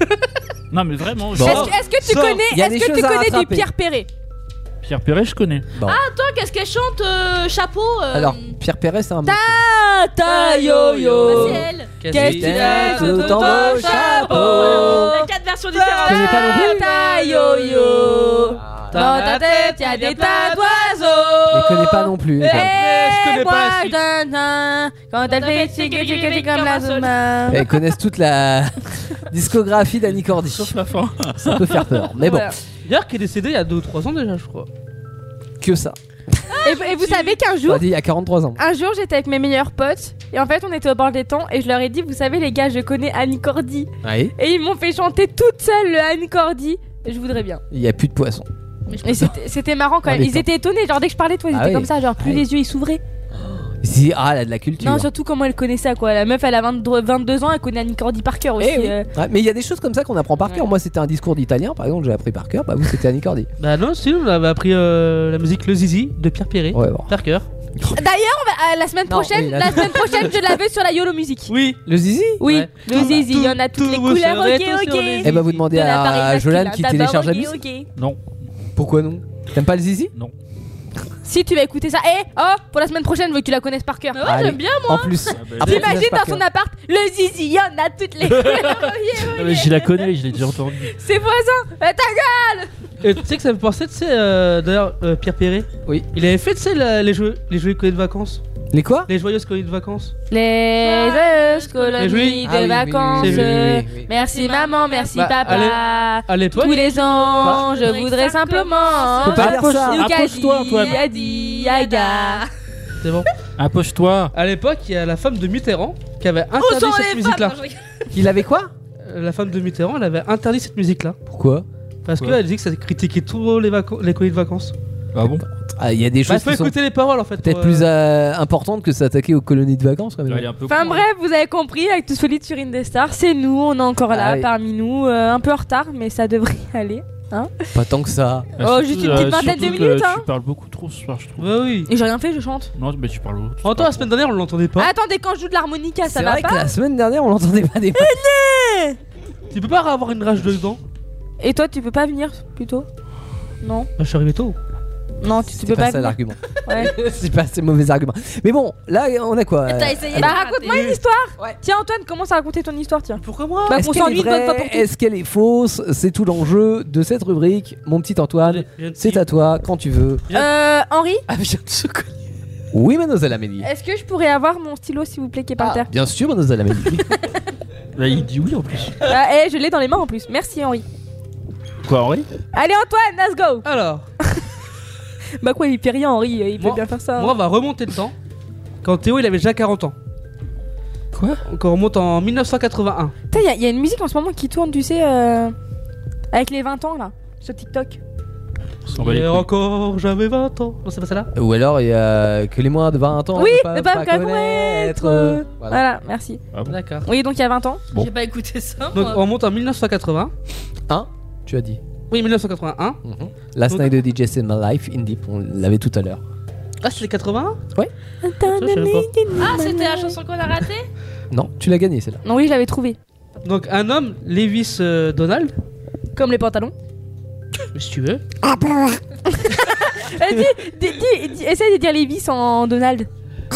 Non mais vraiment. Bon. je- Est-ce que, est-ce que tu Sors. connais, Il y a est-ce des que tu choses à connais du rattraper. Pierre Perret? Pierre Perret, je connais. Bon. Attends, qu'est-ce qu'elle chante euh, Chapeau euh, Alors, Pierre Perret, c'est un mot. Ta ta yo bah, yo. c'est elle. Qu'est-ce que tu as Tout sous ton en chapeau? Il y a quatre versions différentes. Tu connais pas non plus Ta yo yo. Dans ta tête, y'a des tas d'oiseaux. Mais connais pas non plus. Et je connais pas la moi, suite. d'un, d'un, quand elle fait tic tic tic comme la Zuma. Elles connaissent toute la discographie d'Annie Cordy. Sauf la fin. Ça peut faire peur. Mais bon, Voilà. D'ailleurs, qui est décédé il y a deux ou trois ans déjà, je crois. que ça. Et, et vous savez qu'un jour, On dit il y a quarante-trois ans. un jour, j'étais avec mes meilleurs potes et en fait, on était au bord des temps et je leur ai dit, vous savez les gars, je connais Annie Cordy. Oui. Et ils m'ont fait chanter toute seule le Annie Cordy. Et je voudrais bien. Il y a plus de poissons. Et c'était c'était marrant quand Dans même. les Ils temps. étaient étonnés, genre dès que je parlais, toi, ils Ah étaient oui. comme ça, genre plus Ah oui. les yeux ils s'ouvraient. Si, ah, elle a de la culture. Non, surtout comment elle connaît ça quoi. La meuf, elle a vingt-deux vingt-deux ans, elle connaît Annie Cordy par cœur aussi. Eh oui. euh. Ouais, mais il y a des choses comme ça qu'on apprend par cœur. Moi, c'était un discours d'italien, par exemple, j'ai appris par cœur. Bah, vous, c'était Annie Cordy. Bah non, si, on avait appris euh, la musique Le Zizi de Pierre Perret. Ouais, bon. Par cœur. D'ailleurs, on va- euh, la semaine Non, prochaine, oui, là- la semaine prochaine, je la veux sur la YOLO Music. Oui. Le zizi Oui, Ouais. le zizi, il y en a toutes tout les vous couleurs, serez ok, tous sur ok. les Eh bah, vous demandez De l'appareil à Jolan masculin, qui d'abord, télécharge la ok, musique. ok. Non. Pourquoi non T'aimes pas le zizi Si tu vas écouter ça, eh, oh, pour la semaine prochaine, je veux que tu la connaisses par cœur. Bah ouais, Allez. j'aime bien moi. En plus. bah, Après, tu T'imagines laisses par dans son cœur. appart, le zizi, il y en a toutes les couleurs. Non, mais je la connais, je l'ai déjà entendu. Ses voisins, euh, ta gueule. Et tu sais que ça me pensait, tu sais, euh, d'ailleurs, euh, Pierre Perret. Oui. Il avait fait, tu sais, la- les, jeux, les joyeuses colonies de vacances. Les quoi Les joyeuses colonies de vacances. Les heureuses colonies jolies. de Ah oui, oui, vacances. oui, oui, oui, oui. Merci maman, merci Bah, papa. À l'époque. Tous les ans, je voudrais simplement. Faut pas dire ça. Approche-toi, Antoine. Yadi, yaga. C'est bon. Impose-toi. À l'époque, il y a la femme de Mitterrand qui avait Où interdit sont cette les musique-là. femmes? Il avait quoi Euh, La femme de Mitterrand, elle avait interdit cette musique-là. Pourquoi Parce Pourquoi qu'elle disait que ça critiquait tous les, vacan- les colonies de vacances. Ah bon? Ah, il y a des Bah, choses faut qui sont écouter les paroles en fait. peut-être pour, euh, plus euh, importantes que s'attaquer aux colonies de vacances quand même. Là, il est un peu Enfin con, bref, vous avez compris, Actu Solide sur Indestar, c'est nous, on est encore là Ah oui. parmi nous, euh, un peu en retard, mais ça devrait aller. Hein? Pas tant que ça. Oh, juste une petite vingtaine de minutes, hein. Tu parles beaucoup trop ce soir, je trouve. Ouais, oui. Et j'ai rien fait, je chante. Non, mais tu parles beaucoup. En même temps, la semaine dernière, on l'entendait pas. Attendez, quand je joue de l'harmonica, ça C'est va vrai pas? que la semaine dernière, on l'entendait pas des Tu peux pas avoir une rage dedans? Et toi, tu peux pas venir plutôt? Non. Bah, je suis arrivé tôt. Non, tu, tu C'était peux pas pas ça venir. l'argument. Ouais. C'est pas assez mauvais argument. Mais bon, là, on a quoi? T'as euh, essayé Bah de raconte-moi rater. une histoire. Tiens Antoine, commence à raconter ton histoire, tiens. Pourquoi moi? Bah Est-ce qu'on qu'elle s'ennuie est de bonne fois vraie? pour tout. Est-ce qu'elle est fausse? C'est tout l'enjeu de cette rubrique. Mon petit Antoine, Je- je- c'est à toi quand tu veux. Euh, Henri, Ah, vient de se cogner. Oui, mademoiselle Amélie. est-ce que je pourrais avoir mon stylo s'il vous plaît qui est par Ah, terre? bien sûr, mademoiselle Amélie. Là, il dit oui en plus. Ah, eh, je l'ai dans les mains en plus. Merci Henri. Quoi, Henri? Allez Antoine, let's go. Alors, Bah quoi, il fait rien Henri, il peut Moi- bien faire ça. moi, on va remonter le temps. Quand Théo, il avait déjà quarante ans. Quoi? Donc, on remonte en mille neuf cent quatre-vingt-un. Putain, il y, a- y a une musique en ce moment qui tourne, tu sais, euh, avec les vingt ans là, sur TikTok. On s'en bat les Et couilles. encore, j'avais vingt ans. Non, c'est pas ça là? Ou alors, il y a que les moins de vingt ans Oui, ne ne peuvent pas pas me connaître. connaître. euh, Voilà. Voilà, merci. Ah bon? D'accord. Oui, donc il y a vingt ans. Bon. J'ai pas écouté ça. Donc, moi. on remonte en mille neuf cent quatre-vingts. Hein? Tu as dit. Oui, mille neuf cent quatre-vingt-un. Mhm. Last Donc- Night de D J C'est My Life, Indie, on l'avait tout à l'heure. Ah, c'était quatre-vingt-un? Ah, je savais Ah, c'était la chanson qu'on a ratée? Non, tu l'as gagné celle-là. Non, oui, je l'avais trouvé. Donc, un homme, Lewis euh, Donald. Comme les pantalons. Si tu veux. Eh, dis, dis, dis, dis- essaye de dire Lévis en Donald.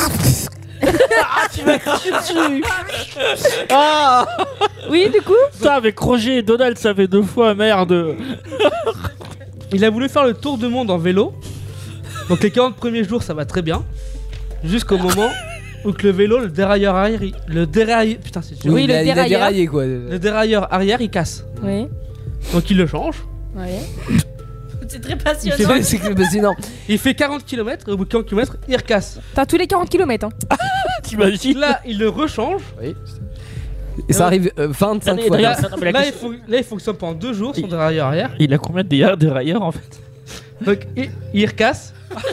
Ah! Oui, du coup. Ça, avec Roger et Donald, ça fait deux fois, merde. Il a voulu faire le tour du monde en vélo. Donc, les quarante premiers jours, ça va très bien. Jusqu'au moment où que le vélo, le dérailleur arrière, il- le dérailleur. Putain, c'est dur. Oui, il le a, il a dérailleur. déraillé quoi. Le dérailleur arrière, il casse. Oui. Donc, il le change. Ouais. C'est très Il passionnant. fait, vingt- C'est que- sinon, il fait quarante kilomètres. Et au bout de quarante kilomètres, il recasse. T'as tous les quarante kilomètres. Hein. T'imagines? Là, il le rechange. oui. Et ça arrive euh, vingt-cinq Attendez, fois. d'ailleurs, Là, non, mais la là, il question- faut, là, il fonctionne pendant deux jours, son dérailleur arrière. Il a combien de dé- dérailleurs en fait? Donc, il, il recasse.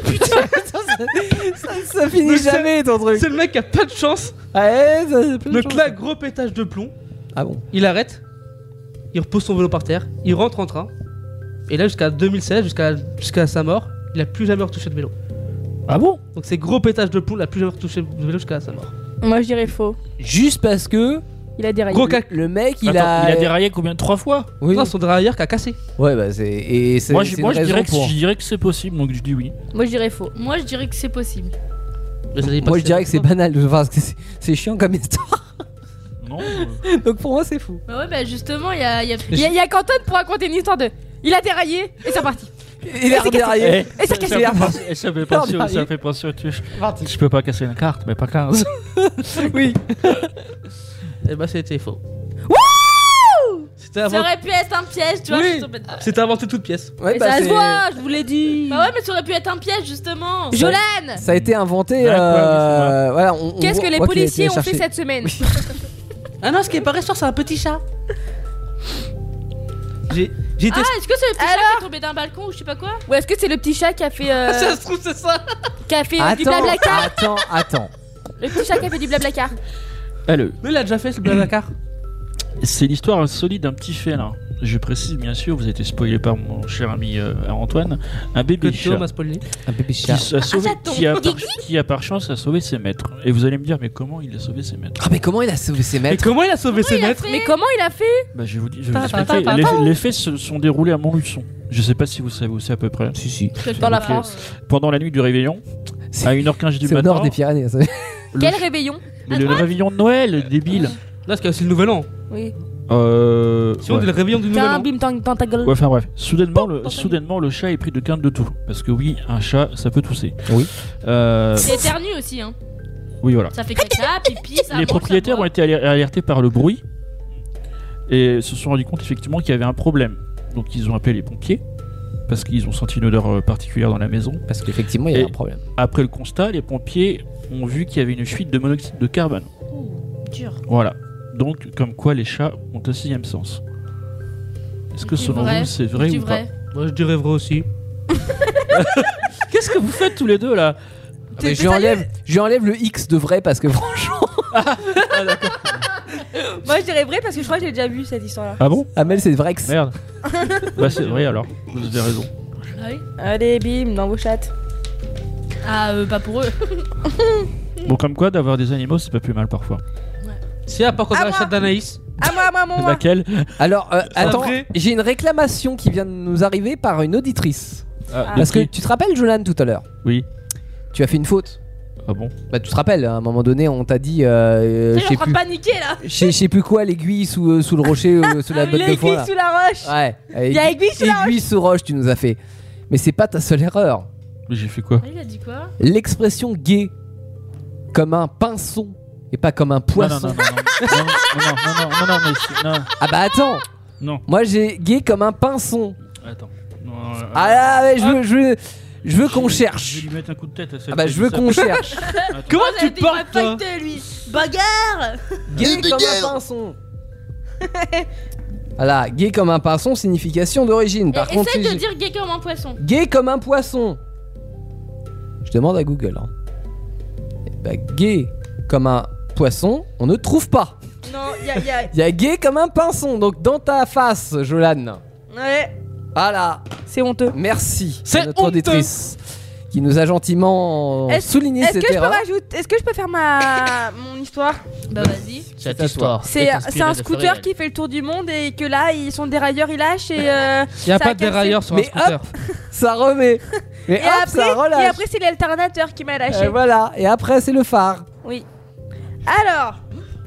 ça, ça finit Mais c'est- jamais ton truc. C'est le mec qui a pas de chance. Ouais, ça, c'est plein de Donc choses. là, gros pétage de plomb. Ah bon? Il arrête. Il repose son vélo par terre. Il rentre en train. Et là, jusqu'à deux mille seize, jusqu'à jusqu'à sa mort, il a plus jamais retouché de vélo. Ah bon? Donc c'est gros pétage de plomb, il a plus jamais retouché de vélo jusqu'à sa mort. Moi, je dirais faux. Juste parce que Il a déraillé. Gros cac. le mec il Attends, a. il a déraillé combien? Trois fois? Oui. Non, son dérailleur qui a cassé. Ouais, bah c'est. Et c'est. Moi, c'est je, une moi je, raison dirais que, pour- je dirais que c'est possible, donc je dis oui. Moi, je dirais faux. Moi, je dirais que c'est possible. Mais ça dépend Moi si je dirais que c'est pas. banal. Enfin, c'est- c'est chiant comme histoire. Non. euh, Donc pour moi c'est fou. Bah ouais, bah justement, il y a. il y a- Il y, a- y a qu'Antoine pour raconter une histoire de. Il a déraillé et c'est reparti. Il est redéraillé. Eh, Et ça ça, casse ça, les fait penser- eh, ça fait penser, Pardon, ça fait penser au tuche. Je peux pas casser une carte, mais pas quinze. Oui. Eh bah c'était faux. C'était Ça inventé. aurait pu être un piège, tu vois. je Oui, suis tombée dedans. c'était inventé toute pièce. Ouais, Et bah, ça se c'est- voit, je vous l'ai dit. Bah ouais, mais ça aurait pu être un piège, justement. Jolan, Ça a été inventé. Ouais, ouais, euh, voilà, on- on qu'est-ce voit- que les on voit qu'il a été policiers ont cherché. fait cette semaine? Ah non, ce qui est pas resté, c'est un petit chat. J'ai j'ai été. Ah, est-ce que c'est le petit chat Alors qui est tombé d'un balcon ou je sais pas quoi? Ou est-ce que c'est le petit chat qui a fait, euh, Ça se trouve, c'est ça. qui a fait euh, du Attends, blablacar? attends, attends. Le petit chat qui a fait du blablacar. Allez, Mais il a déjà fait ce blablacar. c'est l'histoire insolite d'un petit félin. Je précise bien sûr, vous avez été spoilé par mon cher ami euh, Antoine, un Que bébé Théo chat m'a spoilé. Un bébé qui, chat. a sauvé, j'attends. qui, a par, qui a par chance a sauvé ses maîtres. Et vous allez me dire, mais comment il a sauvé ses maîtres? Ah mais comment il a sauvé ses Mais maîtres? comment il a sauvé ses il a maîtres? fait Mais comment il a fait? Bah, je vais vous, dis- je vais Pa, vous pa, expliquer. pa, pa, Les, pa. les faits se sont déroulés à Montluçon. Je sais pas si vous savez où c'est à peu près. Si si. Dans la Ok. France. Pendant la nuit du réveillon, C'est à une heure quinze du c'est au matin. nord des Pyrénées. Ça. le, Quel réveillon? le, le réveillon de Noël, débile. Là, parce qu'il y a aussi le nouvel an. Oui. Euh. Si on ouais. dit le réveillon du nouvel Tiens, an. bim, tang, dans ta gueule. Ouais, enfin bref, soudainement le, Bon, soudainement le chat est pris de quinte de tout. Parce que oui, un chat, ça peut tousser. Oui. Euh, C'est éternu aussi, hein. oui, voilà. Ça fait caca, pipi, ça. Les mange, propriétaires ça ont boit. été aler- alertés par le bruit et se sont rendus compte effectivement qu'il y avait un problème. Donc ils ont appelé les pompiers parce qu'ils ont senti une odeur euh, particulière dans la maison. Parce qu'effectivement il y a Et- un problème. Après le constat, les pompiers ont vu qu'il y avait une fuite de monoxyde de carbone. Ouh, dur. Voilà. Donc comme quoi les chats ont un sixième sens. Est-ce que C'est selon vrai. vous c'est vrai C'est ou vrai. Moi, je dirais vrai aussi. pas? Qu'est-ce que vous faites tous les deux là? Mais je lui enlève, je lui enlève le X de vrai parce que franchement. Moi je dirais vrai parce que je crois que j'ai déjà vu cette histoire-là. Ah bon? Amel, c'est Vrex. Merde. Bah c'est vrai alors, vous avez raison. Ah oui. Allez, bim, dans vos chattes. Ah, euh, pas pour eux. Bon, comme quoi, d'avoir des animaux, c'est pas plus mal parfois. Si, à part quand À t'as la moi. chatte d'Anaïs. À moi, à moi, à moi, moi. Laquelle? Alors, euh, attends, vrai j'ai une réclamation qui vient de nous arriver par une auditrice. Ah, Parce que de qui? tu te rappelles, Jolan, tout à l'heure? Oui. Tu as fait une faute. Ah bon? Bah, tu te rappelles, à un moment donné, on t'a dit. Euh, T'es je en sais train de plus, paniquer là. je sais- je sais plus quoi, l'aiguille sous, euh, sous le rocher, euh, sous la Ah, botte de foin. l'aiguille là. sous la roche. Ouais. Il y a aiguille sous la roche. Aiguille sous roche, tu nous as fait. Mais c'est pas ta seule erreur. Mais j'ai fait quoi? Ah, il a dit quoi? L'expression gay comme un pinson et pas comme un Non, poisson. non, non, non, non, non, non, non, non, non, non, mais c'est- non, Ah bah attends. non. Moi j'ai gay comme un pinson. Attends. Non, euh, Ah là, ouais, je veux, je veux, je veux je- qu'on Je cherche. vais lui mettre un coup de tête à celle Ah bah qui a je veux dit ça. qu'on cherche. Attends. Comment Oh, tu il va parles, toi? fighter, lui. Bagarre. Gay comme un pinson. Voilà, gay comme un pinson, signification d'origine. Par Et- contre, Essaye si de j'ai- dire gay comme un poisson. gay comme un poisson. Je demande à Google. Hein. Eh bah, gay comme un poisson, on ne trouve pas. Non, il y a. y a- Il y a gay comme un pinson, donc dans ta face, Jolan. Ouais, Voilà, c'est honteux. merci C'est à notre honteux. auditrice qui nous a gentiment Est-ce- souligné Est-ce cette que je peux erreur. rajouter. Est-ce que je peux faire ma. mon histoire? Bah vas-y. Cette à toi. histoire. C'est est c'est inspirée un de faits scooter réels. qui fait le tour du monde et que là, ils sont dérailleurs, il lâche et. euh, Y a ça pas a de cassé. dérailleur sur un Mais scooter. Ça remet. Mais Et hop, après, ça et relâche. après c'est l'alternateur qui m'a lâché. Et voilà, et après c'est le phare. Oui. Alors.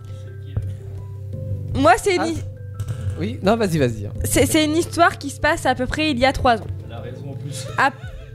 Moi, c'est une, Ah. hi- Oui, non, vas-y, vas-y. c'est c'est une histoire qui se passe à peu près il y a trois ans. Elle a raison en plus. Ah,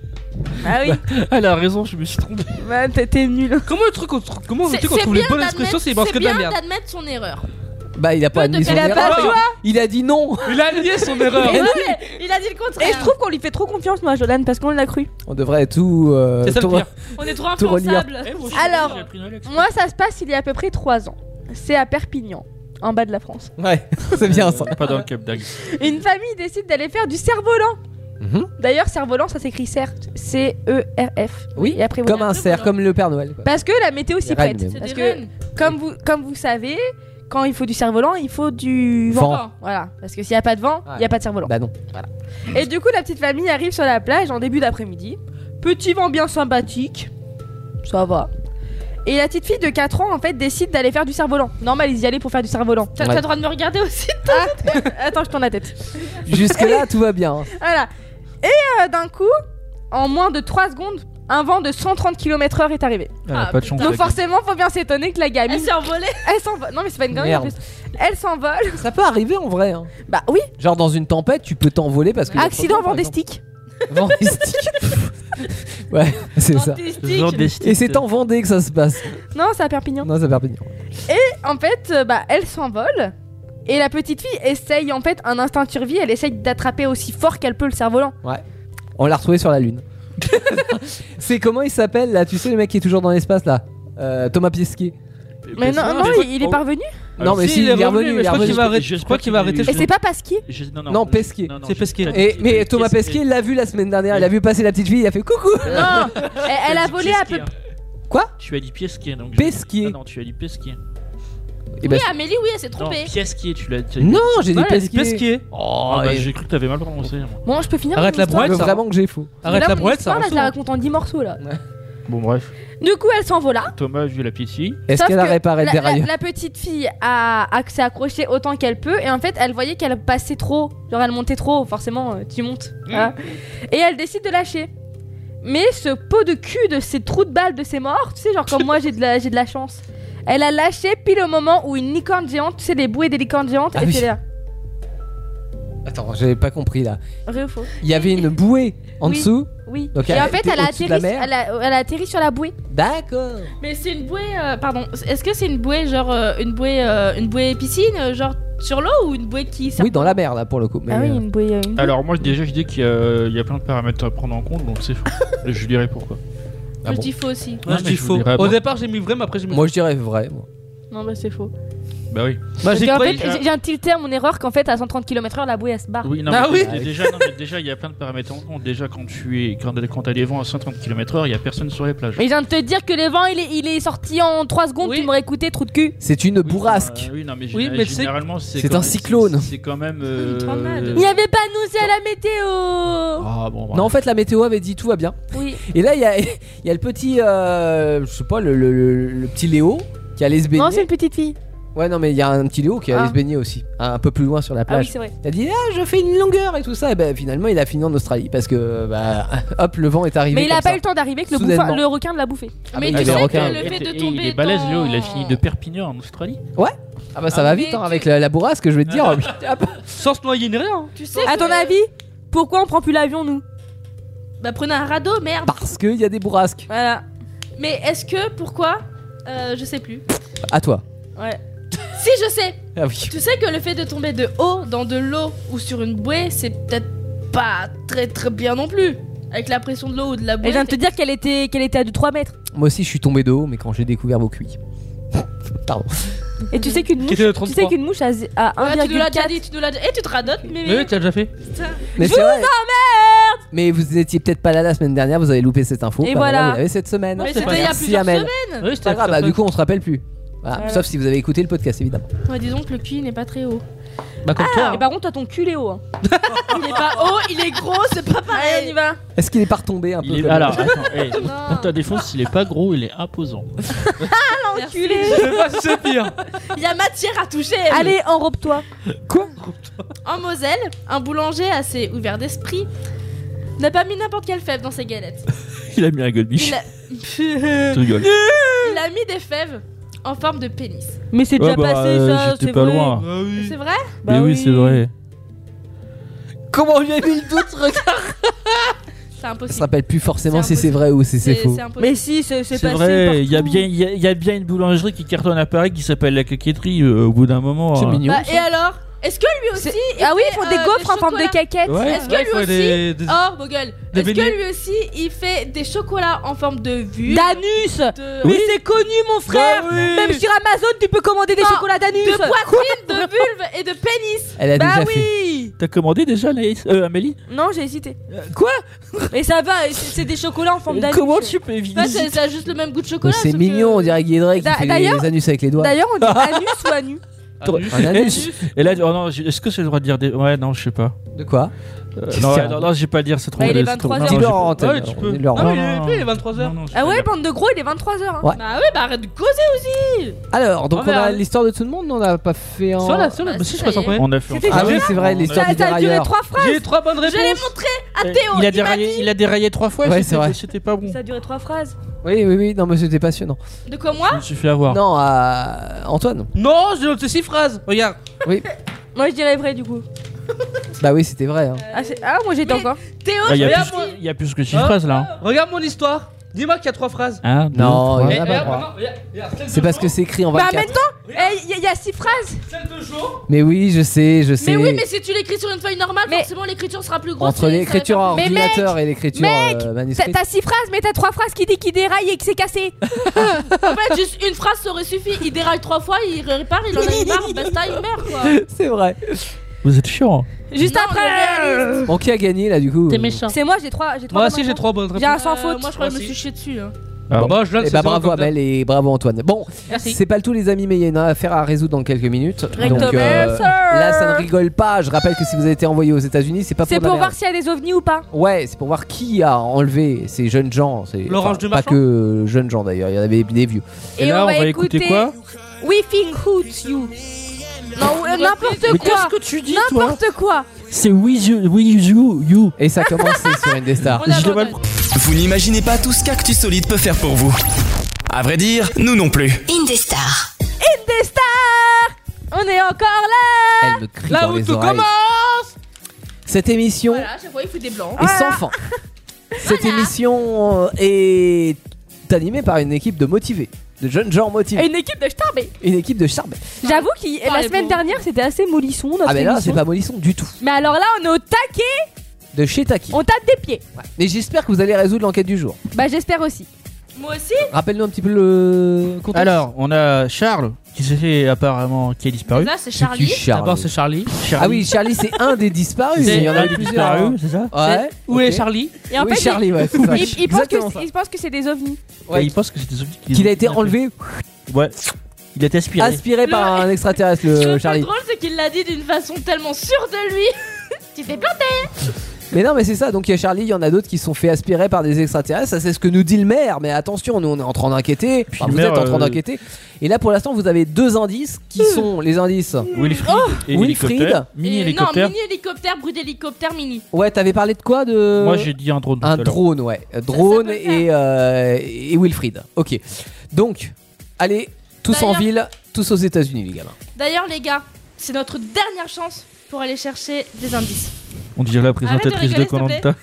ah oui, Elle a raison, je me suis trompé. bah, t'es t'es nul. Comment le truc, on- comment le C'est truc on c'est trouve les bien bonnes expressions, d'admettre c'est il balance c'est que de la bien merde. d'admettre son erreur. Bah, il a pas Peu de admis son Il a pas erreur. le choix. Il a dit non. Il a nié son erreur. Ouais, mais il a dit le Et contraire. je trouve qu'on lui fait trop confiance, moi, Jolan, parce qu'on l'a cru. On devrait tout. euh, C'est ça le tout- pire. On est trop Tout relire. influençables. Eh, moi aussi, Alors, j'ai appris Noël avec ça. Moi, ça se passe il y a à peu près trois ans. C'est à Perpignan, en bas de la France. Ouais, c'est bien ça. Pas dans le Cap d'Agde. Une famille décide d'aller faire du cerf-volant. Mhm. D'ailleurs, cerf-volant, ça s'écrit certes, C E R F. Oui, Et après, vous- comme un cerf, comme le Père Noël. quoi. Parce que la météo s'y Les rennes, prête. même. C'est Parce des que, rennes. comme vous, comme vous savez, quand il faut du cerf-volant, il faut du vent. Vent. Voilà. Parce que s'il n'y a pas de vent, il Ouais. n'y a pas de cerf-volant. Bah non. Et du coup, la petite famille arrive sur la plage en début d'après-midi. Petit vent bien sympathique. Ça va. Et la petite fille de quatre ans, en fait, décide d'aller faire du cerf-volant. Normal, ils y allaient pour faire du cerf-volant. T'as t'as le droit de me regarder aussi. Ah, attends, je tourne la tête. Jusque-là, tout va bien. hein. Voilà. Et euh, d'un coup, en moins de trois secondes, un vent de cent trente kilomètres heure est arrivé. Elle a Ah, pas de chance. Donc la forcément, faut bien s'étonner que la gamine... Elle s'est envolée. Elle s'envole. Non mais c'est pas une gamine en Merde. plus. Elle s'envole. Ça peut arriver en vrai. hein. Bah oui. Genre dans une tempête, tu peux t'envoler parce que. Accident vent des sticks. Vent des sticks. Ouais, c'est ça. gueule. Genre des Et c'est en Vendée que ça se passe. Non, c'est à Perpignan. Non, c'est à Perpignan. En fait, euh, bah elle s'envole. Et la petite fille essaye en fait un instinct de survie. Elle essaye d'attraper aussi fort qu'elle peut le cerf-volant. On l'a retrouvé sur la Lune. C'est comment il s'appelle là? Tu sais, le mec qui est toujours dans l'espace là? Euh, Thomas Pesquet. Mais non, ça, non, mais- il, il est parvenu. Non, mais si, il est revenu. mais il je est crois revenu. qu'il va arrêter. J'espère Je crois qu'il va qu'il- arrêter. Et c'est pas Pasquier. Je- Non, Non, Pesquet. non, non, C'est je- Pesquet. t'as dit- Et, mais t'as dit Thomas Pesquet, il l'a vu la semaine dernière. Il a vu passer la petite fille. Il a fait coucou. Non, elle, elle a T'as dit volé à peu. Pesquet, hein. Quoi? Tu as dit Pesquet donc. je- Pesquier. Ah non, tu as dit Pesquet. Et bah, Oui, Amélie, oui, elle s'est Non, trompée. Pesquier, tu l'as tu as dit. non, j'ai dit Ouais, elle a dit Pesquet. Pesquet. Oh, Ah, bah, mais- j'ai cru que t'avais mal prononcé. moi. Bon, je peux finir. Arrête mon la histoire je veux ça- vraiment que j'ai faux. Arrête Là, la mon brouette, ça histoire, là, je la ressort. raconte en dix morceaux là. Bon, bref. Du coup, elle s'envola. Thomas a vu la petite fille. Est-ce Sauf qu'elle a que réparé le la, la, dérailleur? la petite fille a, a s'est accrochée autant qu'elle peut et en fait elle voyait qu'elle passait trop, genre elle montait trop, forcément euh, tu montes. Voilà. Et elle décide de lâcher. Mais ce pot de cul de ces trous de balles de ces morts, tu sais, genre comme moi j'ai de la j'ai de la chance. Elle a lâché pile au moment où une licorne géante, tu sais les bouées des licornes géantes, Ah étaient oui. là. Attends, j'avais pas compris là. Vrai ou faux? Il y avait une bouée en Oui. dessous. Oui. Donc, et elle en fait était elle a au-dessus de atterri, la mer. elle a, elle a atterri sur la bouée. D'accord. Mais c'est une bouée. euh, pardon. Est-ce que c'est une bouée, genre euh, une bouée, euh, une bouée piscine, euh, genre sur l'eau ou une bouée qui. Oui, dans la mer là pour le coup. Mais Ah oui, euh, une bouée. Une bouée. Alors, moi, déjà, je dis qu'il y a, il y a plein de paramètres à prendre en compte, donc c'est faux. Et je dirai pourquoi. Moi, Ah je bon. dis faux aussi. Moi Ouais, je mais dis je vous faux. dirai Au après. départ j'ai mis vrai mais après j'ai mis Moi je dirais vrai. moi. Non, bah c'est faux. Bah oui. Bah, Parce j'ai qu'en croyé. fait, j'ai- j'ai un tilté à mon erreur qu'en fait, à cent trente kilomètres heure, la bouée elle se barre. Oui, non, Ah mais oui. dé- déjà, non, mais déjà, il y a plein de paramètres en compte. Déjà, quand tu es, quand, quand t'as des vents à cent trente kilomètres heure, il y a personne sur les plages. Mais je viens de te dire que le vent il est, il est sorti en trois secondes, Oui. tu m'aurais écouté, trou de cul. C'est une Oui, bourrasque. euh, oui, non, mais, Oui, géné- mais tu sais- généralement, c'est c'est quand un même- cyclone. C'est c'est quand même. euh, Une tornade. Il n'y avait pas annoncé à la météo. Ah bon. Non, en fait, la météo avait dit tout va bien. Oui. Et là, il y a, il y a le petit, euh, je sais pas, le, le- le- le petit Léo qui allait se baigner. Non, c'est une petite fille. Ouais, non, mais il y a un petit Léo qui allait Ah. se baigner aussi, un peu plus loin sur la Ah oui, plage. c'est vrai. Il a dit ah, je fais une longueur et tout ça. Et ben finalement, il a fini en Australie parce que bah, hop, le vent est arrivé. Mais il a comme pas ça. eu le temps d'arriver que le, Soudainement. bouffin- le requin de l'a bouffé. Ah, mais bah, tu il y avait sais le requin. que le fait de Et tomber il est balèze, dans- Léo, il a fini de Perpignan en Australie. Ah bah ça Ah, va mais vite hein, tu- avec la, la bourrasque, je vais te dire. Hop. Sans se noyer ni rien. Tu sais À que- ton avis, pourquoi on prend plus l'avion nous? Bah prenez un radeau, merde. Parce qu'il y a des bourrasques. Voilà. Mais est-ce que, pourquoi euh, Je sais plus. À toi. Ouais. Si, je sais. Ah oui. Tu sais que le fait de tomber de haut dans de l'eau ou sur une bouée, c'est peut-être pas très très bien non plus. Avec la pression de l'eau ou de la Et bouée. je viens de te dire qu'elle était, qu'elle était à deux trois mètres. Moi aussi, je suis tombé de haut, mais quand j'ai découvert vos cuits. Pardon. Et tu sais qu'une Qui mouche, était de tu sais trente-trois. qu'une mouche a, z- a Ouais, tu nous l'as déjà un virgule quatre. dit, tu nous l'as déjà. Et tu te radotes, mais. Mais oui, tu l'as déjà fait. Putain. Mais Je c'est vous vrai. emmerde. Mais vous étiez peut-être pas là la semaine dernière, vous avez loupé cette info. Et Bah voilà. Vous l'avez cette semaine. Mais c'est c'était pas il y a grave. Merci, plusieurs Amel. semaines. Oui, C'est pas grave, bah, du coup on se rappelle plus. Voilà. Voilà. Sauf si vous avez écouté le podcast évidemment. Ouais, disons que le cul n'est pas très haut. Bah, comme Et toi. par contre, toi ton cul est haut. Hein. Il est pas haut, il est gros, c'est pas Allez, pareil. on y va. Est-ce qu'il est pas retombé un peu Il est... comme- Alors, attends, hey, Non. pour ta défense, s'il est pas gros, il est imposant. Merci. Enculé. Je sais pas si c'est pire. Il y a matière à toucher. Allez, enrobe-toi. Quoi? En Moselle, un boulanger assez ouvert d'esprit n'a pas mis n'importe quelle fève dans ses galettes. Il a mis un goldfish. Il a... Tu rigoles. il a mis des fèves en forme de pénis. Mais c'est déjà Ouais, bah, passé euh, ça, j'étais c'est pas vrai. loin. Bah oui. C'est vrai? Bah Mais oui, c'est vrai. Comment on lui a mis le doute? Regarde. C'est Ça se impossible. rappelle plus forcément C'est si c'est vrai ou si c'est faux. c'est impossible. Mais si, c'est c'est C'est passé vrai, il y, a partout. bien, il y, a, il y a bien une boulangerie qui cartonne à Paris qui s'appelle la coquetterie euh, au bout d'un moment. C'est hein. mignon. Bah, et alors? Est-ce que lui aussi. C'est- il Ah oui, fait, ils font des euh, gaufres en forme de chocolats caquette. Ouais. Est-ce que Ouais, lui faut aussi. des- des- Oh, beau gueule. des Est-ce que beignets. lui aussi il fait des chocolats en forme de vulve? D'anus. de... Mais c'est connu mon frère. Bah oui. Même sur Amazon, tu peux commander des Non, chocolats d'anus. de poitrine, de vulve et de pénis. Elle a Bah déjà fait. oui. T'as commandé déjà, Anaïs euh, Amélie Non, j'ai hésité. Quoi Mais ça va, c'est c'est des chocolats en forme d'anus. Comment tu peux éviter Bah, c'est- ça a juste le même goût de Mais chocolat. c'est sauf mignon, que- on dirait Guy Drake qui D'a- fait les, d'ailleurs- les anus avec les doigts. D'ailleurs, on dit anus ou anus. Un anus. Et là, oh non, j'ai- est-ce que j'ai le droit de dire des. Ouais, non, je sais pas. De quoi? Euh, Qu'est-ce non, qu'il y ouais, a non, non, j'ai pas à dire, c'est trop. Bah, il est c'est trop- vingt-trois non, heures. non, Dis-leur j'ai en pas- antenne. Ouais, tu alors, peux. dis-leur. Non, Non, mais il est non, plus, il est vingt-trois heures. non, non, je Ah peux ouais, dire. bande de gros, il est vingt-trois heures. Ouais. Bah oui, bah arrête de causer aussi. Alors, donc On on a verra. l'histoire de tout le monde, on n'a pas fait un. Sur là, sur là. Bah, Bah si, si, je ça passe y en est. premier. On a fait. fait on fait- Ah oui, déjà c'est vrai, l'histoire Ça, du ça a duré dérailleur. trois phrases. J'ai trois bonnes Je l'ai réponses. montré à Euh, Théo. il, a il m'a déraillé, dit- il a déraillé trois fois, Ouais, c'était- c'est vrai. C'était pas bon. Ça a duré trois phrases. Oui, oui, oui, non, mais c'était passionnant. De quoi moi? Je me suis fait avoir. Non, à Antoine. Non, j'ai noté six phrases. Regarde. Oui, Moi, je dirais vrai du coup. bah oui, c'était vrai. hein. Ah, c'est- ah, moi j'étais Mais- encore. Théo, Ah, Il y, a Regarde, plus- moi. il y a plus que six Hein phrases là. Regarde mon histoire. Dis-moi qu'il y a trois phrases. Un, deux, Non, trois. il y en a Eh, pas regarde, trois. regarde, regarde, regarde, celle C'est de parce que Jo, c'est écrit en Bah, en vingt-quatre. même temps, il y, a six phrases. Celle de Jo. Mais oui, je sais, je sais. Mais oui, mais si tu l'écris sur une feuille normale, Mais- forcément l'écriture sera plus grosse. Entre et ça l'écriture va en Mais ordinateur et l'écriture mec, euh, T'as manuscrite. t'as six phrases, mais t'as trois phrases qui dit qu'il déraille et que c'est cassé. faire- En fait, juste une phrase ça aurait suffi. Il déraille trois fois, il répare, il en a une marre, basta, il meurt quoi. C'est vrai. Vous êtes chiant. Juste Non, après. mais Bon, qui a gagné là du coup? T'es méchant. C'est moi, j'ai trois. J'ai trois Moi bonnes aussi, j'ai réponses. trois bonnes J'ai un réponses. sans Euh, faute. Moi, je crois que je me Merci. suis chié dessus. Hein. Ah bon. Bah, je donne, Eh c'est bah zéro bravo comme d'hab. Amel et bravo Antoine. Bon, Merci. c'est pas le tout les amis, mais il y en a affaire à résoudre dans quelques minutes. Recto Donc euh, verso. là, ça ne rigole pas. Je rappelle que si vous avez été envoyé aux États-Unis, c'est pas pour C'est de la pour merde. voir s'il y a des ovnis ou pas. Ouais, c'est pour voir qui a enlevé ces jeunes gens. C'est L'orange de pas Marchand. que euh, jeunes gens d'ailleurs. Il y en avait des vieux. Et là, on va écouter quoi? We think hoots you. Non, euh, n'importe Mais quoi. qu'est-ce que tu dis, toi? N'importe quoi. C'est With You. With You. you. Et ça a commencé sur Indestar. On Je abandonne. devrais- Vous n'imaginez pas tout ce qu'Actu Solide peut faire pour vous. À vrai dire, nous non plus. Indestar. Des stars. On est encore là. Elle me crie Là dans où les tout oreilles. commence. Cette émission Voilà, chaque fois il fout des blancs. est sans fin. Cette émission euh, est animée par une équipe de motivés, de jeunes gens motivés. Et une équipe de starbés. Une équipe de charbes. J'avoue que la Parlez semaine pour dernière c'était assez mollisson notre Ah mais là, émission. c'est pas molisson du tout. Mais alors là on est au taquet, De chez Taki. on tape des pieds. Ouais. Mais j'espère que vous allez résoudre l'enquête du jour. Bah j'espère aussi. Moi aussi. Rappelle-nous un petit peu le contexte. Alors, on a Charles qui s'est fait apparemment, qui a disparu. Là, c'est Charlie. D'abord, c'est Charlie. Ah oui, Charlie, c'est un des disparus. C'est Il y en a un des plusieurs. disparus, c'est ça Ouais. Où ok. est Charlie? Et en Oui, fait, Charlie, ouais, c'est ça. il, il pense que, Exactement ça. il pense que c'est des ovnis. Ouais, il pense que c'était Sophie qui Qu'il a été enlevé, Ouais. Il a été aspiré. aspiré par un extraterrestre, Ce qui le est Charlie. drôle, c'est qu'il l'a dit d'une façon tellement sûre de lui. Tu t'es planté. Mais non, mais c'est ça. Donc il y a Charlie, il y en a d'autres qui sont fait aspirer par des extraterrestres. Ça, c'est ce que nous dit le maire. Mais attention, nous on est en train d'enquêter. Enfin, le vous maire, êtes en train euh, d'enquêter. Et là, pour l'instant, vous avez deux indices. Qui sont les indices? Wilfried et Wilfried. l'hélicoptère. Mini Et- hélicoptère. Non, mini hélicoptère, bruit d'hélicoptère, mini. Ouais, t'avais parlé de quoi de... Moi j'ai dit un drone. tout Un à l'heure. drone, ouais. Euh, Drone peut le et, euh, et Wilfried. Ok. Donc, allez, tous en D'ailleurs- ville, tous aux États-Unis, les gamins. D'ailleurs, les gars, c'est notre dernière chance pour aller chercher des indices. On dirait la présentatrice Arrête de de rigoler, s'il te Koh-Lanta.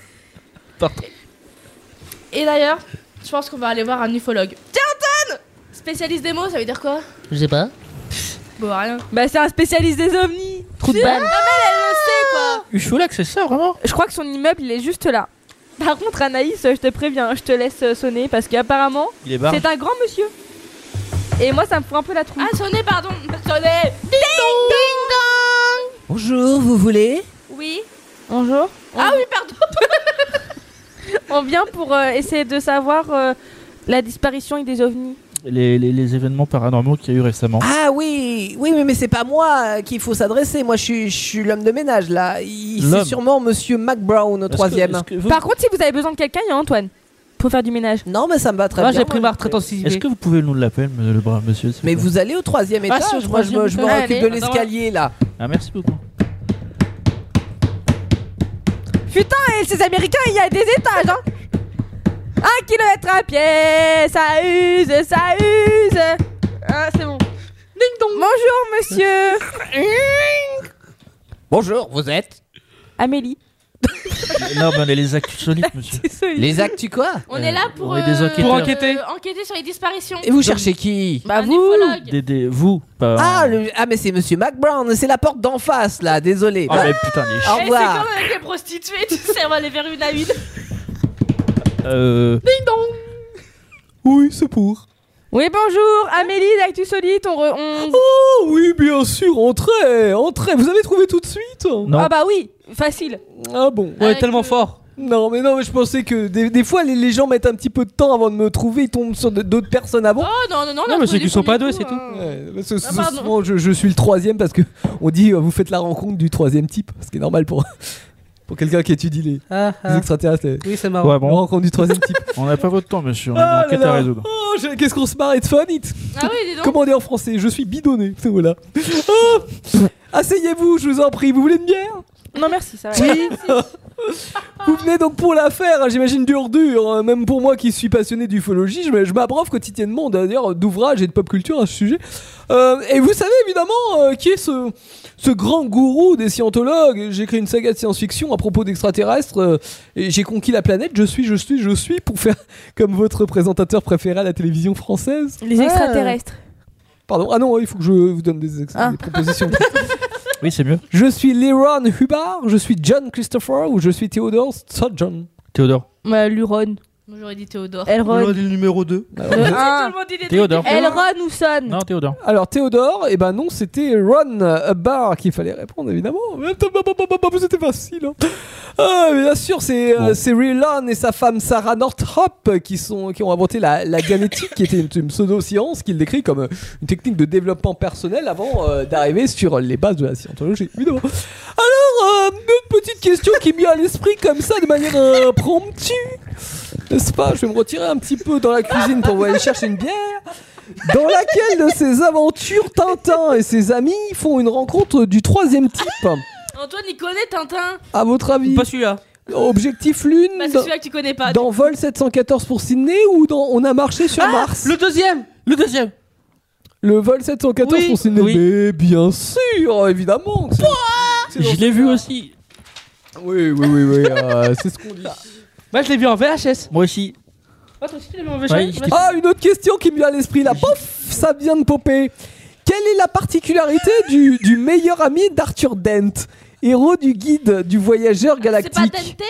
Et d'ailleurs, je pense qu'on va aller voir un ufologue. Tiens, Antoine! Spécialiste des mots, ça veut dire quoi? Je sais pas. Bon, rien. Bah, c'est un spécialiste des ovnis. Trou de Ah, balle. mais elle le sait, quoi! Ufolac, c'est ça vraiment? Je crois que son immeuble, il est juste là. Par contre, Anaïs, je te préviens, je te laisse sonner parce qu'apparemment, Il est barge. c'est un grand monsieur. Et moi, ça me fout un peu la trouille. Ah, sonnez, pardon! Sonnez! Ding dong! Ding dong! Bonjour, vous voulez? Oui? Bonjour. Ah oui, pardon! On vient pour euh, essayer de savoir euh, la disparition des ovnis. Les, les, les événements paranormaux qu'il y a eu récemment. Ah oui, oui, mais, mais c'est pas moi qu'il faut s'adresser. Moi, je suis, je suis l'homme de ménage là. Il- C'est L'homme. sûrement Monsieur McBrown au Est-ce que- troisième. est-ce que vous- Par contre, si vous avez besoin de quelqu'un, il y a Antoine. Pour faire du ménage. Non, mais ça me va très Moi, bien. j'ai pris moi. ma retraite anticipée. Est-ce que vous pouvez nous l'appeler, le brave monsieur s'il Mais vous plaît vous allez au troisième Ah, étage. c'est au Moi, je me, je me troisième occupe étage. de Allez, l'escalier là. Ah, merci beaucoup. Putain, et ces Américains, il y a des étages, hein. Un kilomètre à pied, ça use, ça use. Ah, c'est bon. Ding dong. Bonjour, monsieur. Bonjour, vous êtes Amélie. Non, mais on est les actus solides, monsieur. les actus quoi? On est là pour, on est des euh, enquêteurs. Pour enquêter. euh, enquêter sur les disparitions. Et vous cherchez qui? Bah Un vous. ufologue. Des, des- vous, pas. Ah, le- ah, mais c'est Monsieur McBrown. C'est la porte d'en face là. Désolé. Oh, Bah, mais putain, les au Eh, c'est revoir. comme avec les prostituées, tu sais, on va les faire une à une. Euh. Ding dong! Oui, c'est pour. Oui, bonjour, Amélie d'Actu Solide. On, re- on... Oh oui, bien sûr. Entrez, entrez. Vous avez trouvé tout de suite? Non. Ah bah oui, facile. Ah bon. Ouais, Avec tellement le- fort. Non, mais non, mais je pensais que des, des fois les, les gens mettent un petit peu de temps avant de me trouver. Ils tombent sur de- d'autres personnes avant. Oh non, non, non, Non, on a mais trouvé ceux qui du sont pas premier deux, c'est coup, tout. hein. Ouais, parce que Ah, pardon. souvent je, je suis le troisième parce que on dit euh, vous faites la rencontre du troisième type, ce qui est normal pour pour quelqu'un qui étudie les, Ah, les ah. extraterrestres. les- Oui, c'est marrant. Ouais, La bon. rencontre du troisième type. On n'a pas votre temps, monsieur. On Ah a une là enquête là. à résoudre. Oh, je- qu'est-ce qu'on se marre, it's fun it. Ah oui, dis donc. Comment on dit en français? Je suis bidonné. Voilà. Oh, asseyez-vous, je vous en prie. Vous voulez une bière? Non, merci, ça va. Oui. Vous venez donc pour la faire, hein, j'imagine dur dur, hein, même pour moi qui suis passionné d'ufologie, je, m- je m'abreuve quotidiennement d'ailleurs d'ouvrages et de pop culture à ce sujet. Euh, et vous savez évidemment euh, qui est ce, ce grand gourou des scientologues. J'ai écrit une saga de science-fiction à propos d'extraterrestres euh, et j'ai conquis la planète, je suis, je suis, je suis, pour faire comme votre présentateur préféré à la télévision française. Les Ah. extraterrestres. Pardon, ah non, il faut que je vous donne des, ex- Ah. des propositions. Oui, c'est mieux. Je suis Léron Hubbard, je suis John Christopher ou je suis Theodore Sturgeon. Théodore. Bah, Luron. Moi, j'aurais dit Théodore. Elron. le numéro deux. Alors, Le Tout un. le monde dit des Théodore. trucs différents. Elron ou Son. Non, Théodore. Alors Théodore, et ben non, c'était Ron Hubbard qu'il fallait répondre évidemment. C'était facile. Hein. Ah, bien sûr, c'est Bon. euh, c'est Raylan et sa femme Sarah Northrop qui sont qui ont inventé la, la gamétique, qui était une, une pseudo-science qu'il décrit comme euh, une technique de développement personnel avant euh, d'arriver sur les bases de la scientologie. Évidemment. Alors, euh, une petite question qui me vient à l'esprit comme ça de manière impromptue. N'est-ce pas? Je vais me retirer un petit peu dans la cuisine pour aller chercher une bière. Dans laquelle de ces aventures, Tintin et ses amis font une rencontre du troisième type. Antoine, il connaît Tintin. À votre avis? Pas celui-là. Objectif Lune, Bah, c'est dans, celui-là que tu connais pas. dans Vol sept cent quatorze pour Sydney ou dans On a marché sur Ah, Mars? le deuxième. Le deuxième. Le Vol sept cent quatorze Oui, pour Sydney. oui. Mais bien sûr, évidemment. que c'est- c'est dans Je l'ai ce vu cas. aussi. Oui, oui, oui, oui. euh, c'est ce qu'on dit. Bah, je l'ai vu en V H S. Moi aussi. Ah, toi aussi, tu l'as vu en V H S? Ouais, Bah, Ah, une autre question qui me vient à l'esprit là. Pof, ça vient de popper. Quelle est la particularité du, du meilleur ami d'Arthur Dent, héros du guide du voyageur C'est pas galactique? Dante?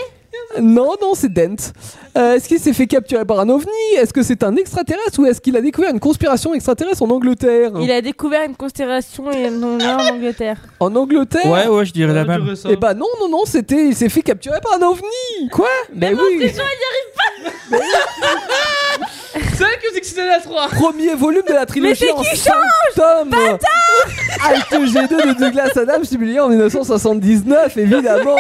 Non, non, c'est Dent. Euh, est-ce qu'il s'est fait capturer par un ovni? Est-ce que c'est un extraterrestre ou est-ce qu'il a découvert une conspiration extraterrestre en Angleterre? Il a découvert une constellation et non, là, en Angleterre. En Angleterre? Ouais, ouais, je dirais la même. Eh bah non, non, non, c'était, il s'est fait capturer par un ovni. Quoi? Mais oui. Les gens, ils n'y arrivent pas. C'est vrai que c'est que c'était la trois. Premier volume de la trilogie Mais en c'est qui cinq tomes. Alt G deux de Douglas Adams, publié en dix-neuf cent soixante-dix-neuf, évidemment.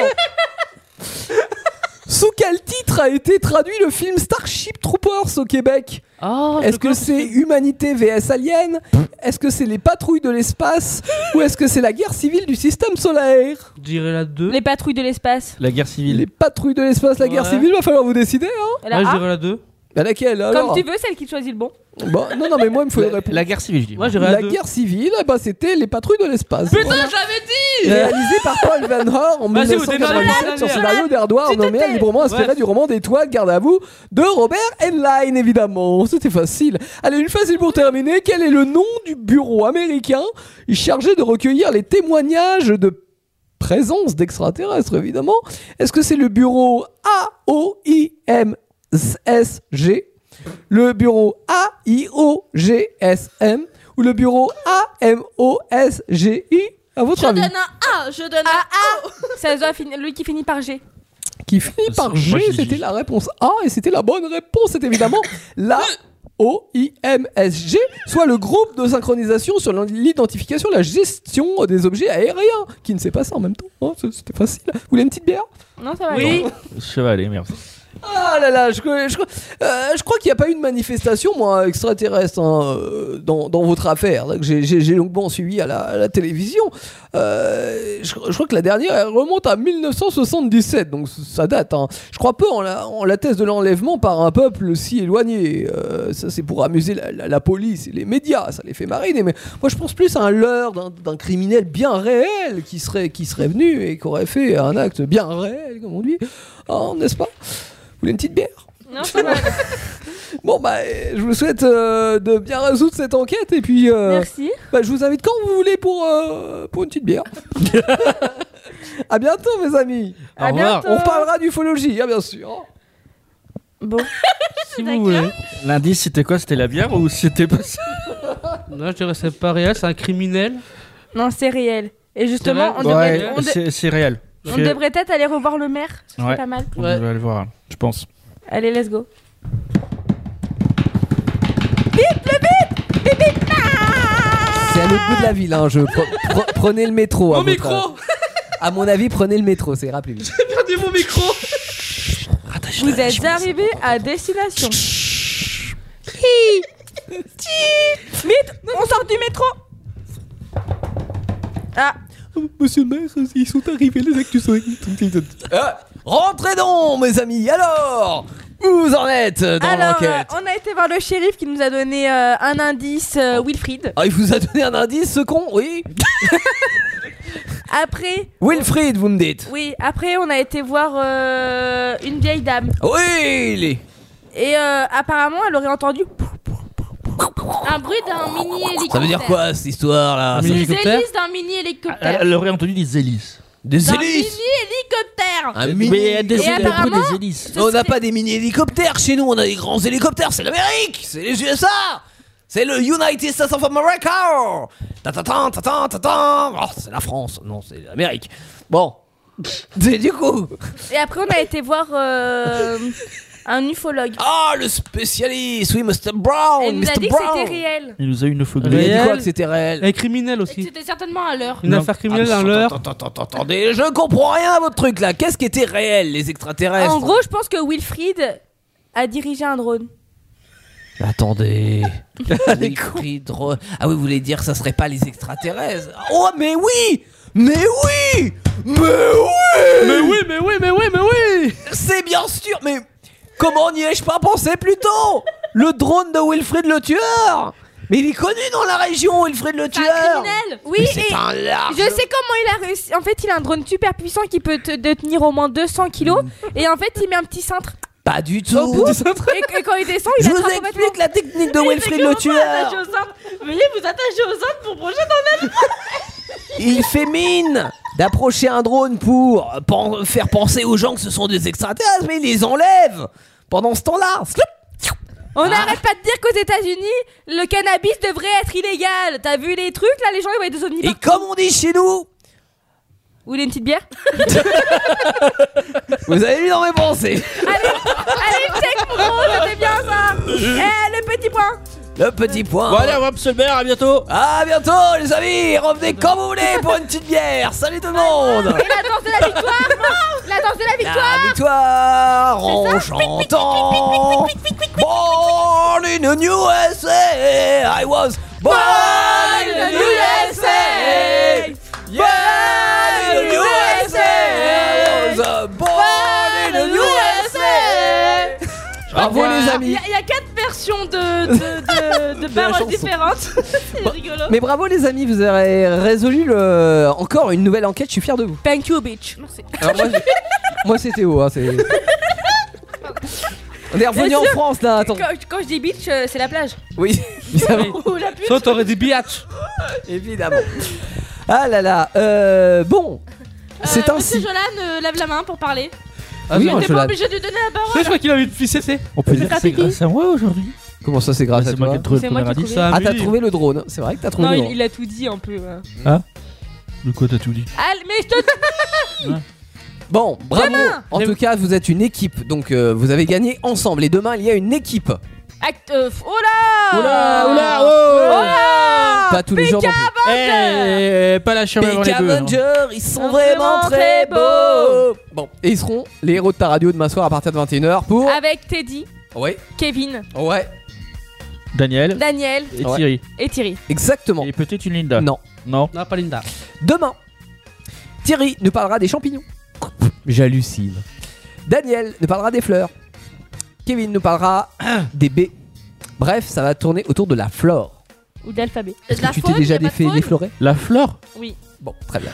Sous quel titre a été traduit le film Starship Troopers au Québec? Oh, Est-ce que c'est Humanité vs Alien? Est-ce que c'est les patrouilles de l'espace? Ou est-ce que c'est la guerre civile du système solaire? Je dirais la deux. Les patrouilles de l'espace. La guerre civile. Les patrouilles de l'espace, la guerre Ouais. civile, va falloir vous décider, hein? La Ouais, je A. dirais la deux. À laquelle alors? Comme tu veux, celle qui choisit le bon. Bon, non, non, mais moi, il me faut une La, réponse. la guerre civile, je dis. Moi, je dirais la La deux. guerre civile, eh ben, c'était les patrouilles de l'espace. Putain, je l'avais dit. Réalisé par Paul Van Hor en Vas-y, vous dix-neuf cent démarrez quatre-vingt-sept la sur dernière. scénario d'Erdouard, S'il te nommé plaît. librement inspiré Ouais. du roman d'Étoile, Garde à vous, de Robert Heinlein, évidemment. C'était facile. Allez, une facile pour terminer. Quel est le nom du bureau américain chargé de recueillir les témoignages de présence d'extraterrestres, évidemment? Est-ce que c'est le bureau A O I M S G, le bureau A I O G S M ou le bureau A M O S G I? À votre Je avis? donne un A. Je donne Ah, un A. Ça doit finir, lui qui finit par G. Qui finit par Moi, G, je dis c'était J. la réponse A et c'était la bonne réponse. C'est évidemment la O I M S G, soit le groupe de synchronisation sur l'identification et la gestion des objets aériens. Qui ne sait pas ça en même temps, hein, c'était facile. Vous voulez une petite bière? Non, ça va. Oui. Chevalet, merci. Ah là là, je, je, euh, je crois qu'il n'y a pas eu de manifestation, moi, extraterrestre, hein, euh, dans, dans votre affaire, là, que j'ai, j'ai, j'ai longuement suivi à la, à la télévision. Euh, je, je crois que la dernière, elle remonte à dix-neuf cent soixante-dix-sept, donc ça date. Hein. Je crois peu en la, en la thèse de l'enlèvement par un peuple si éloigné. Euh, ça, c'est pour amuser la, la, la police et les médias, ça les fait mariner. Mais moi, je pense plus à un leurre d'un, d'un criminel bien réel qui serait, qui serait venu et qui aurait fait un acte bien réel, comme on dit. Oh, n'est-ce pas? Vous voulez une petite bière? Non, ça va. Bon bah euh, je vous souhaite euh, de bien résoudre cette enquête et puis euh, Merci. bah, je vous invite quand vous voulez pour, euh, pour une petite bière. À bientôt mes amis. Au À revoir. bientôt. On reparlera d'ufologie, hein, bien sûr. Bon. Si vous voulez. L'indice, c'était quoi? C'était la bière ou c'était pas ça? Non, je dirais que c'est pas réel, c'est un criminel. Non, c'est réel. Et justement, on C'est devrait, vrai on de- c'est, c'est réel. on devrait peut-être aller revoir le maire. C'est Ouais. pas mal. On Ouais. devrait aller voir, je pense. Allez, let's go. C'est à l'autre bout de la ville, hein, je pre- pre- prenez le métro. à Mon votre- micro. À mon avis, prenez le métro, ça ira plus vite. J'ai perdu mon micro. Vous êtes arrivés à destination. Vite, on sort du métro. Ah, Monsieur le maire, ils sont arrivés les actus. Ah, rentrez donc mes amis, alors où vous en êtes dans alors, l'enquête? euh, on a été voir le shérif qui nous a donné euh, un indice, euh, Wilfried. Ah, il vous a donné un indice, ce con? Oui. Après, Wilfried, vous me dites? oui, après on a été voir euh, une vieille dame. Oui, il est. Et euh, apparemment, elle aurait entendu. Un bruit d'un mini hélicoptère. Ça veut dire quoi cette histoire là? Un Les mini- hélicoptère hélices d'un mini Elle, hélicoptère. elle aurait entendu des hélices. Des D'un mini hélices? hélicoptère. Un mini. Mais des Et hélices, apparemment, des hélices. ce On n'a serait- pas des mini hélicoptères chez nous, on a des grands hélicoptères, c'est l'Amérique, c'est les U S A, c'est le United States of America. Ta-ta-tan, ta-tan, ta-tan. Oh, c'est la France, non, c'est l'Amérique. Bon, c'est du coup. Et après, on a été voir euh, un ufologue. Ah, le spécialiste, oui, Mister Brown, Elle nous a Mister dit que Brown. c'était réel. Il nous a eu une phobie. Il a dit Réel. quoi que c'était réel? Elle est criminelle Et que aussi. c'était certainement à l'heure. Une Non. affaire criminelle Ah, à attends, l'heure. attends, attends, attends, attendez, je comprends rien à votre truc là. Qu'est-ce qui était réel, les extraterrestres? En gros, je pense que Wilfried a dirigé un drone. Attendez. Wilfried Ro- Ah oui, vous voulez dire que ça serait pas les extraterrestres? Oh, mais oui! Mais oui! Mais oui! Mais oui, mais oui, mais oui, mais oui. C'est bien sûr, mais comment n'y ai-je pas pensé plus tôt? Le drone de Wilfried le tueur! Mais il est connu dans la région, Wilfried le C'est tueur! un criminel. Oui, Mais et c'est un large. je sais comment il a réussi. En fait, il a un drone super puissant qui peut te de tenir au moins deux cents kilos. Et en fait, il met un petit cintre. Pas du tout! Et, et quand il descend, il Je vous attrape complètement. explique la technique de Wilfried le Attaché tueur! au centre. Veuillez vous attacher au centre pour projeter dans Il fait mine d'approcher un drone pour pen- faire penser aux gens que ce sont des extraterrestres, mais ils les enlèvent pendant ce temps-là. On n'arrête pas de dire qu'aux États-Unis, le cannabis devrait être illégal. T'as vu les trucs là, les gens ils voient des ovnis. Et comme on dit chez nous, vous voulez une petite bière? vous avez lu dans mes pensées. Allez, check mon gros, c'était bien ça. Eh, le petit point. Le petit point. Bon, allez, on va se le à bientôt. À bientôt, les amis. Revenez quand vous voulez pour une petite bière. Salut tout le monde. Et la danse de la victoire. La danse de la victoire. La victoire en chantant. Born in the U S A. I was born in the U S A. Yeah, in the U S A. I was born in the U S A. Bravo les amis. Il y, y a quatre versions de, de, de, de De la paroles chanson. différentes. C'est rigolo. Mais bravo les amis, vous avez résolu le... encore une nouvelle enquête, je suis fier de vous. Thank you, bitch. Merci. Alors moi, j'ai- moi c'est Théo, hein, c'est... On est revenu Bien en sûr. France là, attends. Quand, quand je dis bitch, euh, c'est la plage. Oui, évidemment. Ou la pute. Soit t'aurais dit biatch. évidemment. Ah là là, euh, bon, c'est Euh, ainsi. Monsieur Jolan, euh, lève la main pour parler. Ah oui, T'es Jolan. pas obligé de lui donner la Tu sais, je parole. crois qu'il a envie de pisser, c'est. On peut dire que c'est grâce à moi aujourd'hui. Comment ça c'est grâce à C'est moi toi qui ai trouvé C'est le moi premier qui ai indice. trouvé. Ah t'as trouvé le drone, c'est vrai que t'as trouvé Non, le il, drone. il a tout dit un peu. ouais. De quoi t'as tout dit? Allez, mais je te Bon, bravo. Demain. En tout cas, vous êtes une équipe, donc euh, vous avez gagné ensemble. Et demain, il y a une équipe. Acte. Euh, f- oh là Oula, oula, Oh oh là Pas tous les jours non plus. Eh, pas la charrue avant Big les bœufs. hein. Avengers, ils sont Sont vraiment vraiment très très beaux. Bon, et ils seront les héros de ta radio demain soir à partir de vingt et une heures pour. Avec Teddy, Ouais, Kevin, ouais, Daniel Daniel et Ouais. Thierry. et Thierry. exactement. Et peut-être une Linda. Non. Non. Non, pas Linda. Demain, Thierry nous parlera des champignons. J'hallucine. Daniel nous parlera des fleurs. Kevin nous parlera des baies. Bref, ça va tourner autour de la flore. Ou d'alphabet. De Est-ce la que tu faune, t'es déjà y a pas de défait faune défloré? La flore. Oui. Bon, très bien.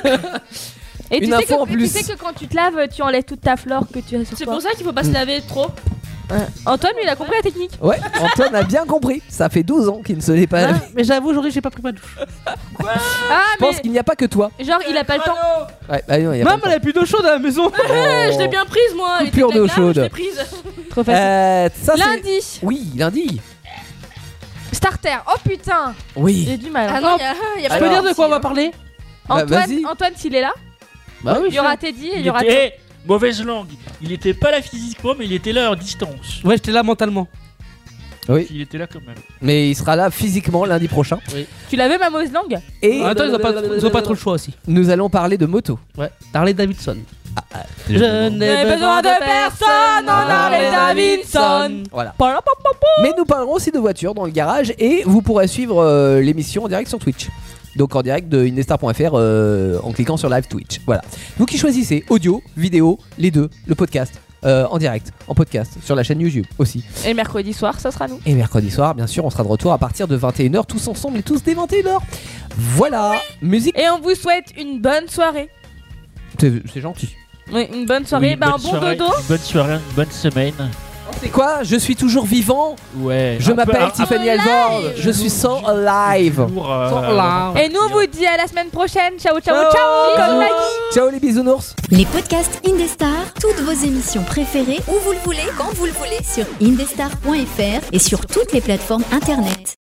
Et Une tu, sais info que, en et tu plus. sais que quand tu te laves, tu enlèves toute ta flore que tu as sur C'est toi. pour ça qu'il faut pas se laver trop. Antoine, lui, il a compris la technique. Ouais, Antoine a bien compris. Ça fait douze ans qu'il ne se l'est pas. Ah, mais j'avoue, aujourd'hui, j'ai pas pris ma douche. Ah, Je pense mais qu'il n'y a pas que toi. genre, il a pas le temps. Ouais, bah non, il y a Maman, pas elle a plus d'eau chaude à la maison. le temps. Eh, je l'ai bien prise moi. Elle était Coupure bien d'eau grave, chaude. Je l'ai prise. Trop facile. Euh, ça, c'est- Lundi, Oui, lundi. starter. Oh putain, Oui. j'ai du mal. Ah hein. non, y a, y a Tu pas peux de dire de quoi on sortie, va hein. parler? Bah, Antoine, vas-y. Antoine, s'il est là, Bah oui. il y aura Teddy et il Il y aura. était... Eh, mauvaise langue. Il était pas là physiquement, mais il était là en distance. Ouais, j'étais là mentalement. Oui. Il était là quand même. Mais il sera là physiquement lundi prochain. Tu l'avais ma mauvaise langue? Et En même temps, ils ont pas, ils ont pas trop le choix aussi. nous allons parler de moto. Ouais, Harley Davidson. Je n'ai besoin de personne en Harley Davidson. Voilà. Mais nous parlerons aussi de voitures dans le garage et vous pourrez suivre euh, l'émission en direct sur Twitch. Donc en direct de indestar point f r euh, en cliquant sur live Twitch. Voilà. Vous qui choisissez audio, vidéo, les deux, le podcast. Euh, en direct, en podcast, sur la chaîne YouTube aussi. Et mercredi soir, ça sera nous. Et mercredi soir, bien sûr, on sera de retour à partir de vingt et une heures, tous ensemble et tous dès vingt et une heures. Voilà, musique. Et on vous souhaite une bonne soirée. C'est c'est gentil. Oui, une bonne soirée, Oui, bah, bonne un bon soirée, dodo. une bonne soirée, une bonne semaine. C'est quoi? Je suis toujours vivant. Ouais. Je Un peu- m'appelle un- Tiffany alive. Alvord. Je suis so alive. toujours, euh, Sans là. Et nous, on vous dit à la semaine prochaine. Ciao, ciao, Ciao. ciao. Comme Maggie. Ciao les bisounours. Les podcasts Indestar, toutes vos émissions préférées, où vous le voulez, quand vous le voulez, sur indestar point f r et sur toutes les plateformes internet.